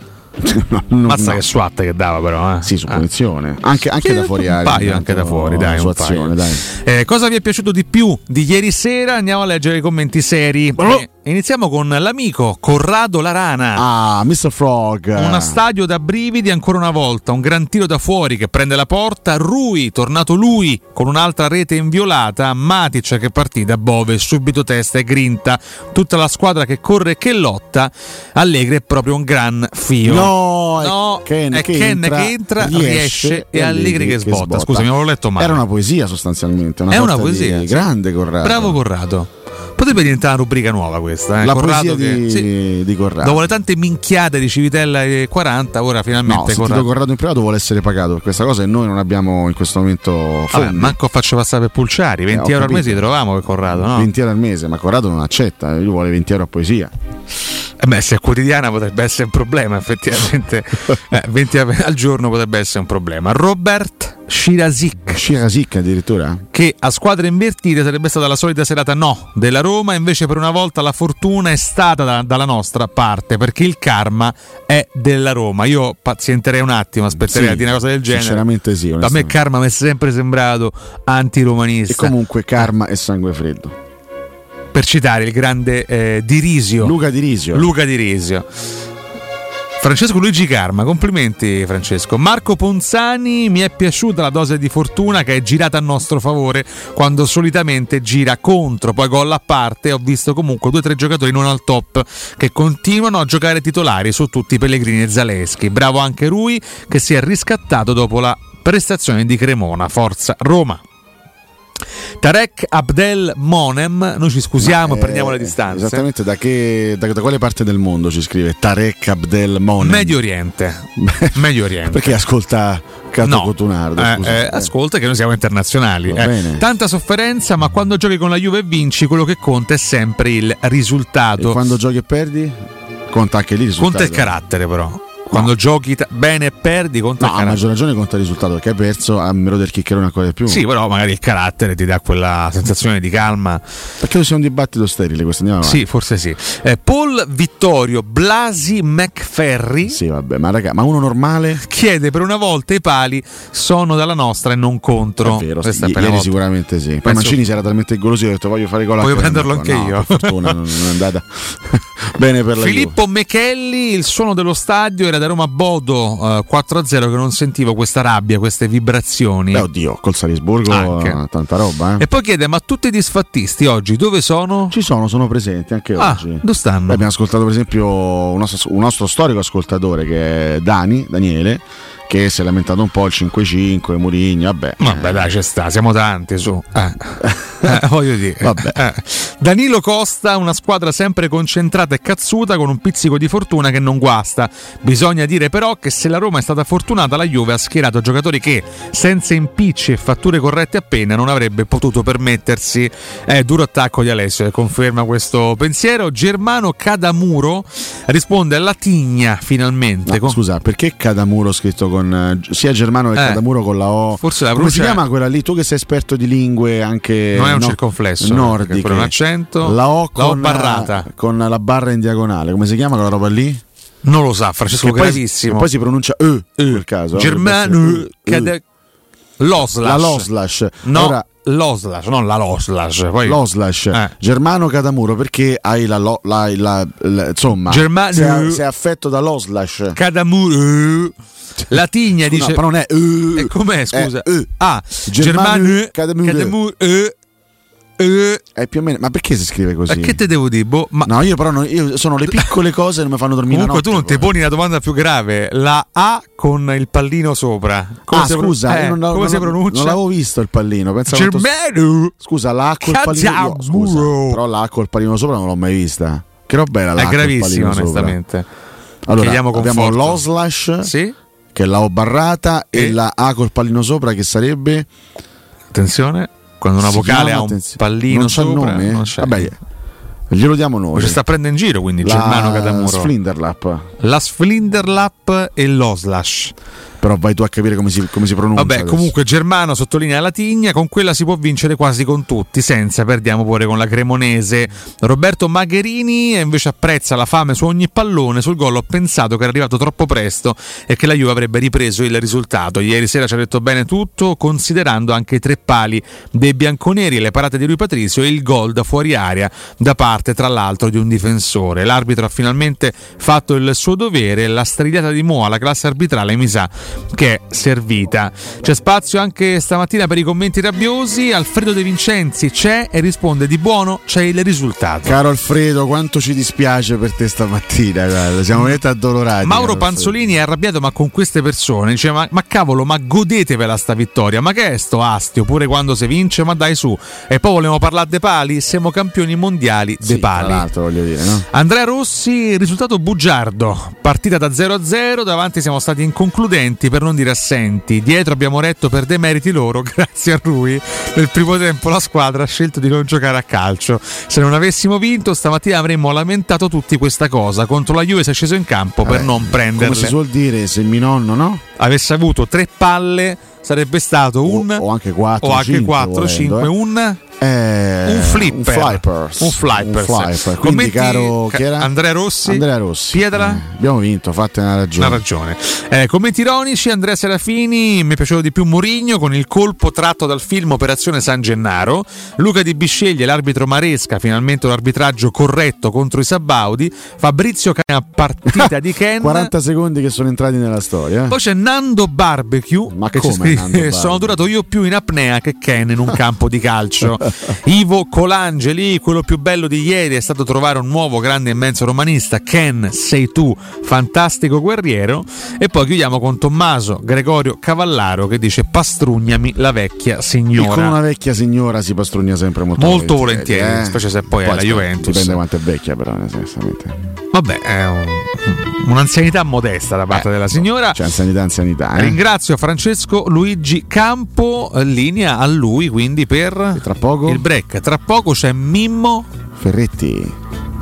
Mazza che suatta che dava però Sì, su punizione anche da fuori area, un paio anche da fuori, dai, un paio. Dai. Cosa vi è piaciuto di più di ieri sera? Andiamo a leggere i commenti seri. Iniziamo con l'amico Corrado Larana. Mr. Frog. Uno stadio da brividi ancora una volta, un gran tiro da fuori che prende la porta, Rui, tornato lui con un'altra rete inviolata, Matic che partì da Bove, subito testa e grinta, tutta la squadra che corre e che lotta, Allegri è proprio un gran fio. No, è Ken che entra, riesce e Allegri che sbotta. Scusami, avevo letto male. Era una poesia sostanzialmente, è una poesia, sì. Grande Corrado. Bravo Corrado. Potrebbe diventare una rubrica nuova questa, La Corrado poesia di Corrado. Dopo le tante minchiate di Civitella e 40, ora finalmente Corrado in privato vuole essere pagato per questa cosa e noi non abbiamo in questo momento fondi. Manco faccio passare per Pulciari, 20 euro al mese li trovavamo per Corrado, no? 20 euro al mese, ma Corrado non accetta, lui vuole 20 euro a poesia. Se è quotidiana potrebbe essere un problema, effettivamente. 20 al giorno potrebbe essere un problema. Robert Shirazik addirittura, che a squadre invertite sarebbe stata la solita serata della Roma, invece per una volta la fortuna è stata dalla nostra parte, perché il karma è della Roma. Io pazienterei un attimo, aspetterei a dire una cosa del genere. Sinceramente sì, a me karma mi è sempre sembrato antiromanista. E comunque karma è sangue freddo, per citare il grande Luca Di Risio. Francesco Luigi Carma, complimenti Francesco. Marco Ponzani, mi è piaciuta la dose di fortuna che è girata a nostro favore quando solitamente gira contro, poi gol a parte. Ho visto comunque 2-3 giocatori non al top che continuano a giocare titolari su tutti i Pellegrini e Zaleschi. Bravo anche Rui che si è riscattato dopo la prestazione di Cremona. Forza Roma. Tarek Abdel Monem, noi ci scusiamo e prendiamo le distanze. Esattamente da quale parte del mondo ci scrive Tarek Abdel Monem? Medio Oriente. Perché ascolta Cato Cotunardo? Ascolta che noi siamo internazionali. Tanta sofferenza, ma quando giochi con la Juve e vinci, quello che conta è sempre il risultato. E quando giochi e perdi? Conta anche lì il risultato. Conta il carattere però. Quando giochi bene e perdi conta il carattere. A maggior ragione conta il risultato, perché hai perso a meno del chiccherone ancora di più. Sì, però magari il carattere ti dà quella sensazione di calma. Perché sia un dibattito sterile questo, andiamo avanti. Sì, forse sì. Paul Vittorio Blasi McFerry. Sì, vabbè, ma uno normale chiede per una volta i pali sono dalla nostra e non contro. È vero, ieri sicuramente sì. Poi Mancini si era talmente goloso che ha detto voglio fare gol. Voglio prenderlo anche io. Per fortuna non è andata bene per la Filippo Mechelli, il suono dello stadio era da Roma Bodo 4-0 che non sentivo questa rabbia, queste vibrazioni. Oddio, col Salisburgo tanta roba. E poi chiede: ma tutti i disfattisti oggi dove sono? Ci sono presenti anche oggi. Dove stanno? Abbiamo ascoltato per esempio un nostro storico ascoltatore che è Daniele, che si è lamentato un po' il 5-5, Mourinho, vabbè dai, ci sta, siamo tanti su. Voglio dire. Danilo Costa, una squadra sempre concentrata e cazzuta con un pizzico di fortuna che non guasta. Bisogna dire però che se la Roma è stata fortunata, la Juve ha schierato giocatori che senza impicci e fatture corrette appena non avrebbe potuto permettersi. Duro attacco di Alessio che conferma questo pensiero. Germano Cadamuro risponde alla Tigna finalmente. Scusa, perché Cadamuro scritto con sia Germano che Cadamuro con la O? Forse la come si chiama quella lì? Tu che sei esperto di lingue anche non è un circonflesso nordiche, un accento. La O barrata con la barra in diagonale, come si chiama quella roba lì? Non lo sa Francesco, gravissimo. Poi si pronuncia in quel caso. Germano Loslash. No. Ora, Loslash, non la Loslash. Poi Loslash. Germano Cadamuro, perché hai insomma, Germano, sei affetto da Loslash. Cadamuro. La Tigna dice però non è com'è, scusa? Germano Cadamuro. Più o meno. Ma perché si scrive così? Che te devo dire? No, io però io sono le piccole cose che non mi fanno dormire. Comunque la notte, tu non ti poni la domanda più grave. La A con il pallino sopra. Scusa, come si pronuncia? Non l'avevo visto il pallino. Scusa, la A col pallino. Scusa, però la A col pallino sopra non l'ho mai vista. Che roba era la A col pallino sopra? È gravissima, onestamente. Allora, abbiamo l'Oslash, sì? Che è la O barrata, e la A col pallino sopra, che sarebbe. Attenzione. Quando una vocale ha un pallino non sopra, nome? non c'è. Vabbè, glielo diamo noi. Ci sta prendendo in giro, quindi Germano Catamuro. La Sflinderlap e l'Oslash. Però vai tu a capire come si pronuncia. Vabbè, adesso. Comunque Germano sottolinea la Tigna, con quella si può vincere quasi con tutti, senza perdiamo pure con la Cremonese. Roberto Magherini invece apprezza la fame su ogni pallone, sul gol ho pensato che era arrivato troppo presto e che la Juve avrebbe ripreso il risultato. Ieri sera ci ha detto bene tutto, considerando anche i 3 pali dei bianconeri, le parate di Rui Patricio e il gol da fuori area da parte tra l'altro di un difensore. L'arbitro ha finalmente fatto il suo dovere, la strigliata di Mo alla classe arbitrale mi sa che è servita. C'è spazio anche stamattina per i commenti rabbiosi. Alfredo De Vincenzi c'è e risponde: di buono c'è il risultato. Caro Alfredo, quanto ci dispiace per te stamattina, guarda, siamo veramente addolorati. Mauro Panzolini è arrabbiato ma con queste persone, dice ma cavolo, ma godetevela sta vittoria, ma che è sto astio pure quando si vince, ma dai su. E poi volevo parlare dei pali, siamo campioni mondiali dei pali. Tra l'altro, voglio dire, no? Andrea Rossi, risultato bugiardo, partita da 0-0, davanti siamo stati inconcludenti, per non dire assenti, dietro abbiamo retto per demeriti loro, grazie a Rui. Nel primo tempo la squadra ha scelto di non giocare a calcio, se non avessimo vinto stamattina avremmo lamentato tutti questa cosa. Contro la Juve si è sceso in campo per non prenderle. Come si suol dire, se mio nonno avesse avuto 3 palle sarebbe stato o anche 4 o anche 4-5 un flipper. Quindi caro chi era? Andrea Rossi. Pietra? Abbiamo vinto, fate una ragione. Commenti ironici. Andrea Serafini: mi piaceva di più Mourinho con il colpo tratto dal film Operazione San Gennaro. Luca Di Bisceglie: l'arbitro Maresca, finalmente un arbitraggio corretto contro i Sabaudi. Fabrizio Cagna: partita di Ken. 40 secondi che sono entrati nella storia. Poi c'è Nando Barbecue, ma che come ci scrive: sono durato io più in apnea che Ken in un campo di calcio. Ivo Colangeli: quello più bello di ieri è stato trovare un nuovo grande e immenso romanista. Ken, sei tu, fantastico guerriero. E poi chiudiamo con Tommaso Gregorio Cavallaro che dice: pastrugnami la vecchia signora. E con una vecchia signora si pastrugna sempre molto volentieri, specie se poi è la Juventus. Dipende quanto è vecchia, però vabbè, è un'anzianità modesta da parte della signora. C'è anzianità. Ringrazio Francesco Luigi Campo, linea a lui quindi per tra poco il break. Tra poco c'è Mimmo Ferretti.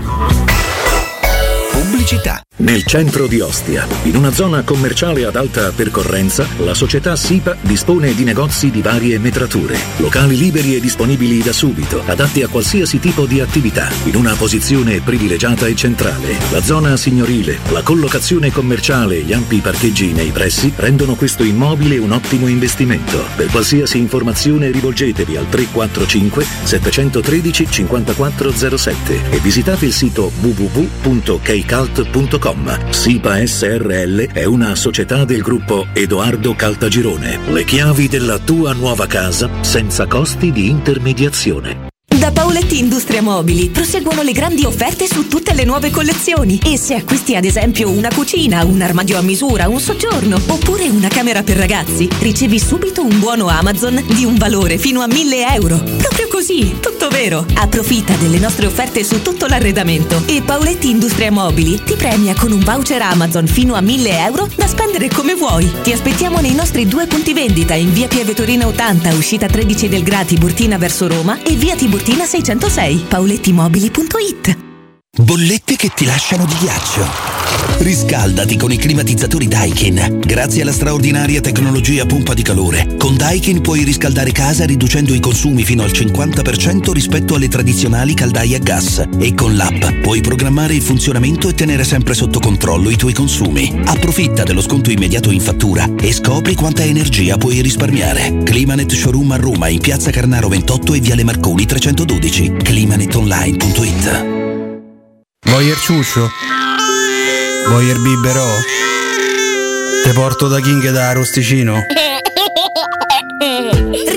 Pubblicità. Nel centro di Ostia, in una zona commerciale ad alta percorrenza, la società SIPA dispone di negozi di varie metrature, locali liberi e disponibili da subito, adatti a qualsiasi tipo di attività, in una posizione privilegiata e centrale. La zona signorile, la collocazione commerciale e gli ampi parcheggi nei pressi rendono questo immobile un ottimo investimento. Per qualsiasi informazione rivolgetevi al 345 713 5407 e visitate il sito www.kcalt.com. SIPA SRL è una società del gruppo Edoardo Caltagirone. Le chiavi della tua nuova casa senza costi di intermediazione. Da Paoletti Industria Mobili proseguono le grandi offerte su tutte le nuove collezioni e se acquisti ad esempio una cucina, un armadio a misura, un soggiorno oppure una camera per ragazzi, ricevi subito un buono Amazon di un valore fino a 1.000 euro. Proprio così, tutto vero. Approfitta delle nostre offerte su tutto l'arredamento e Paoletti Industria Mobili ti premia con un voucher Amazon fino a 1.000 euro da spendere come vuoi. Ti aspettiamo nei nostri 2 punti vendita in via Pieve Torina 80, uscita 13 del Gra Tiburtina verso Roma e via Tiburtina 606, paolettimobili.it. Bollette che ti lasciano di ghiaccio. Riscaldati con i climatizzatori Daikin. Grazie alla straordinaria tecnologia pompa di calore, con Daikin puoi riscaldare casa riducendo i consumi fino al 50% rispetto alle tradizionali caldaie a gas. E con l'app puoi programmare il funzionamento e tenere sempre sotto controllo i tuoi consumi. Approfitta dello sconto immediato in fattura e scopri quanta energia puoi risparmiare. Climanet Showroom a Roma in piazza Carnaro 28 e viale Marconi 312. climanetonline.it. Voyer ciuccio? Voyer biberò? Te porto da King da Rosticino? Ristorante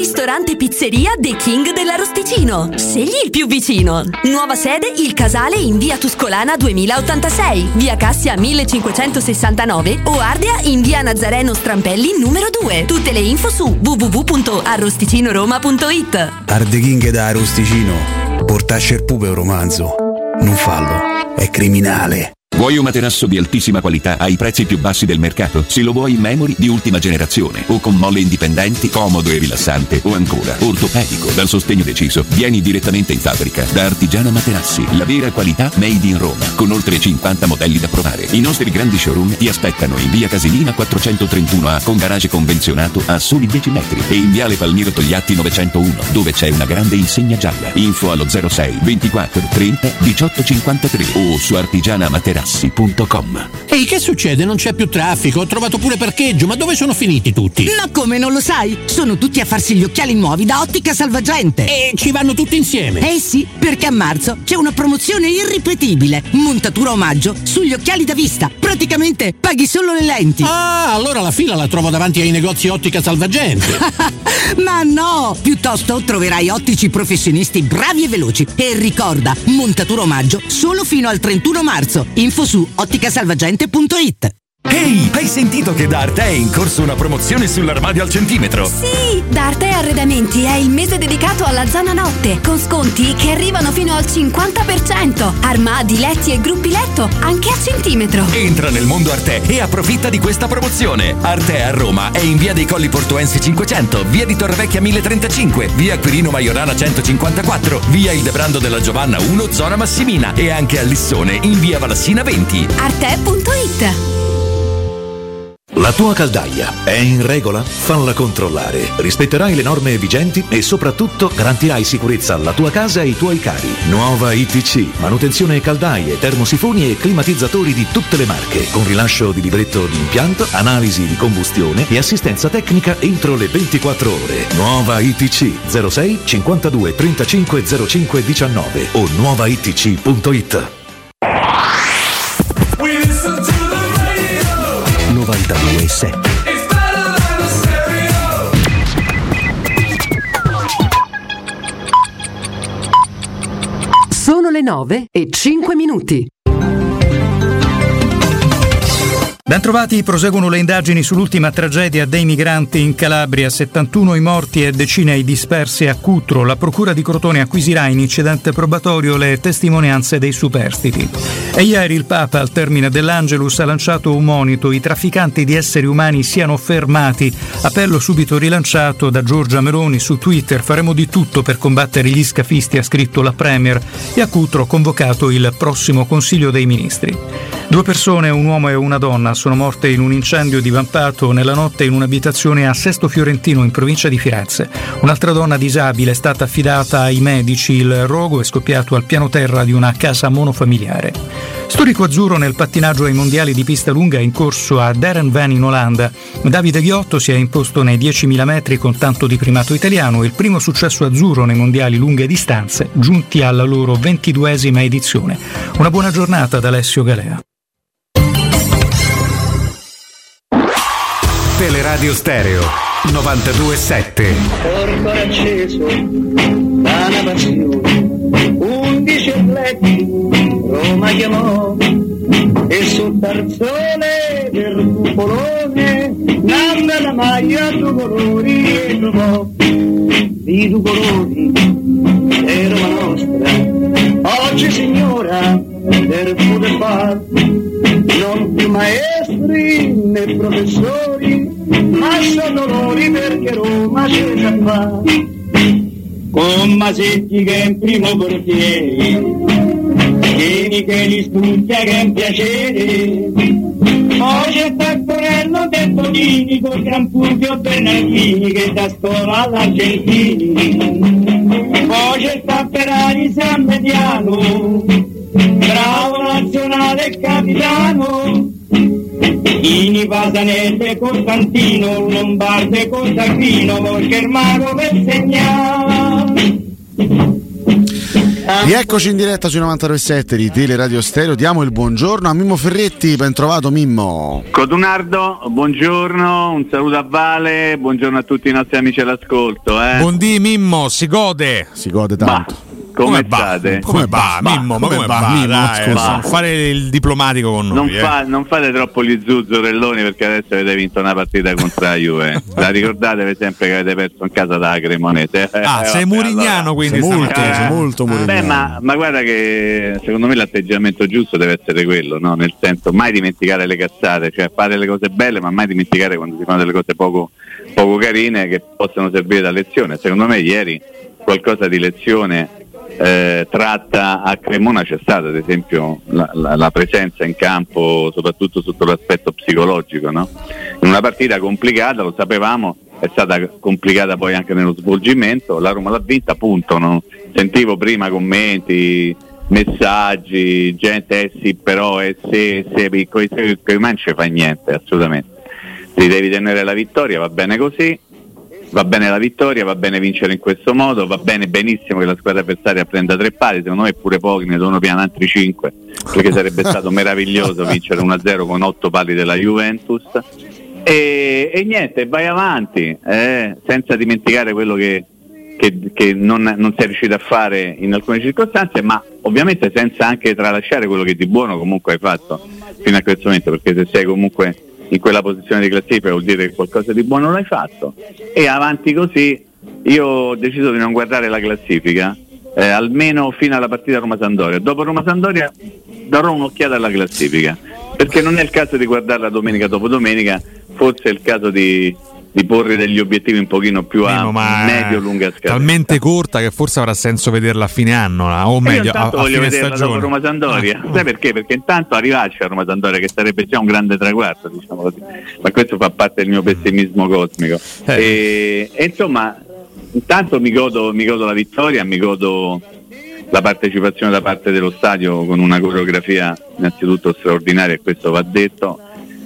ristorante pizzeria The King dell'Arosticino. Scegli il più vicino. Nuova sede Il Casale in via Tuscolana 2086, via Cassia 1569 o Ardea in via Nazareno Strampelli numero 2. Tutte le info su www.arrosticinoroma.it. Arde King da Arosticino, portasce il pupe un romanzo. Non fallo, è criminale. Vuoi un materasso di altissima qualità ai prezzi più bassi del mercato? Se lo vuoi in memory di ultima generazione o con molle indipendenti, comodo e rilassante o ancora ortopedico dal sostegno deciso, vieni direttamente in fabbrica da Artigiana Materassi, la vera qualità made in Roma, con oltre 50 modelli da provare. I nostri grandi showroom ti aspettano in via Casilina 431A con garage convenzionato a soli 10 metri e in viale Palmiro Togliatti 901 dove c'è una grande insegna gialla. Info allo 06 24 30 18 53 o su artigianamaterassi.com. Ehi, che succede? Non c'è più traffico, ho trovato pure parcheggio, ma dove sono finiti tutti? Ma come, non lo sai? Sono tutti a farsi gli occhiali nuovi da Ottica Salvagente. E ci vanno tutti insieme? Eh sì, perché a marzo c'è una promozione irripetibile, montatura omaggio sugli occhiali da vista. Praticamente paghi solo le lenti. Ah, allora la fila la trovo davanti ai negozi Ottica Salvagente. Ma no, piuttosto troverai ottici professionisti bravi e veloci. E ricorda, montatura omaggio solo fino al 31 marzo. Info su otticasalvagente.it. Ehi, hai sentito che da Arte è in corso una promozione sull'armadio al centimetro? Sì, da Arte Arredamenti è il mese dedicato alla zona notte, con sconti che arrivano fino al 50%. Armadi, letti e gruppi letto anche a centimetro. Entra nel mondo Arte e approfitta di questa promozione. Arte a Roma è in via dei Colli Portuensi 500, via di Torrevecchia 1035, via Quirino Maiorana 154, via Ildebrando della Giovanna 1, zona Massimina e anche a Lissone in via Valassina 20. Arte.it. La tua caldaia è in regola? Falla controllare. Rispetterai le norme vigenti e soprattutto garantirai sicurezza alla tua casa e ai tuoi cari. Nuova ITC. Manutenzione caldaie, termosifoni e climatizzatori di tutte le marche, con rilascio di libretto di impianto, analisi di combustione e assistenza tecnica entro le 24 ore. Nuova ITC 06 52 35 05 19 o nuovaitc.it. 92.7. Sono le 9:05. Bentrovati, proseguono le indagini sull'ultima tragedia dei migranti in Calabria, 71 i morti e decine i dispersi a Cutro. La procura di Crotone acquisirà in incidente probatorio le testimonianze dei superstiti. E ieri il Papa, al termine dell'Angelus, ha lanciato un monito: i trafficanti di esseri umani siano fermati. Appello subito rilanciato da Giorgia Meloni su Twitter: faremo di tutto per combattere gli scafisti, ha scritto la Premier, e a Cutro convocato il prossimo Consiglio dei Ministri. 2 persone, un uomo e una donna, sono morte in un incendio divampato nella notte in un'abitazione a Sesto Fiorentino, in provincia di Firenze. Un'altra donna disabile è stata affidata ai medici. Il rogo è scoppiato al piano terra di una casa monofamiliare. Storico azzurro nel pattinaggio ai mondiali di pista lunga in corso a Darren Van in Olanda. Davide Ghiotto si è imposto nei 10.000 metri con tanto di primato italiano, il primo successo azzurro nei mondiali lunghe distanze, giunti alla loro 22esima edizione. Una buona giornata da Alessio Galea. Teleradio Stereo 92.7. Corpo acceso da una passione, 11 atleti Roma chiamò e sul tarzone del cupolone nanda la maglia due colori e trovò di due colori è Roma nostra. Oggi signora del poter far non più maestri né professori, ma sono loro perché Roma c'è già fa. Con Masetti che è in primo portiere, Tieni che li studia che è un piacere. Poi c'è Taccorello del Tonini con Gran Fulvio Bernardini che da scuola all'Argentini. Poi c'è Tapperari San Mediano, bravo nazionale e capitano. Ini Pasanese Costantino, Lombardo e Costantino, perché il mago per segnare. Rieccoci in diretta sui 92.7 di Teleradio Stereo. Diamo il buongiorno a Mimmo Ferretti. Ben trovato Mimmo. Codunardo, buongiorno, un saluto a Vale, buongiorno a tutti i nostri amici all'ascolto. Buondì Mimmo, si gode tanto. Come state? Come va Mimmo? Ma come va? Mimmo, non fare il diplomatico con noi. Non fate troppo gli zuzzurelloni, perché adesso avete vinto una partita contro la Juve. La ricordatevi sempre che avete perso in casa dalla Cremonese. Sei murignano, allora. Quindi sei molto murignano. Ma guarda che secondo me l'atteggiamento giusto deve essere quello, no? Nel senso, mai dimenticare le cazzate, cioè fare le cose belle, ma mai dimenticare quando si fanno delle cose poco carine che possono servire da lezione. Secondo me ieri qualcosa di lezione tratta a Cremona c'è stata, ad esempio la presenza in campo, soprattutto sotto l'aspetto psicologico, no? In una partita complicata, lo sapevamo, è stata complicata poi anche nello svolgimento, la Roma l'ha vinta, punto, no? Sentivo prima commenti, messaggi, gente sì però se con i man ci fa niente, assolutamente, ti devi tenere la vittoria, va bene così. Va bene la vittoria, va bene vincere in questo modo, va bene benissimo che la squadra avversaria prenda 3 pali, secondo me pure pochi, ne devono piano altri 5, perché sarebbe stato meraviglioso vincere 1-0 con 8 pali della Juventus e niente, vai avanti, senza dimenticare quello che non si è riuscito a fare in alcune circostanze, ma ovviamente senza anche tralasciare quello che di buono comunque hai fatto fino a questo momento, perché se sei comunque in quella posizione di classifica vuol dire che qualcosa di buono l'hai fatto, e avanti così. Io ho deciso di non guardare la classifica almeno fino alla partita Roma-Sampdoria. Dopo Roma-Sampdoria darò un'occhiata alla classifica, perché non è il caso di guardarla domenica dopo domenica, forse è il caso di porre degli obiettivi un pochino più a medio-lunga scadenza. Talmente corta che forse avrà senso vederla a fine anno, o meglio a voglio fine vederla stagione. dopo Roma-Sampdoria. Sai perché? Perché intanto arrivarci a Roma-Sampdoria, che sarebbe già un grande traguardo, diciamo così, ma questo fa parte del mio pessimismo cosmico. E insomma, intanto mi godo la vittoria, mi godo la partecipazione da parte dello stadio con una coreografia innanzitutto straordinaria, e questo va detto,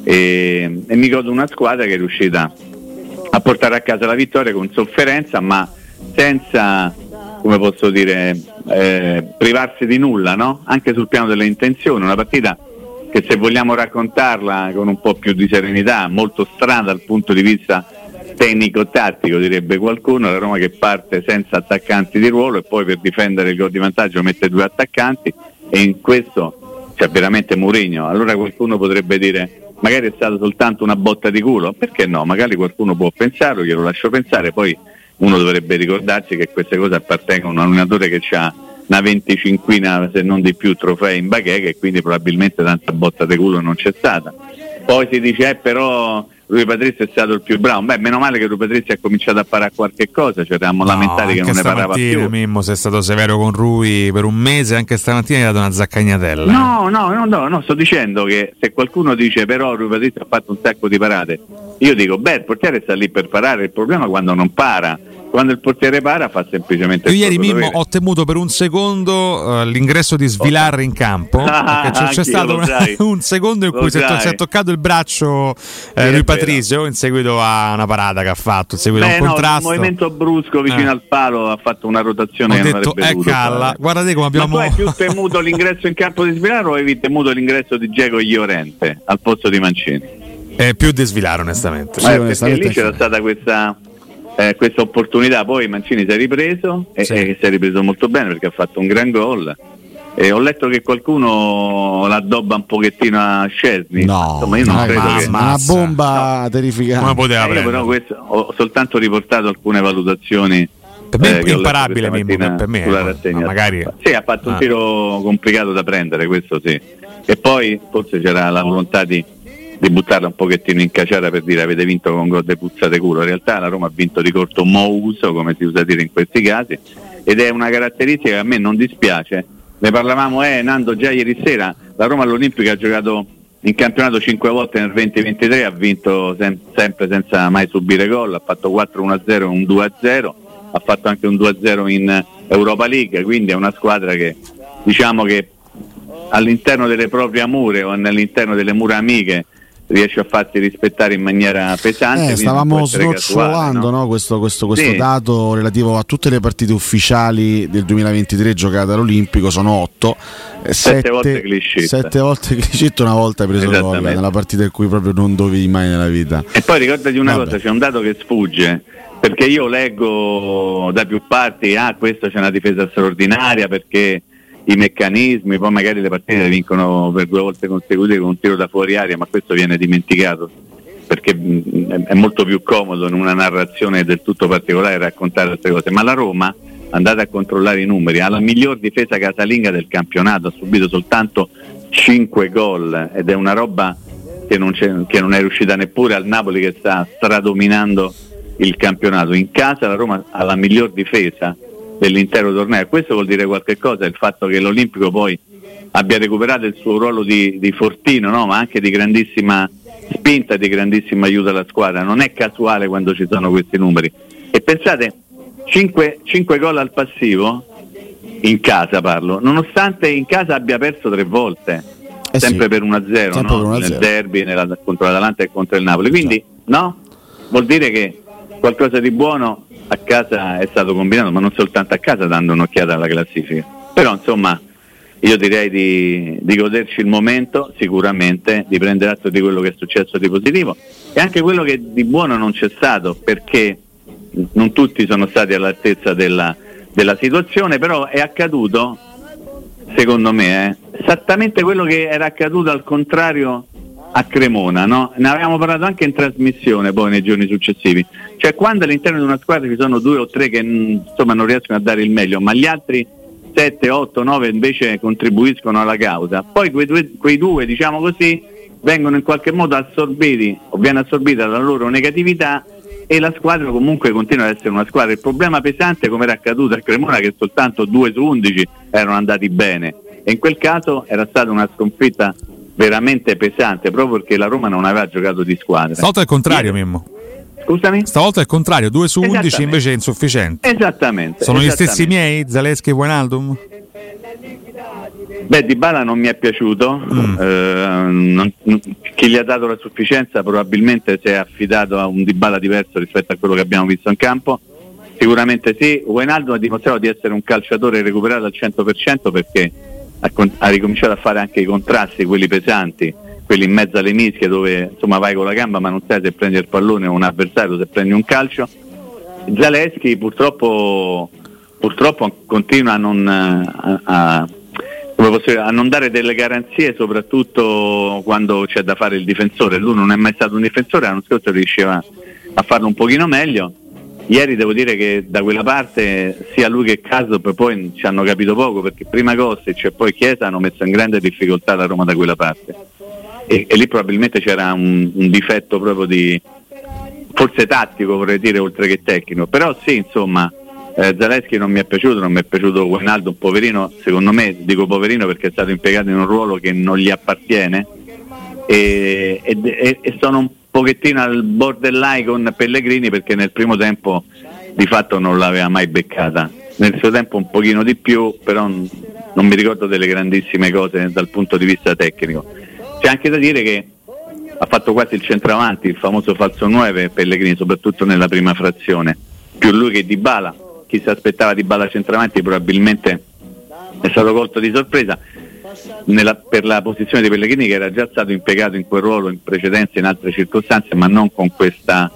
e mi godo una squadra che è riuscita a portare a casa la vittoria con sofferenza, ma senza, come posso dire, privarsi di nulla, no? Anche sul piano delle intenzioni. Una partita che, se vogliamo raccontarla con un po' più di serenità, molto strana dal punto di vista tecnico-tattico, direbbe qualcuno. La Roma che parte senza attaccanti di ruolo e poi per difendere il gol di vantaggio mette 2 attaccanti, e in questo c'è veramente Mourinho. Allora qualcuno potrebbe dire magari è stata soltanto una botta di culo, perché no? Magari qualcuno può pensarlo, glielo lascio pensare, poi uno dovrebbe ricordarsi che queste cose appartengono a un allenatore che ha una 25ina se non di più trofei in bacheca, e quindi probabilmente tanta botta di culo non c'è stata. Poi si dice Però Rui Patrizio è stato il più bravo. Beh, meno male che Rui Patrizio ha cominciato a parare qualche cosa, cioè eravamo lamentati che non ne parava più. Mimmo, sei stato severo con Rui per un mese, anche stamattina gli hai dato una zaccagnatella. No, sto dicendo che se qualcuno dice però Rui Patrizio ha fatto un sacco di parate, io dico il portiere sta lì per parare, il problema è quando non para. Quando il portiere para fa semplicemente. Io ieri Mimmo ho temuto per un secondo l'ingresso di Svilar in campo, perché c'è stato un secondo in cui si è toccato il braccio Rui Patrizio in seguito a una parata che ha fatto, in seguito a un contrasto. Un movimento brusco vicino al palo, ha fatto una rotazione. Ho detto calla, guardate come abbiamo. Ma tu hai più temuto l'ingresso in campo di Svilar o avevi temuto l'ingresso di Dzeko Llorente al posto di Mancini? Più di Svilar, onestamente. Perché lì c'era stata questa opportunità, poi Mancini si è ripreso e si è ripreso molto bene, perché ha fatto un gran gol. E ho letto che qualcuno l'addobba un pochettino a Szczesny. Insomma, io non credo che una bomba terrificante. Come poteva io però ho soltanto riportato alcune valutazioni. Per me è imparabile, per me sulla rassegna. Magari sì, ha fatto un tiro complicato da prendere, questo sì. E poi forse c'era la volontà di buttarla un pochettino in caciara, per dire avete vinto con gol de puzzate culo. In realtà la Roma ha vinto di corto mouso, come si usa dire in questi casi, ed è una caratteristica che a me non dispiace. Ne parlavamo Nando già ieri sera. La Roma all'Olimpica ha giocato in campionato 5 volte nel 2023, ha vinto sempre senza mai subire gol, ha fatto 4-1-0 e un 2-0, ha fatto anche un 2-0 in Europa League, quindi è una squadra che, diciamo che all'interno delle proprie mure o all'interno delle mura amiche riesce a farsi rispettare in maniera pesante. Stavamo snocciolando, no? Questo Sì. dato relativo a tutte le partite ufficiali del 2023 giocate all'Olimpico, sono 8, 7 volte clean 7 volte clean sheet, una volta hai preso gol Esattamente. nella partita in cui proprio non dovevi mai nella vita. E poi ricordati una Vabbè. cosa, c'è un dato che sfugge, perché io leggo da più parti, questo c'è una difesa straordinaria perché i meccanismi, poi magari le partite le vincono per 2 volte consecutive con un tiro da fuori aria, ma questo viene dimenticato, perché è molto più comodo in una narrazione del tutto particolare raccontare queste cose. Ma la Roma, andate a controllare i numeri, ha la miglior difesa casalinga del campionato, ha subito soltanto 5 gol ed è una roba che non è riuscita neppure al Napoli, che sta stradominando il campionato. In casa la Roma ha la miglior difesa dell'intero torneo. Questo vuol dire qualche cosa, il fatto che l'Olimpico poi abbia recuperato il suo ruolo di fortino, no? Ma anche di grandissima spinta e di grandissimo aiuto alla squadra. Non è casuale quando ci sono questi numeri. E pensate, 5 gol al passivo, in casa parlo, nonostante in casa abbia perso 3 volte, sempre sì. per 1-0, Sempre no? per 1-0. Nel derby, contro l'Atalanta e contro il Napoli. Quindi no? Vuol dire che qualcosa di buono a casa è stato combinato, ma non soltanto a casa, dando un'occhiata alla classifica. Però insomma io direi di goderci il momento, sicuramente, di prendere atto di quello che è successo di positivo e anche quello che di buono non c'è stato, perché non tutti sono stati all'altezza della situazione, però è accaduto, secondo me, esattamente quello che era accaduto al contrario a Cremona, no? Ne avevamo parlato anche in trasmissione poi nei giorni successivi, cioè quando all'interno di una squadra ci sono 2 o 3 che insomma non riescono a dare il meglio, ma gli altri 7, 8, 9 invece contribuiscono alla causa, poi quei due, diciamo così, vengono in qualche modo assorbiti o viene assorbita la loro negatività e la squadra comunque continua ad essere una squadra. Il problema pesante, come era accaduto a Cremona, che soltanto 2 su 11 erano andati bene, e in quel caso era stata una sconfitta veramente pesante, proprio perché la Roma non aveva giocato di squadra. Stavolta è il contrario, Mimmo. Scusami? Stavolta è il contrario, 2 su 11 invece è insufficiente. Esattamente. Sono gli stessi miei, Zalewski e Wijnaldum? Beh, Dybala non mi è piaciuto, chi gli ha dato la sufficienza probabilmente si è affidato a un Dybala diverso rispetto a quello che abbiamo visto in campo. Sicuramente sì, Wijnaldum ha dimostrato di essere un calciatore recuperato al 100% perché ha ricominciato a fare anche i contrasti, quelli pesanti, quelli in mezzo alle mischie dove insomma vai con la gamba ma non sai se prendi il pallone o un avversario, se prendi un calcio. Zalewski purtroppo continua a non dare delle garanzie, soprattutto quando c'è da fare il difensore. Lui non è mai stato un difensore, l'anno scorso riusciva a farlo un pochino meglio. Ieri devo dire che da quella parte sia lui che Kasop poi ci hanno capito poco, perché prima Kostic e poi Chiesa hanno messo in grande difficoltà la Roma da quella parte e lì probabilmente c'era un difetto proprio di forse tattico, vorrei dire, oltre che tecnico. Però sì, insomma, Zalewski non mi è piaciuto Wijnaldum, poverino, secondo me, dico poverino perché è stato impiegato in un ruolo che non gli appartiene e sono un pochettino al borderline con Pellegrini, perché nel primo tempo di fatto non l'aveva mai beccata, nel suo tempo un pochino di più, però non mi ricordo delle grandissime cose dal punto di vista tecnico. C'è anche da dire che ha fatto quasi il centravanti, il famoso falso 9 Pellegrini, soprattutto nella prima frazione, più lui che Dybala. Chi si aspettava Dybala centravanti probabilmente è stato colto di sorpresa per la posizione di Pellegrini, che era già stato impiegato in quel ruolo in precedenza in altre circostanze, ma non con questa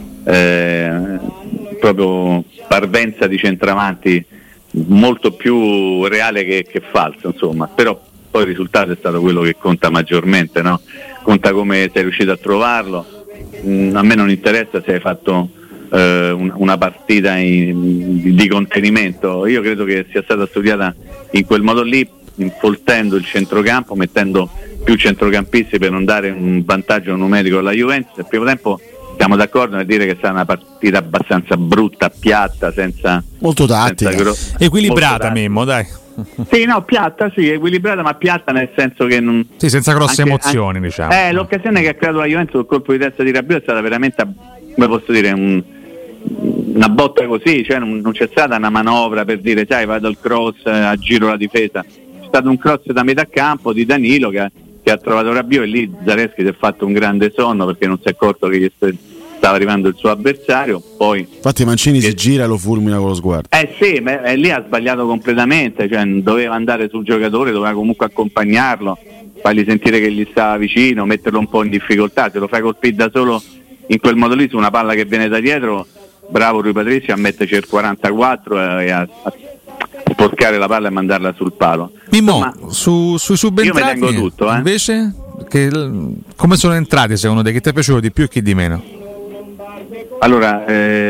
proprio parvenza di centravanti, molto più reale che falso, insomma. Però poi il risultato è stato quello che conta maggiormente, no? Conta come sei riuscito a trovarlo. A me non interessa se hai fatto una partita di contenimento. Io credo che sia stata studiata in quel modo lì, infoltendo il centrocampo, mettendo più centrocampisti per non dare un vantaggio numerico alla Juventus. Nel primo tempo siamo d'accordo nel dire che è stata una partita abbastanza brutta, piatta, senza molto tattica, equilibrata, Mimmo, dai. Sì, no, piatta, sì, equilibrata, ma piatta nel senso che non... Sì, senza grosse emozioni, diciamo. L'occasione che ha creato la Juventus col colpo di testa di Rabiot è stata veramente, come posso dire, una botta così, cioè non c'è stata una manovra per dire vado al cross, aggiro la difesa. C'è stato un cross da metà campo di Danilo che che ha trovato Rabiot, e lì Zalewski si è fatto un grande sonno perché non si è accorto che gli stava arrivando il suo avversario. Poi infatti Mancini si gira e lo fulmina con lo sguardo. Sì, lì ha sbagliato completamente, cioè doveva andare sul giocatore, doveva comunque accompagnarlo, fargli sentire che gli stava vicino, metterlo un po' in difficoltà. Se lo fai colpire da solo in quel modo lì su una palla che viene da dietro, bravo Rui Patricio a metterci il 44 e a sporcare la palla e mandarla sul palo. Mimmo, sui subentrati io mi tengo tutto, invece come sono entrati secondo te? Chi ti è piaciuto di più e chi di meno? Allora,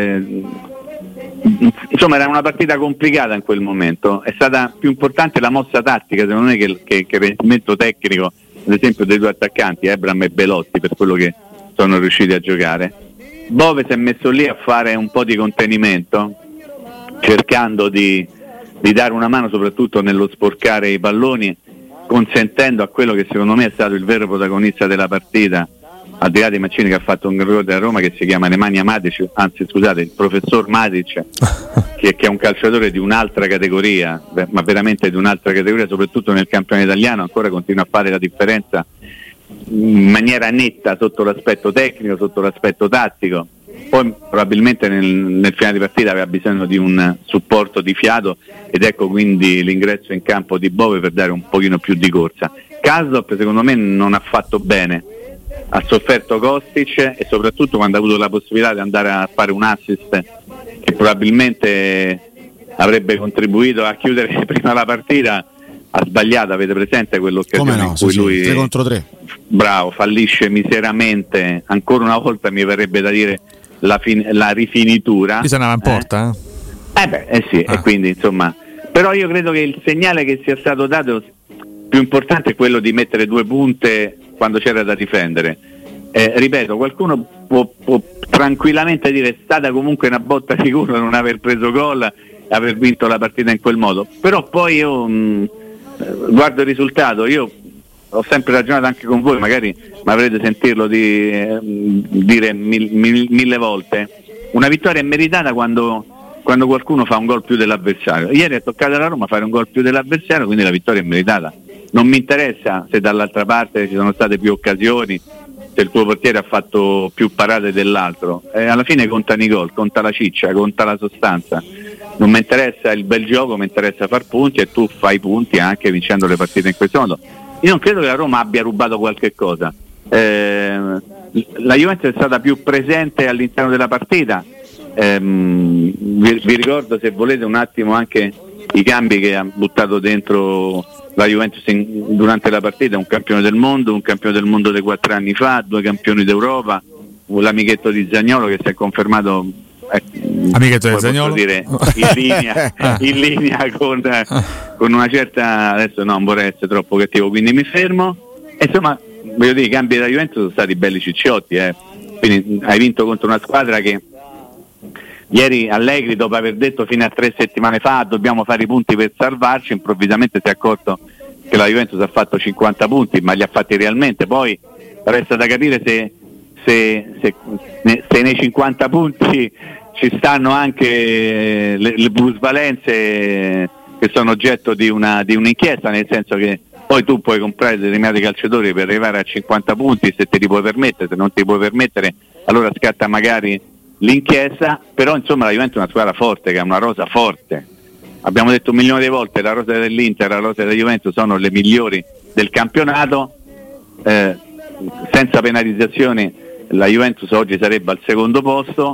insomma era una partita complicata in quel momento, è stata più importante la mossa tattica secondo me che il rendimento tecnico, ad esempio dei due attaccanti, Ebram e Belotti, per quello che sono riusciti a giocare. Bove si è messo lì a fare un po' di contenimento, cercando di dare una mano soprattutto nello sporcare i palloni, consentendo a quello che secondo me è stato il vero protagonista della partita, al di là di Mancini che ha fatto un gol da Roma, che si chiama Nemanja Matic, il professor Matic, che è un calciatore di un'altra categoria, ma veramente di un'altra categoria, soprattutto nel campionato italiano, ancora continua a fare la differenza in maniera netta sotto l'aspetto tecnico, sotto l'aspetto tattico. Poi probabilmente nel finale di partita aveva bisogno di un supporto di fiato, ed ecco quindi l'ingresso in campo di Bove per dare un pochino più di corsa. Karsdorp secondo me non ha fatto bene, ha sofferto Kostic, e soprattutto quando ha avuto la possibilità di andare a fare un assist che probabilmente avrebbe contribuito a chiudere prima la partita, ha sbagliato. Avete presente quell'occasione in cui lui 3 contro 3 bravo, fallisce miseramente, ancora una volta mi verrebbe da dire la rifinitura. Qui se ne va in porta? Sì, e quindi insomma, però io credo che il segnale che sia stato dato più importante è quello di mettere 2 punte quando c'era da difendere. Ripeto, qualcuno può tranquillamente dire è stata comunque una botta di culo non aver preso gol e aver vinto la partita in quel modo, però poi io guardo il risultato, io ho sempre ragionato anche con voi, magari mi avrete sentirlo dire mille volte, una vittoria è meritata quando qualcuno fa un gol più dell'avversario. Ieri è toccato alla Roma fare un gol più dell'avversario, quindi la vittoria è meritata. Non mi interessa se dall'altra parte ci sono state più occasioni, se il tuo portiere ha fatto più parate dell'altro, alla fine contano i gol, conta la ciccia, conta la sostanza. Non mi interessa il bel gioco, mi interessa far punti, e tu fai punti anche vincendo le partite in questo modo. Io non credo che la Roma abbia rubato qualche cosa, la Juventus è stata più presente all'interno della partita. Vi ricordo, se volete, un attimo anche i cambi che ha buttato dentro la Juventus durante la partita: un campione del mondo di 4 anni fa, 2 campioni d'Europa, l'amichetto di Zaniolo che si è confermato amichetto di Zaniolo, dire, in linea con una certa, adesso non vorrei essere troppo cattivo, quindi mi fermo. E insomma, voglio dire, i cambi della Juventus sono stati belli cicciotti, quindi hai vinto contro una squadra che ieri Allegri, dopo aver detto fino a 3 settimane fa dobbiamo fare i punti per salvarci, improvvisamente si è accorto che la Juventus ha fatto 50 punti, ma li ha fatti realmente. Poi resta da capire se nei 50 punti ci stanno anche le plusvalenze che sono oggetto di un'inchiesta, nel senso che poi tu puoi comprare determinati calciatori per arrivare a 50 punti se te li puoi permettere, se non ti puoi permettere allora scatta magari l'inchiesta. Però insomma la Juventus è una squadra forte, che ha una rosa forte. Abbiamo detto 1 milione di volte, la rosa dell'Inter e la rosa della Juventus sono le migliori del campionato, senza penalizzazioni la Juventus oggi sarebbe al secondo posto,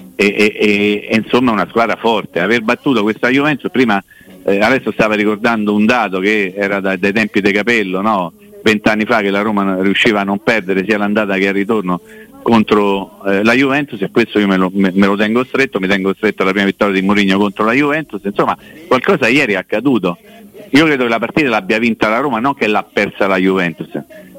e insomma è una squadra forte. Aver battuto questa Juventus prima, adesso stava ricordando un dato che era dai tempi di Capello, no? 20 anni fa, che la Roma riusciva a non perdere sia l'andata che il ritorno contro la Juventus, e questo io me lo tengo stretto, mi tengo stretto alla prima vittoria di Mourinho contro la Juventus. Insomma, qualcosa ieri è accaduto. Io credo che la partita l'abbia vinta la Roma, non che l'ha persa la Juventus,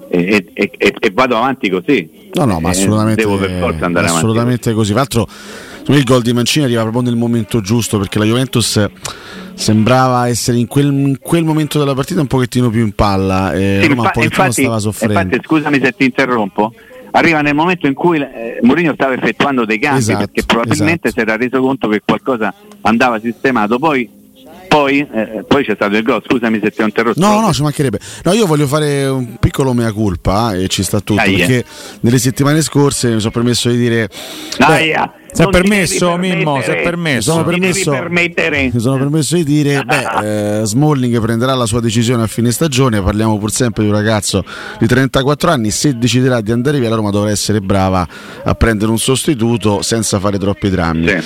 e vado avanti così. No, ma assolutamente, devo per forza andare assolutamente avanti. Così. Tra l'altro il gol di Mancini arriva proprio nel momento giusto, perché la Juventus sembrava essere in quel momento della partita un pochettino più in palla, Roma un pochettino stava soffrendo. Infatti, scusami se ti interrompo, arriva nel momento in cui Mourinho stava effettuando dei cambi, perché probabilmente si era reso conto che qualcosa andava sistemato. Poi poi c'è stato il gol. Scusami se ti ho interrotto. No, ci mancherebbe. No, io voglio fare un piccolo mea culpa e ci sta tutto, perché nelle settimane scorse mi sono permesso di dire si è permesso, Mimmo, si è permesso. Mi sono permesso di dire Smalling prenderà la sua decisione a fine stagione. Parliamo pur sempre di un ragazzo di 34 anni. Se deciderà di andare via, la Roma dovrà essere brava a prendere un sostituto senza fare troppi drammi.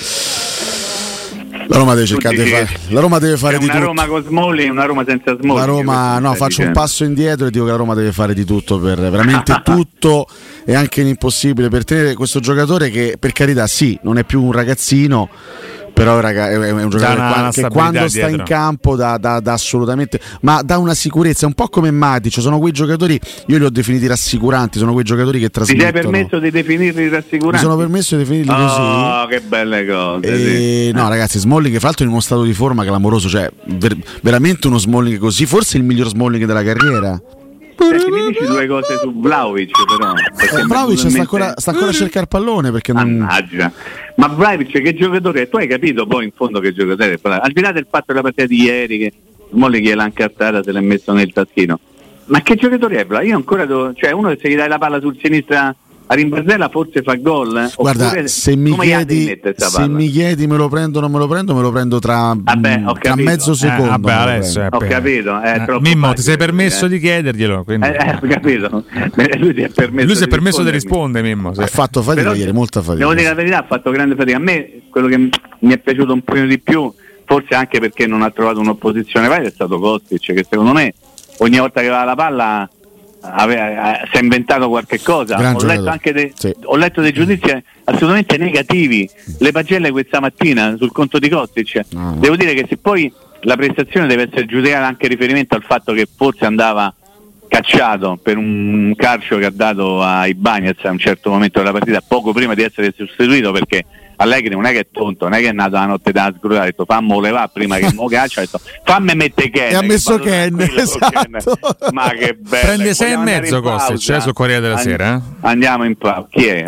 La Roma deve cercare di fare. La Roma deve fare di tutto. Una Roma con Smalling, una Roma senza Smalling. La Roma, faccio un passo indietro e dico che la Roma deve fare di tutto, per veramente tutto, e anche l'impossibile per tenere questo giocatore che, per carità, sì, non è più un ragazzino, però è un giocatore che quando sta in campo dà assolutamente, ma dà una sicurezza, un po' come Matic. Sono quei giocatori, io li ho definiti rassicuranti, sono quei giocatori che trasmettono. Ti sei permesso di definirli rassicuranti? Mi sono permesso di definirli così. Oh, che belle cose. No, ragazzi, Smalling, fra l'altro, in uno stato di forma clamoroso, cioè veramente uno Smalling così, forse il miglior Smalling della carriera. Mi dici due cose su Vlahovic, però Vlahovic sta ancora a cercare il pallone, perché mannaggia. Ma Vlahovic che giocatore, tu hai capito poi in fondo che giocatore, al di là del fatto della partita di ieri che Smalling gliel'ha incartata, se l'ha messo nel taschino, ma che giocatore è Vlahovic? Io ancora cioè uno che se gli dai la palla sul sinistra a rimbarzella forse fa gol. Guarda, oppure, se mi chiedi me lo prendo o non me lo prendo tra mezzo secondo. Ho capito. Mimmo, ti sei permesso di chiederglielo, quindi. Ho capito. Lui si è permesso di rispondere, Mimmo. Ha fatto fatica ieri, molta fatica. Devo dire la verità, ha fatto grande fatica. A me quello che mi è piaciuto un po' di più, forse anche perché non ha trovato un'opposizione valida, è stato Kostic, che secondo me ogni volta che aveva la palla si è inventato qualche cosa. Ho letto dei giudizi assolutamente negativi, le pagelle questa mattina sul conto di Kostic. Devo dire che se poi la prestazione deve essere giudicata anche in riferimento al fatto che forse andava cacciato per un calcio che ha dato a Ibañez a un certo momento della partita, poco prima di essere sostituito, perché Allegri non è che è tonto, non è che è nato la notte da scrutare, ha detto fammo levare prima che mo calcio, ha detto fammi mettere Ken, e ha messo Ken, esatto. Ma che bello. Prende 6,5 Kostic sul Corriere della Sera. Andiamo in pausa. Chi è?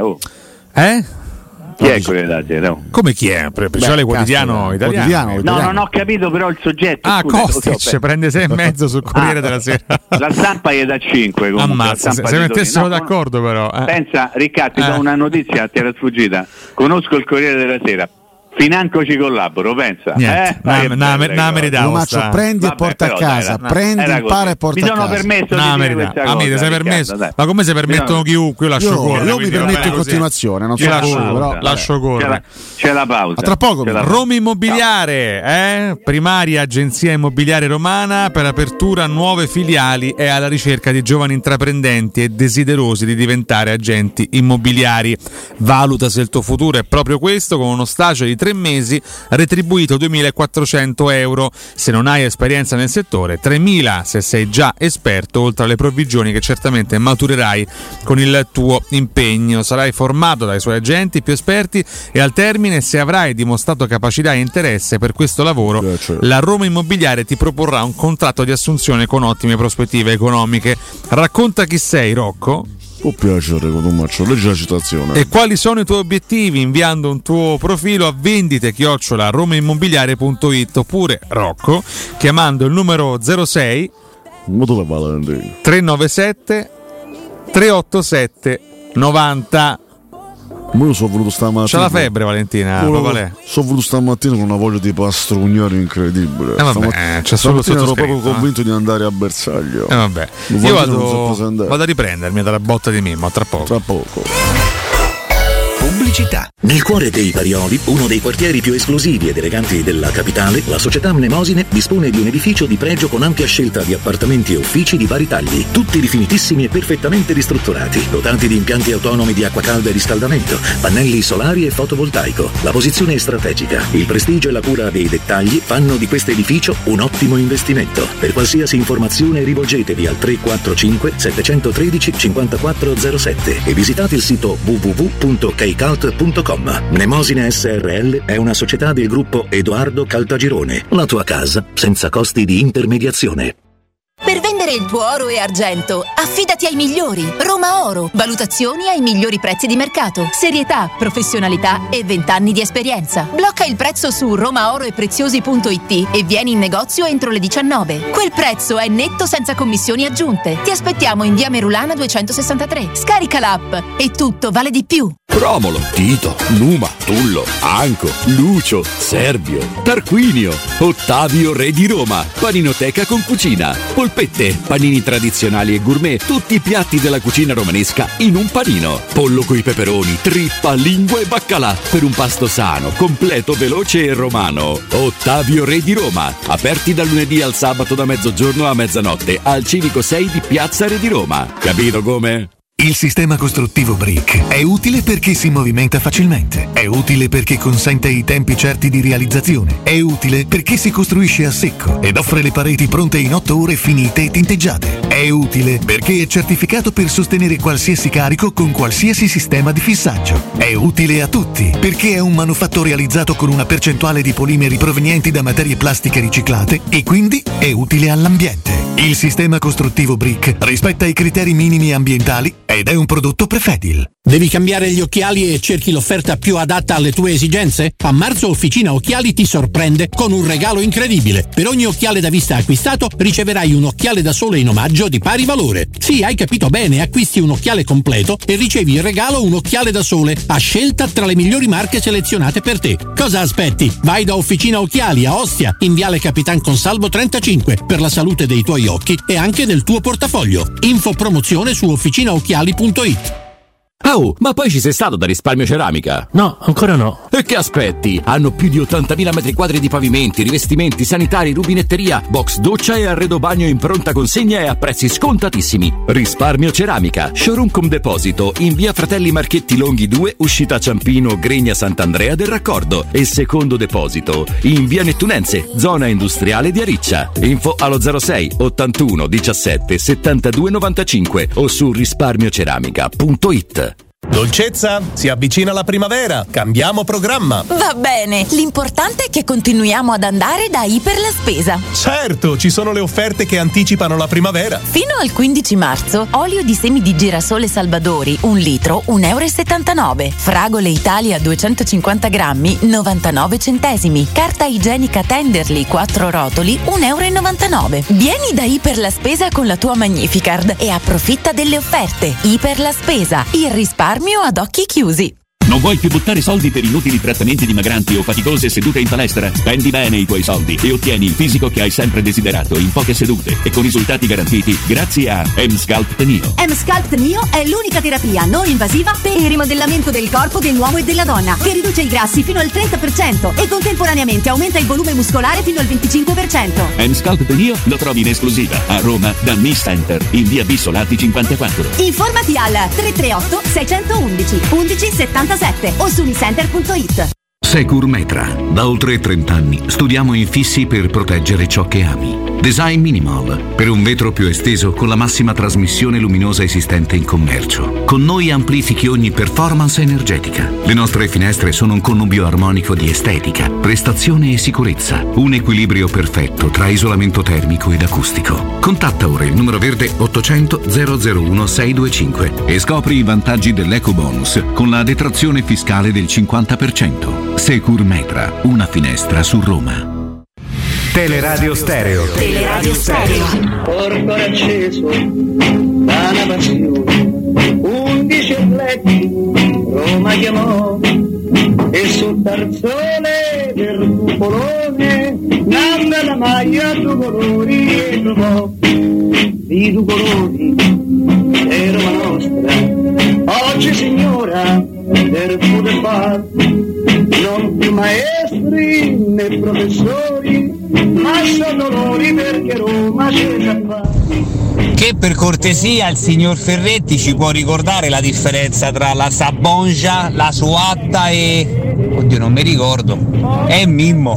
Chi è Corriere della Sera? Come chi è? Principale quotidiano italiano. No, non ho capito però il soggetto. Kostic prende 6,5 sul Corriere della Sera. La stampa gli dà 5 comunque. Ammazza, se mettessero d'accordo però. Pensa, Riccardo, ti do una notizia, ti era sfuggita. Conosco il Corriere della Sera. Financo ci collaboro, pensa. Maccio, prendi e porta a casa. Prendi, impara e porta a casa. Mi sono permesso di dire questa cosa. Sei permesso? Ma come si permettono chiunque? Io lascio correre. Io mi permetto in continuazione, non so però lascio correre. C'è la pausa. Tra poco. Roma Immobiliare, primaria agenzia immobiliare romana, per apertura a nuove filiali, è alla ricerca di giovani intraprendenti e desiderosi di diventare agenti immobiliari. Valuta se il tuo futuro è proprio questo, con uno stage di 3 mesi retribuito 2.400 euro. Se non hai esperienza nel settore, 3.000 se sei già esperto, oltre alle provvigioni che certamente maturerai con il tuo impegno. Sarai formato dai suoi agenti più esperti e al termine, se avrai dimostrato capacità e interesse per questo lavoro, la Roma Immobiliare ti proporrà un contratto di assunzione con ottime prospettive economiche. Racconta chi sei, Rocco. Può piacere, Cotumaccio, leggi la citazione. E quali sono i tuoi obiettivi, inviando un tuo profilo a vendite@romaimmobiliare.it, oppure Rocco chiamando il numero 06 397 387 90. Io sono voluto stamattina. C'ha la febbre, Valentina. Sono voluto stamattina con una voglia di pastrugnare incredibile. C'è solo ero proprio convinto di andare a bersaglio. Io vado a riprendermi dalla botta di Mimmo. Tra poco. Pubblicità. Nel cuore dei Parioli, uno dei quartieri più esclusivi ed eleganti della capitale, la società Mnemosine dispone di un edificio di pregio con ampia scelta di appartamenti e uffici di vari tagli, tutti rifinitissimi e perfettamente ristrutturati, dotati di impianti autonomi di acqua calda e riscaldamento, pannelli solari e fotovoltaico. La posizione è strategica, il prestigio e la cura dei dettagli fanno di questo edificio un ottimo investimento. Per qualsiasi informazione rivolgetevi al 345 713 5407 e visitate il sito www.keicalt.com. Mnemosine SRL è una società del gruppo Edoardo Caltagirone. La tua casa senza costi di intermediazione. Per vendere il tuo oro e argento, affidati ai migliori. Roma Oro. Valutazioni ai migliori prezzi di mercato. Serietà, professionalità e 20 anni di esperienza. Blocca il prezzo su romaoroepreziosi.it e vieni in negozio entro le 19. Quel prezzo è netto senza commissioni aggiunte. Ti aspettiamo in via Merulana 263. Scarica l'app e tutto vale di più. Romolo, Tito, Numa, Tullo, Anco, Lucio, Servio, Tarquinio, Ottavio Re di Roma, Paninoteca con cucina, polpette, panini tradizionali e gourmet, tutti i piatti della cucina romanesca in un panino, pollo coi peperoni, trippa, lingua e baccalà, per un pasto sano, completo, veloce e romano. Ottavio Re di Roma, aperti dal lunedì al sabato da mezzogiorno a mezzanotte al Civico 6 di Piazza Re di Roma. Capito come? Il sistema costruttivo Brick è utile perché si movimenta facilmente, è utile perché consente i tempi certi di realizzazione, è utile perché si costruisce a secco ed offre le pareti pronte in 8 ore finite e tinteggiate, è utile perché è certificato per sostenere qualsiasi carico con qualsiasi sistema di fissaggio, è utile a tutti perché è un manufatto realizzato con una percentuale di polimeri provenienti da materie plastiche riciclate e quindi è utile all'ambiente. Il sistema costruttivo Brick rispetta i criteri minimi ambientali ed è un prodotto Prefedil. Devi cambiare gli occhiali e cerchi l'offerta più adatta alle tue esigenze? A marzo Officina Occhiali ti sorprende con un regalo incredibile. Per ogni occhiale da vista acquistato riceverai un occhiale da sole in omaggio di pari valore. Sì, hai capito bene, acquisti un occhiale completo e ricevi in regalo un occhiale da sole a scelta tra le migliori marche selezionate per te. Cosa aspetti? Vai da Officina Occhiali a Ostia, in Viale Capitan Consalvo 35, per la salute dei tuoi occhi e anche del tuo portafoglio. Info promozione su officinaocchiali.it. Oh, ma poi ci sei stato da Risparmio Ceramica? No, ancora no. E che aspetti? Hanno più di 80.000 metri quadri di pavimenti, rivestimenti, sanitari, rubinetteria, box doccia e arredo bagno in pronta consegna e a prezzi scontatissimi. Risparmio Ceramica, showroom con deposito in via Fratelli Marchetti Longhi 2, uscita Ciampino, Gregna Sant'Andrea del Raccordo, e secondo deposito in via Nettunense, zona industriale di Ariccia. Info allo 06 81 17 72 95 o su risparmioceramica.it. Dolcezza, si avvicina la primavera, cambiamo programma. Va bene, l'importante è che continuiamo ad andare da Iper la Spesa. Certo, ci sono le offerte che anticipano la primavera. Fino al 15 marzo, olio di semi di girasole Salvadori, 1 litro, 1,79 €. Fragole Italia 250 grammi, 99 centesimi. Carta igienica Tenderly, 4 rotoli, 1,99 €. Vieni da Iper la Spesa con la tua Magnificard e approfitta delle offerte. Iper la Spesa, il risparmio ad occhi chiusi. Non vuoi più buttare soldi per inutili trattamenti dimagranti o faticose sedute in palestra? Spendi bene i tuoi soldi e ottieni il fisico che hai sempre desiderato in poche sedute e con risultati garantiti grazie a M-Sculpt Neo. M-Sculpt Neo è l'unica terapia non invasiva per il rimodellamento del corpo dell'uomo e della donna, che riduce i grassi fino al 30% e contemporaneamente aumenta il volume muscolare fino al 25%. M-Sculpt Neo lo trovi in esclusiva a Roma da Miss Center in via Bissolati 54. Informati al 338 611 1177 o su unicenter.it. Securmetra. Da oltre 30 anni studiamo infissi per proteggere ciò che ami. Design minimal, per un vetro più esteso con la massima trasmissione luminosa esistente in commercio. Con noi amplifichi ogni performance energetica. Le nostre finestre sono un connubio armonico di estetica, prestazione e sicurezza. Un equilibrio perfetto tra isolamento termico ed acustico. Contatta ora il numero verde 800 001 625 e scopri i vantaggi dell'EcoBonus con la detrazione fiscale del 50%. Securmetra, una finestra su Roma. Teleradio Stereo. Teleradio Stereo. Porto acceso da una passione, 11 atleti Roma chiamò e sul tarzone del cupolone nanna la maglia a due colori e trovò di due colori è Roma nostra. Oggi signora del poter far non più maestri né professori, ma sono dolori perché Roma c'è già fa. Che per cortesia il signor Ferretti ci può ricordare la differenza tra la Sabonja, la Suatta e... oddio non mi ricordo, è Mimmo.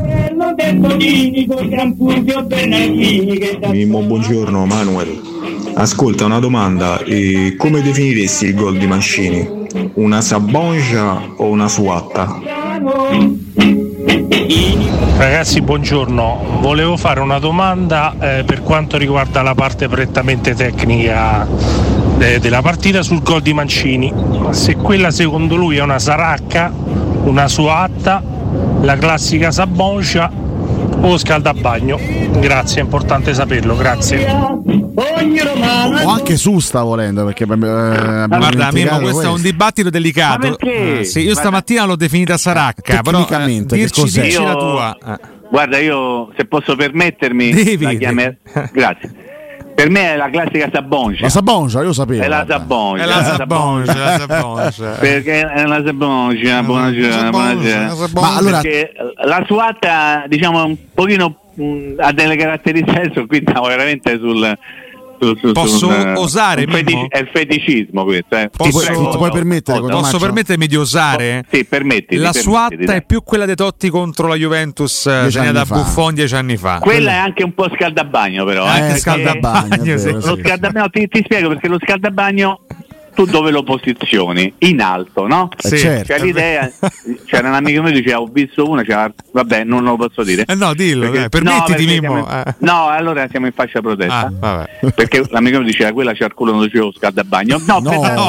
Mimmo, buongiorno Manuel. Ascolta una domanda, come definiresti il gol di Mancini? Una Sabonja o una Suatta? Ragazzi, buongiorno. Volevo fare una domanda per quanto riguarda la parte prettamente tecnica della partita sul gol di Mancini. Se quella secondo lui è una saracca, una suatta, la classica sabongia o scaldabagno. Grazie, è importante saperlo, grazie. O anche Susta volendo, perché guarda Mimmo, questo è un dibattito delicato. Sì, io stamattina l'ho definita saracca, però dirci la tua. Guarda, io se posso permettermi la chiamerei. Grazie. Per me è la classica sabongia. La sabongia, io sapevo. È la sabongia. È la sabongia. Perché è la sabongia. Buonasera. Ma allora, perché la suatta, diciamo, un pochino ha delle caratteristiche, qui stiamo veramente sul posso osare è il feticismo questo, ti puoi permettere? Posso permettermi di osare? Sì, permettiti. La suatta è più quella dei Totti contro la Juventus da Buffon 10 anni fa. Quella è anche un po' scaldabagno, però anche scaldabagno, sì. Lo scaldabagno, ti spiego, perché lo scaldabagno tu dove lo posizioni? In alto, no? Sì. Certo. C'è l'idea, c'era un amico mio che diceva ho visto una, vabbè, non lo posso dire. No, dillo, permettiti, Mimmo. No, allora siamo in fascia protesta. Perché l'amico mio diceva quella c'ha il culo, non dicevo scaldabagno. Non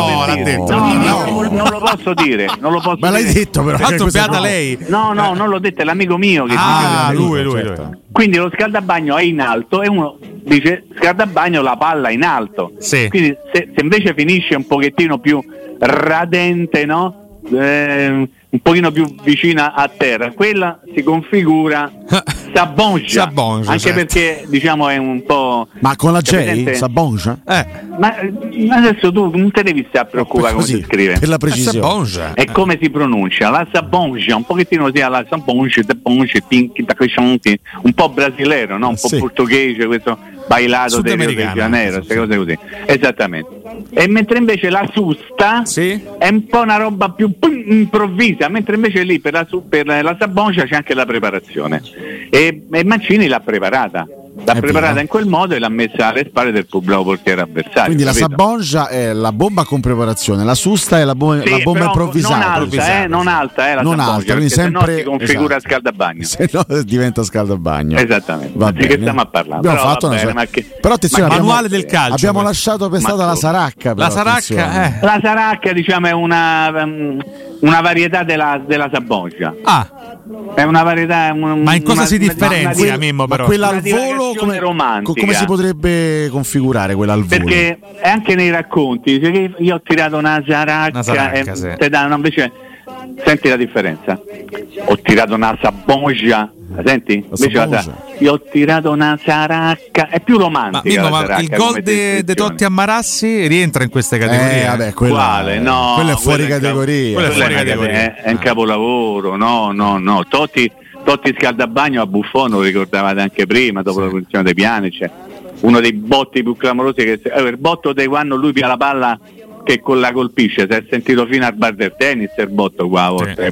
lo posso dire, non lo posso Ma l'hai detto però. Tanto beata lei. No, non l'ho detto, è l'amico mio che lui. Quindi lo scaldabagno è in alto e uno dice scaldabagno la palla in alto. Sì. Quindi se invece finisce un pochettino più radente, no? Un pochino più vicina a terra, quella si configura sabongia, anche certo. Perché diciamo è un po'. Ma con la J? Sabongia? Ma adesso tu non te devi stare a preoccupare come si scrive. Per la precisione. E come si pronuncia? La sabongia, un pochettino sia la sabongia, un po' brasilero, no? Un po' portoghese, questo bailato del Rio de Janeiro, queste cose così. Esattamente. E mentre invece la susta è un po' una roba più improvvisa, mentre invece lì per la sabongia c'è anche la preparazione. E Mancini l'ha preparata. L'ha preparata in quel modo e l'ha messa alle spalle del pubblico portiere avversario. Quindi la sabongia è la bomba con preparazione, la susta è la bomba improvvisata. Non alta, la non sabongia, alta, quindi sempre se no si configura scaldabagno. Se no diventa scaldabagno. Esattamente. Va bene. Che stiamo a parlare. Abbiamo fatto però attenzione, manuale del calcio. Abbiamo lasciato per strada la saracca. La saracca, La saracca, diciamo, è una varietà della sabongia. È una varietà. Ma in cosa si differenzia, Mimmo? Però quella al volo come si potrebbe configurare quella al volo? Perché è anche nei racconti, cioè io ho tirato una saracca te danno invece. Senti la differenza? Ho tirato una sabongia, senti? Invece io ho tirato una saracca, è più romantica. Ma il gol de Totti a Marassi rientra in queste categorie? Vabbè, quale? No, quello è fuori categoria. È un capolavoro, no. Totti scaldabagno a Buffon, lo ricordavate anche prima, dopo la posizione dei Pjanic, uno dei botti più clamorosi il botto di quando lui pia la palla che la colpisce, si è sentito fino al bar del tennis il botto qua a volte.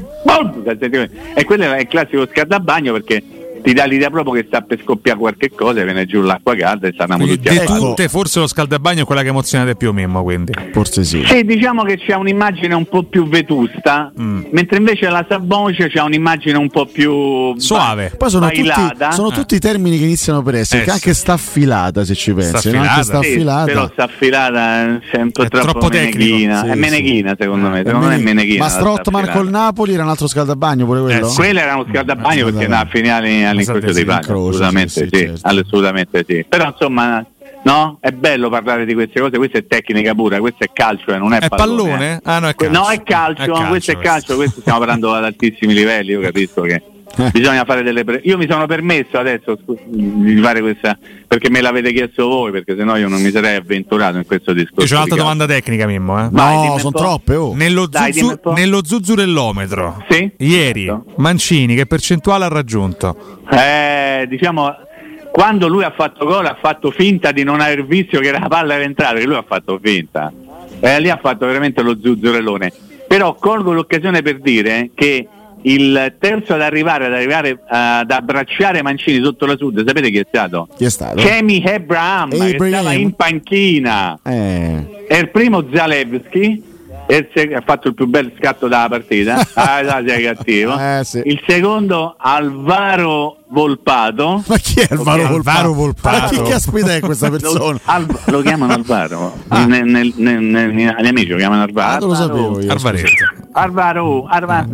E quello è il classico scaldabagno, perché ti dà l'idea proprio che sta per scoppiare qualche cosa e viene giù l'acqua calda e stanno tutti a tutte, forse lo scaldabagno è quella che emoziona di più, Mimmo, quindi forse sì. Sì, diciamo che c'è un'immagine un po' più vetusta, mentre invece la sabongia c'è un'immagine un po' più suave. Poi sono tutti termini che iniziano per essere, che anche staffilata, se ci pensi, anche staffilata. Però staffilata è un po' troppo meneghina. È meneghina, secondo me. Secondo me è meneghina. Ma Strottman col Napoli era un altro scaldabagno pure quello? Quello era uno scaldabagno perché era a finale all'incrocio dei pali, assolutamente sì. Però insomma, no, è bello parlare di queste cose, questa è tecnica pura, questo è calcio, non è pallone. No, è calcio. No, è calcio, questo è calcio, questo stiamo parlando ad altissimi livelli, io capisco che bisogna fare io mi sono permesso adesso di fare questa, perché me l'avete chiesto voi, perché sennò io non mi sarei avventurato in questo discorso. Io c'ho un'altra domanda tecnica, Mimmo. No, sono troppe. Nello zuzzurellometro, ieri Mancini che percentuale ha raggiunto? Diciamo, quando lui ha fatto gol ha fatto finta di non aver visto che la palla era entrata, che lui ha fatto finta, lì ha fatto veramente lo zuzzurellone. Però colgo l'occasione per dire che il terzo ad arrivare ad abbracciare Mancini sotto la Sud, sapete chi è stato? Kemi Abraham, che stava in panchina. E il primo Zalewski, ha fatto il più bel scatto della partita. Sei cattivo. Sì. Il secondo Alvaro Volpato. Ma chi è Alvaro Volpato? Ma chi caspita è questa persona? Lo chiamano Alvaro. Gli amici lo chiamano Alvaro. Non lo sapevo io. Alvaro.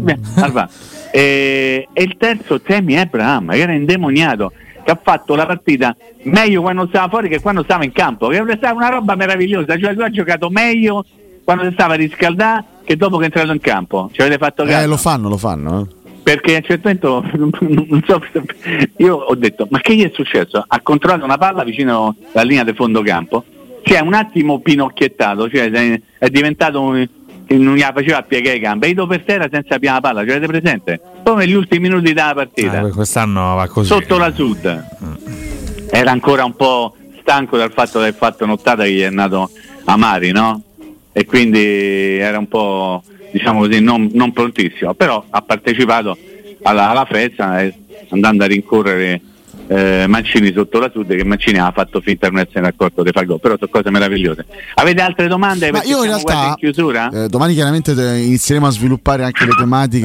E il terzo Tammy Abraham, che era indemoniato, che ha fatto la partita meglio quando stava fuori che quando stava in campo, che è stata una roba meravigliosa. Cioè lui ha giocato meglio quando si stava a riscaldare che dopo che è entrato in campo. Ci avete fatto caso? Lo fanno. Perché a un certo punto non so, io ho detto ma che gli è successo? Ha controllato una palla vicino alla linea del fondo campo, si è un attimo pinocchiettato, cioè è diventato non gli faceva piegare le gambe, è ido per terra senza piena palla, ce l'avete presente? Come negli ultimi minuti della partita. Quest'anno va così. Sotto la Sud. Era ancora un po' stanco dal fatto di aver fatto nottata che gli è nato Amari, no? E quindi era un po', diciamo così, non prontissimo, però ha partecipato alla festa, andando a rincorrere Mancini sotto la Sud, che Mancini ha fatto finta di non essere accorto di far gol, però sono cose meravigliose. Avete altre domande? Ma io in realtà in chiusura? Domani chiaramente inizieremo a sviluppare anche le tematiche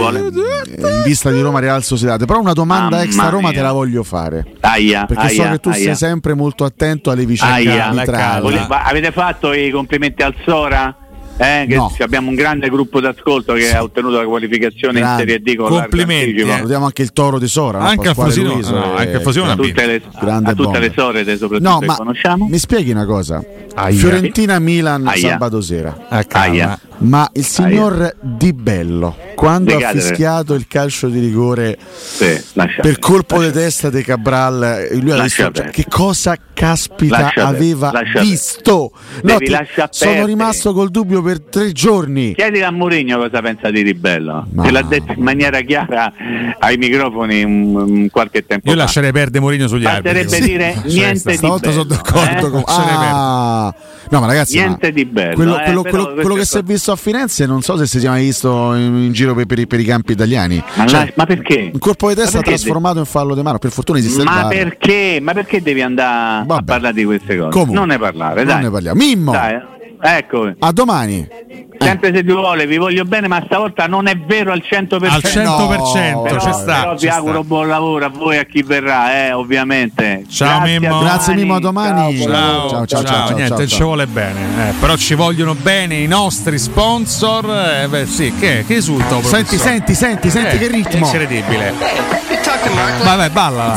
in vista di Roma Real Sociedad, però una domanda extra Roma te la voglio fare, perché so che tu sei sempre molto attento alle vicende arbitrali. Avete fatto i complimenti al Sora? Che No. Abbiamo un grande gruppo d'ascolto che ha ottenuto la qualificazione in Serie D con complimenti. Vediamo anche il Toro di Sora, anche al Frosinone, anche al Frosinone, a tutte le sorete soprattutto no, che ma conosciamo. Mi spieghi una cosa? Fiorentina-Milan sabato sera. Ma il signor Di Bello, quando ha fischiato il calcio di rigore per colpo di testa di Cabral, lui ha visto, che cosa caspita aveva visto? Sono rimasto col dubbio per 3 giorni. Chiedile a Mourinho cosa pensa di Ribello, che l'ha detto in maniera chiara ai microfoni qualche tempo fa. Io lascerei perdere Mourinho sugli arbitri. Basterebbe dire niente di bello. Sono d'accordo no, ma ragazzi, niente di bello. Quello che si è visto a Firenze, non so se si sia mai visto in giro per i campi italiani. Ma perché? Un colpo di testa trasformato in fallo di mano. Per fortuna esiste il VAR. Ma perché devi andare a parlare di queste cose? Come? Non ne parlare, non dai. ne parliamo. Mimmo, dai, ecco. a domani. Sempre se vi vuole, vi voglio bene, ma stavolta non è vero al 100%. Al 100%, però, c'è sta. Però vi auguro buon lavoro a voi e a chi verrà, ovviamente. Ciao Mimmo. Grazie Mimmo, a domani. Ciao. Niente, ci vuole bene. Però ci vogliono bene i nostri sponsor. Sì, che esulto. Senti che ritmo. Incredibile. Vai, balla.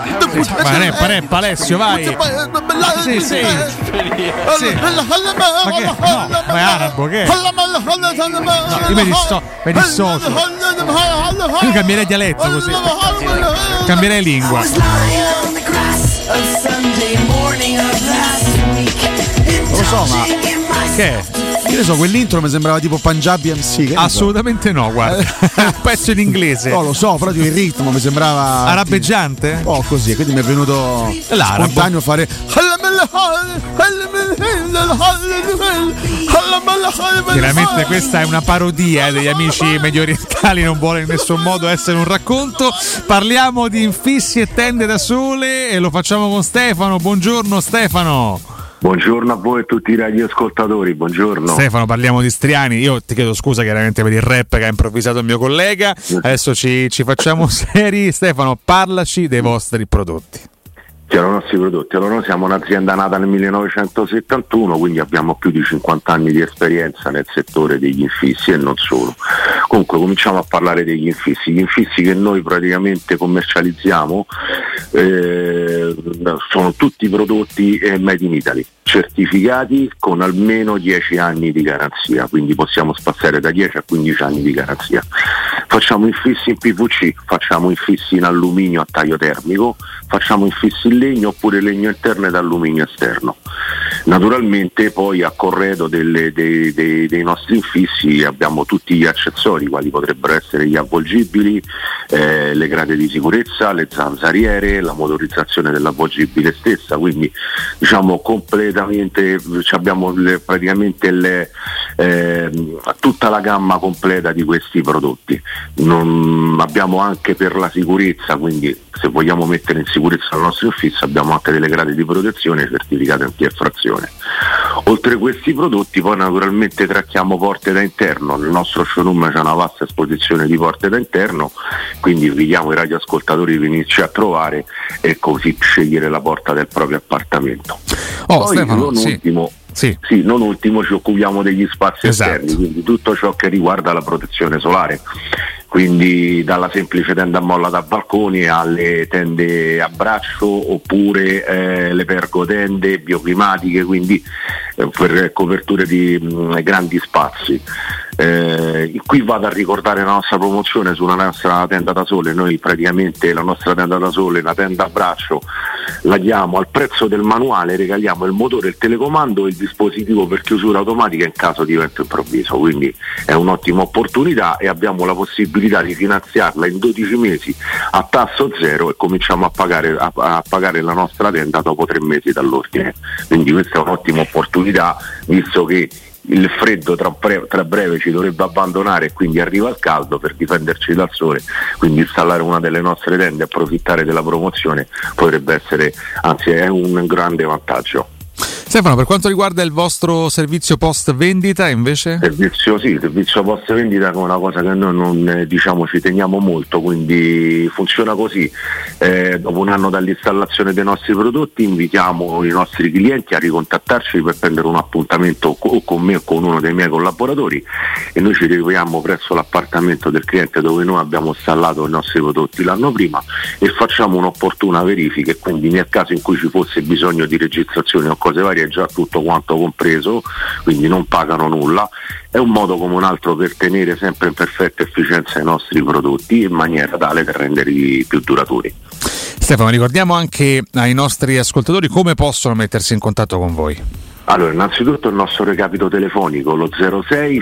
Rappa, Alessio, vai. Sì. Ma che? No, ma è arabo, che? Io mi dissocio. Io cambierei dialetto così. Cambierei lingua. Lo so, ma che? Io ne so, quell'intro mi sembrava tipo Punjabi MC. Assolutamente no, guarda. Un pezzo in inglese. No, lo so, però il ritmo mi sembrava arabeggiante? Un po' così, quindi mi è venuto spontaneo fare. Chiaramente questa è una parodia degli amici mediorientali, non vuole in nessun modo essere un racconto. Parliamo di infissi e tende da sole e lo facciamo con Stefano. Buongiorno Stefano. Buongiorno a voi e tutti i radioascoltatori, buongiorno. Stefano, parliamo di Striani. Io ti chiedo scusa chiaramente per il rap che ha improvvisato il mio collega. Adesso ci facciamo seri. Stefano, parlaci dei vostri prodotti. C'erano i nostri prodotti. Allora, noi siamo un'azienda nata nel 1971, quindi abbiamo più di 50 anni di esperienza nel settore degli infissi e non solo. Comunque cominciamo a parlare degli infissi. Gli infissi che noi praticamente commercializziamo sono tutti prodotti made in Italy, certificati con almeno 10 anni di garanzia, quindi possiamo spaziare da 10 a 15 anni di garanzia. Facciamo infissi in PVC, facciamo infissi in alluminio a taglio termico, facciamo infissi in legno oppure legno interno ed alluminio esterno. Naturalmente poi a corredo dei nostri infissi abbiamo tutti gli accessori, quali potrebbero essere gli avvolgibili, le grate di sicurezza, le zanzariere, la motorizzazione dell'avvolgibile stessa, quindi diciamo completamente abbiamo praticamente tutta la gamma completa di questi prodotti. Abbiamo anche per la sicurezza, quindi se vogliamo mettere in sicurezza il nostro infissi abbiamo anche delle grate di protezione certificate anti-effrazione. Oltre a questi prodotti poi naturalmente trattiamo porte da interno, nel nostro showroom c'è una vasta esposizione di porte da interno, quindi invitiamo i radioascoltatori di venirci a trovare e così scegliere la porta del proprio appartamento. Poi Stefano, non ultimo ci occupiamo degli spazi esterni, quindi tutto ciò che riguarda la protezione solare, quindi dalla semplice tenda a molla da balconi alle tende a braccio oppure le pergotende bioclimatiche, quindi per coperture di grandi spazi. Qui vado a ricordare la nostra promozione sulla nostra tenda da sole. Noi praticamente la nostra tenda da sole, la tenda a braccio, la diamo al prezzo del manuale, regaliamo il motore, il telecomando e il dispositivo per chiusura automatica in caso di evento improvviso, quindi è un'ottima opportunità e abbiamo la possibilità di finanziarla in 12 mesi a tasso zero e cominciamo a pagare la nostra tenda dopo 3 mesi dall'ordine, quindi questa è un'ottima opportunità, visto che il freddo tra breve ci dovrebbe abbandonare e quindi arriva il caldo. Per difenderci dal sole, quindi installare una delle nostre tende e approfittare della promozione potrebbe essere, anzi è un grande vantaggio. Stefano, per quanto riguarda il vostro servizio post vendita invece? Servizio post vendita è una cosa che noi non ci teniamo molto, quindi funziona così. Dopo un anno dall'installazione dei nostri prodotti invitiamo i nostri clienti a ricontattarci per prendere un appuntamento o con me o con uno dei miei collaboratori e noi ci ritroviamo presso l'appartamento del cliente dove noi abbiamo installato i nostri prodotti l'anno prima e facciamo un'opportuna verifica, e quindi nel caso in cui ci fosse bisogno di registrazione o cose varie è già tutto quanto compreso, quindi non pagano nulla. È un modo come un altro per tenere sempre in perfetta efficienza i nostri prodotti in maniera tale da renderli più duraturi. Stefano, ricordiamo anche ai nostri ascoltatori come possono mettersi in contatto con voi. Allora, innanzitutto il nostro recapito telefonico, lo 06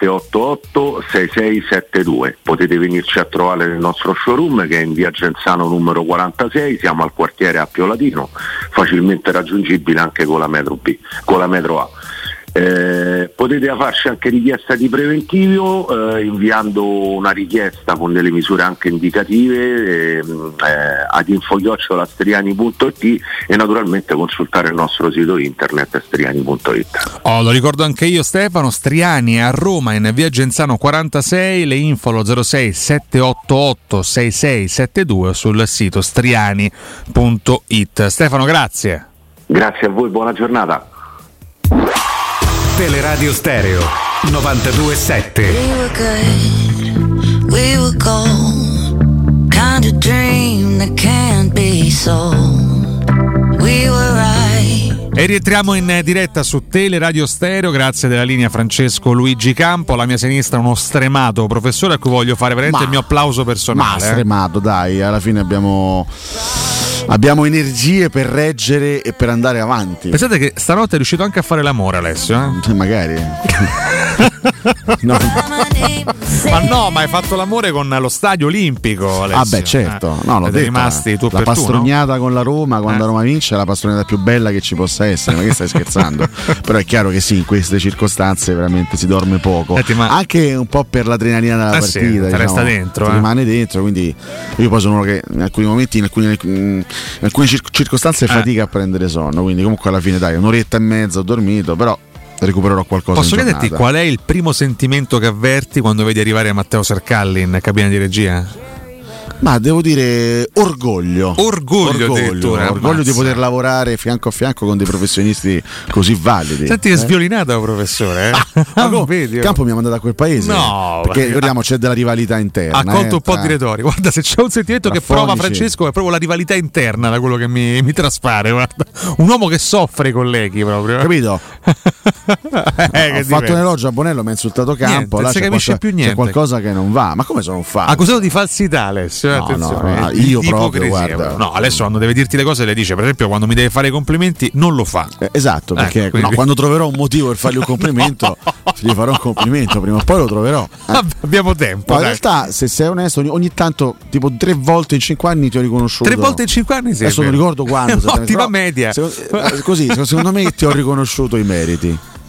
788 6672. Potete venirci a trovare nel nostro showroom che è in via Genzano numero 46, siamo al quartiere Appio Latino, facilmente raggiungibile anche con la metro B, con la metro A. Potete farci anche richiesta di preventivo inviando una richiesta con delle misure anche indicative ad info@striani.it e naturalmente consultare il nostro sito internet striani.it. Lo ricordo anche io, Stefano, Striani a Roma in via Genzano 46, le info allo 06 788 6672 sul sito striani.it. Stefano, grazie. Grazie a voi, buona giornata. Teleradio Stereo 92.7. We were gold, kind of dream that can't be sold. We were right. E rientriamo in diretta su Teleradio Stereo, grazie della linea Francesco Luigi Campo. Alla mia sinistra uno stremato professore a cui voglio fare veramente il mio applauso personale. Stremato, dai, alla fine abbiamo energie per reggere e per andare avanti. Pensate che stanotte è riuscito anche a fare l'amore, Alessio? Magari. No. Ma hai fatto l'amore con lo stadio olimpico, Alessio. Ah beh, certo. No, l'ho detto. Rimasti tu la per pastroniata tu, no? Con la Roma, quando Roma vince, è la pastroniata più bella che ci possa essere. Ma che stai scherzando? Però è chiaro che sì, in queste circostanze veramente si dorme poco. Anche un po' per l'adrenalina della partita. Sì, resta dentro. Rimane dentro, quindi io poi sono uno che in alcuni momenti, in alcune circostanze fatica a prendere sonno. Quindi comunque alla fine dai, un'oretta e mezza ho dormito, però recupererò qualcosa. Posso chiederti qual è il primo sentimento che avverti quando vedi arrivare Matteo Sercalli in cabina di regia? Ma devo dire orgoglio addirittura, di poter lavorare fianco a fianco con dei professionisti così validi. Senti che sviolinata, professore. Il Campo mi ha mandato a quel paese. No, perché ricordiamo c'è della rivalità interna. Ha colto un po' di retorica. Guarda, se c'è un sentimento che prova Francesco è proprio la rivalità interna, da quello che mi traspare. Guarda. Un uomo che soffre i colleghi proprio. Capito? Ho fatto un elogio a Bonello, mi ha insultato Campo. Non si capisce più niente. C'è qualcosa che non va. Ma come sono fatto? Accusato di falsità, Alessio. No, io proprio, guarda. No, adesso quando deve dirti le cose le dice. Per esempio, quando mi deve fare i complimenti non lo fa. Esatto, perché quando troverò un motivo per fargli un complimento gli farò un complimento, prima o poi lo troverò. Abbiamo tempo. In realtà, se sei onesto, ogni tanto, tipo 3 volte in 5 anni ti ho riconosciuto. 3 volte in 5 anni adesso non ricordo quando. Ottima media. Così, secondo me ti ho riconosciuto i meriti.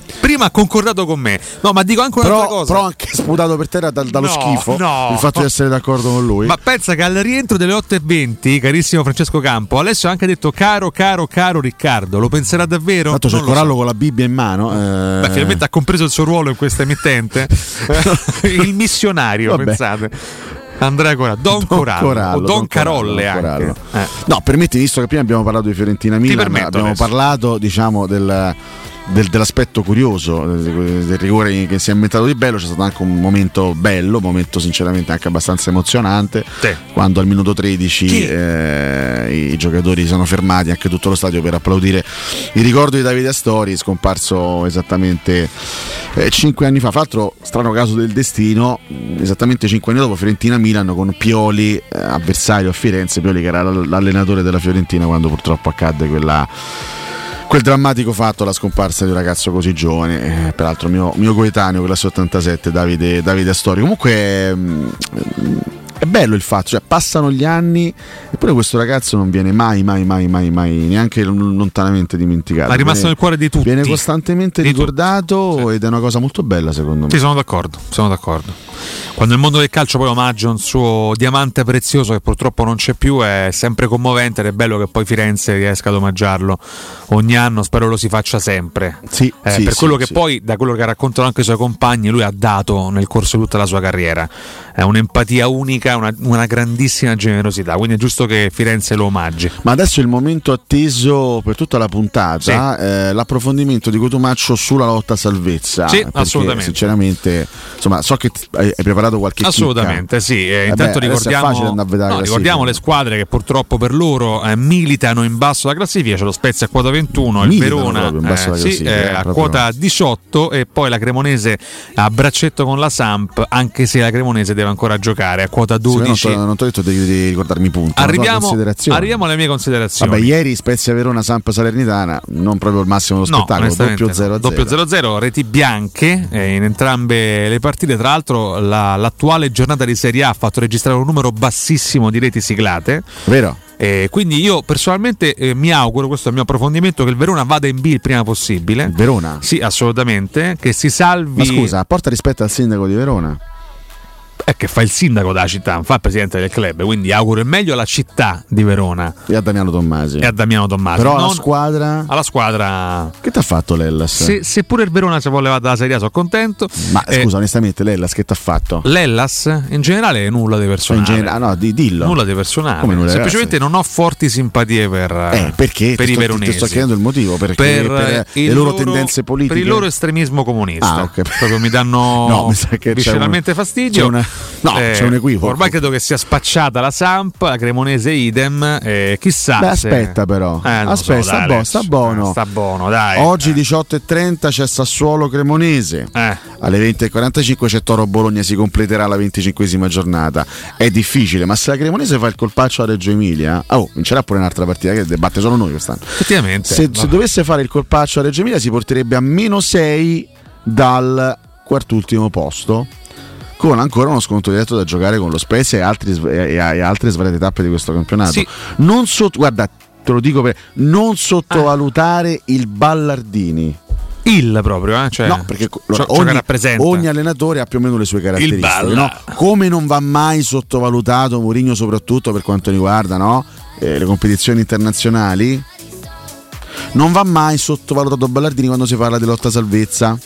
Prima ha concordato con me, no, ma dico anche un'altra cosa. Però anche sputato per terra dallo schifo il fatto di essere d'accordo con lui. Ma pensa che al rientro delle 8:20, carissimo Francesco Campo, Alessio ha anche detto caro Riccardo, lo penserà davvero? Tanto c'è Corallo con la Bibbia in mano. Beh, finalmente ha compreso il suo ruolo in questa emittente. Il missionario, vabbè. Pensate. Andrea Corallo, Don Corallo o Don Carolle anche. No, permetti, visto che prima abbiamo parlato di Fiorentina-Milan, abbiamo parlato, diciamo, dell'aspetto curioso del rigore che si è inventato di bello. C'è stato anche un momento bello, sinceramente anche abbastanza emozionante, quando al minuto 13 i giocatori si sono fermati, anche tutto lo stadio, per applaudire il ricordo di Davide Astori, scomparso esattamente 5 anni fa. Fra l'altro, strano caso del destino, esattamente 5 anni dopo Fiorentina-Milan, con Pioli avversario a Firenze, Pioli che era l'allenatore della Fiorentina quando purtroppo accadde quel drammatico fatto, la scomparsa di un ragazzo così giovane, peraltro mio coetaneo, classe 87, Davide Astori. Comunque è bello il fatto, cioè passano gli anni eppure questo ragazzo non viene mai neanche lontanamente dimenticato. Ma è rimasto nel cuore di tutti. Viene costantemente ricordato ed è una cosa molto bella, secondo me. Sì, sono d'accordo. Quando il mondo del calcio poi omaggia un suo diamante prezioso che purtroppo non c'è più, è sempre commovente ed è bello che poi Firenze riesca ad omaggiarlo ogni anno. Spero lo si faccia sempre. Per quello che poi, da quello che raccontano anche i suoi compagni, lui ha dato nel corso di tutta la sua carriera. È un'empatia unica, una grandissima generosità, quindi è giusto che Firenze lo omaggi. Ma adesso è il momento atteso per tutta la puntata, l'approfondimento di Cotumaccio sulla lotta salvezza. Sì, assolutamente. Sinceramente, insomma, so che hai preparato qualche assolutamente chicca. Sì. Intanto ricordiamo le squadre che purtroppo per loro militano in basso alla classifica. C'è lo Spezia a quota 21, il Verona a quota 18 e poi la Cremonese a braccetto con la Samp, anche se la Cremonese deve ancora giocare a quota 12. Sì, non ti ho detto di ricordarmi i punti. Arriviamo alle mie considerazioni. Vabbè, ieri Spezia Verona, Samp Salernitana, non proprio il massimo dello spettacolo, doppio 0-0, reti bianche in entrambe le partite. Tra l'altro l'attuale giornata di Serie A ha fatto registrare un numero bassissimo di reti siglate. Vero? Quindi io personalmente mi auguro, questo è il mio approfondimento, che il Verona vada in B il prima possibile. Il Verona? Sì, assolutamente, che si salvi. Ma scusa, porta rispetto al sindaco di Verona. È che fa il sindaco della città, non fa il presidente del club, quindi auguro il meglio alla città di Verona e a Damiano Tommasi. Però alla squadra che ti ha fatto l'Hellas? Seppure il Verona ci vuole levare dalla Serie A, sono contento. Ma scusa, onestamente l'Hellas che ti ha fatto? L'Hellas in generale nulla di personale. Dillo. Nulla di personale. Come nulla, semplicemente non ho forti simpatie per i veronesi. Ti sto chiedendo il motivo, per le loro tendenze politiche, per il loro estremismo comunista. Proprio mi danno visceralmente fastidio. C'è un equivoco. Ormai credo che sia spacciata la Samp, la Cremonese idem. Chissà. Aspetta, però. Sta buono. Dai. Oggi 18:30 c'è Sassuolo Cremonese. Alle 20:45 c'è Toro Bologna, si completerà la 25esima giornata. È difficile, ma se la Cremonese fa il colpaccio a Reggio Emilia, vincerà pure un'altra partita che batte solo noi quest'anno. Effettivamente. Se dovesse fare il colpaccio a Reggio Emilia si porterebbe a -6 dal quartultimo posto, con ancora uno sconto diretto da giocare con lo Spezia e altre svariate tappe di questo campionato. Sì. Guarda, te lo dico per non sottovalutare il Ballardini. Cioè, no, perché rappresenta. Ogni allenatore ha più o meno le sue caratteristiche, no? Come non va mai sottovalutato Mourinho, soprattutto per quanto riguarda le competizioni internazionali. Non va mai sottovalutato Ballardini quando si parla di lotta salvezza.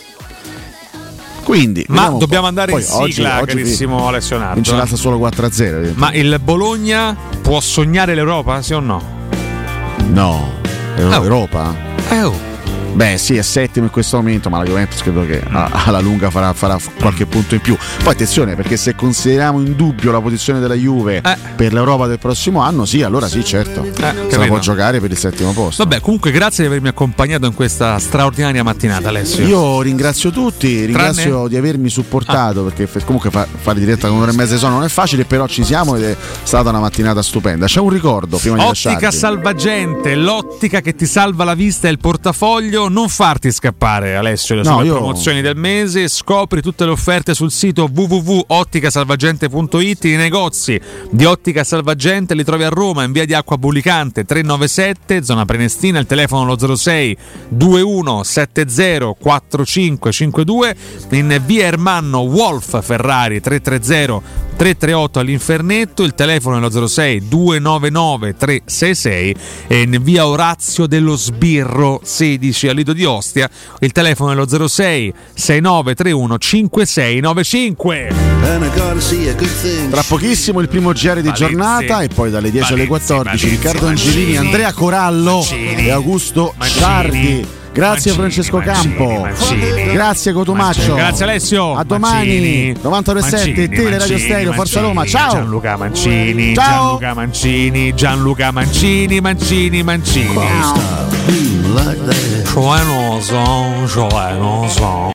Quindi, dobbiamo andare in sigla, carissimo Alessio Nardo. Vincerà solo 4-0. Ma il Bologna può sognare l'Europa, sì o no? No, Europa? Beh, sì, è settimo in questo momento, ma la Juventus credo che alla lunga farà qualche punto in più. Poi attenzione, perché se consideriamo in dubbio la posizione della Juve per l'Europa del prossimo anno, allora sì, certo, se la può giocare per il settimo posto. Vabbè, comunque grazie di avermi accompagnato in questa straordinaria mattinata, Alessio. Io ringrazio tutti, ringrazio di avermi supportato, perché comunque fare diretta con un'ora e mezza di sonno non è facile, però ci siamo ed è stata una mattinata stupenda. C'è un ricordo prima di lasciarvi. Ottica Salvagente, l'ottica che ti salva la vista e il portafoglio. Alessio. Non farti scappare, Alessio, le promozioni del mese. Scopri tutte le offerte sul sito www.otticasalvagente.it. I negozi di Ottica Salvagente li trovi a Roma in via di Acqua Bulicante 397, zona Prenestina. Il telefono lo 06 21 70 4552. In via Ermanno Wolf Ferrari 330 338 all'Infernetto. Il telefono è lo 06 299 366. E in via Orazio dello Sbirro 16 a Lido di Ostia. Il telefono è lo 06 6931 5695. Tra pochissimo il primo GR di giornata e poi dalle 10 alle 14 Riccardo Angelini, Andrea Corallo e Augusto Ciardi. Grazie Francesco Campo, grazie Cotumaccio, grazie Alessio, a domani 92.7 Tele Radio Stereo, Forza Roma, ciao Gianluca Mancini, ciao Gianluca Mancini. Cioè non so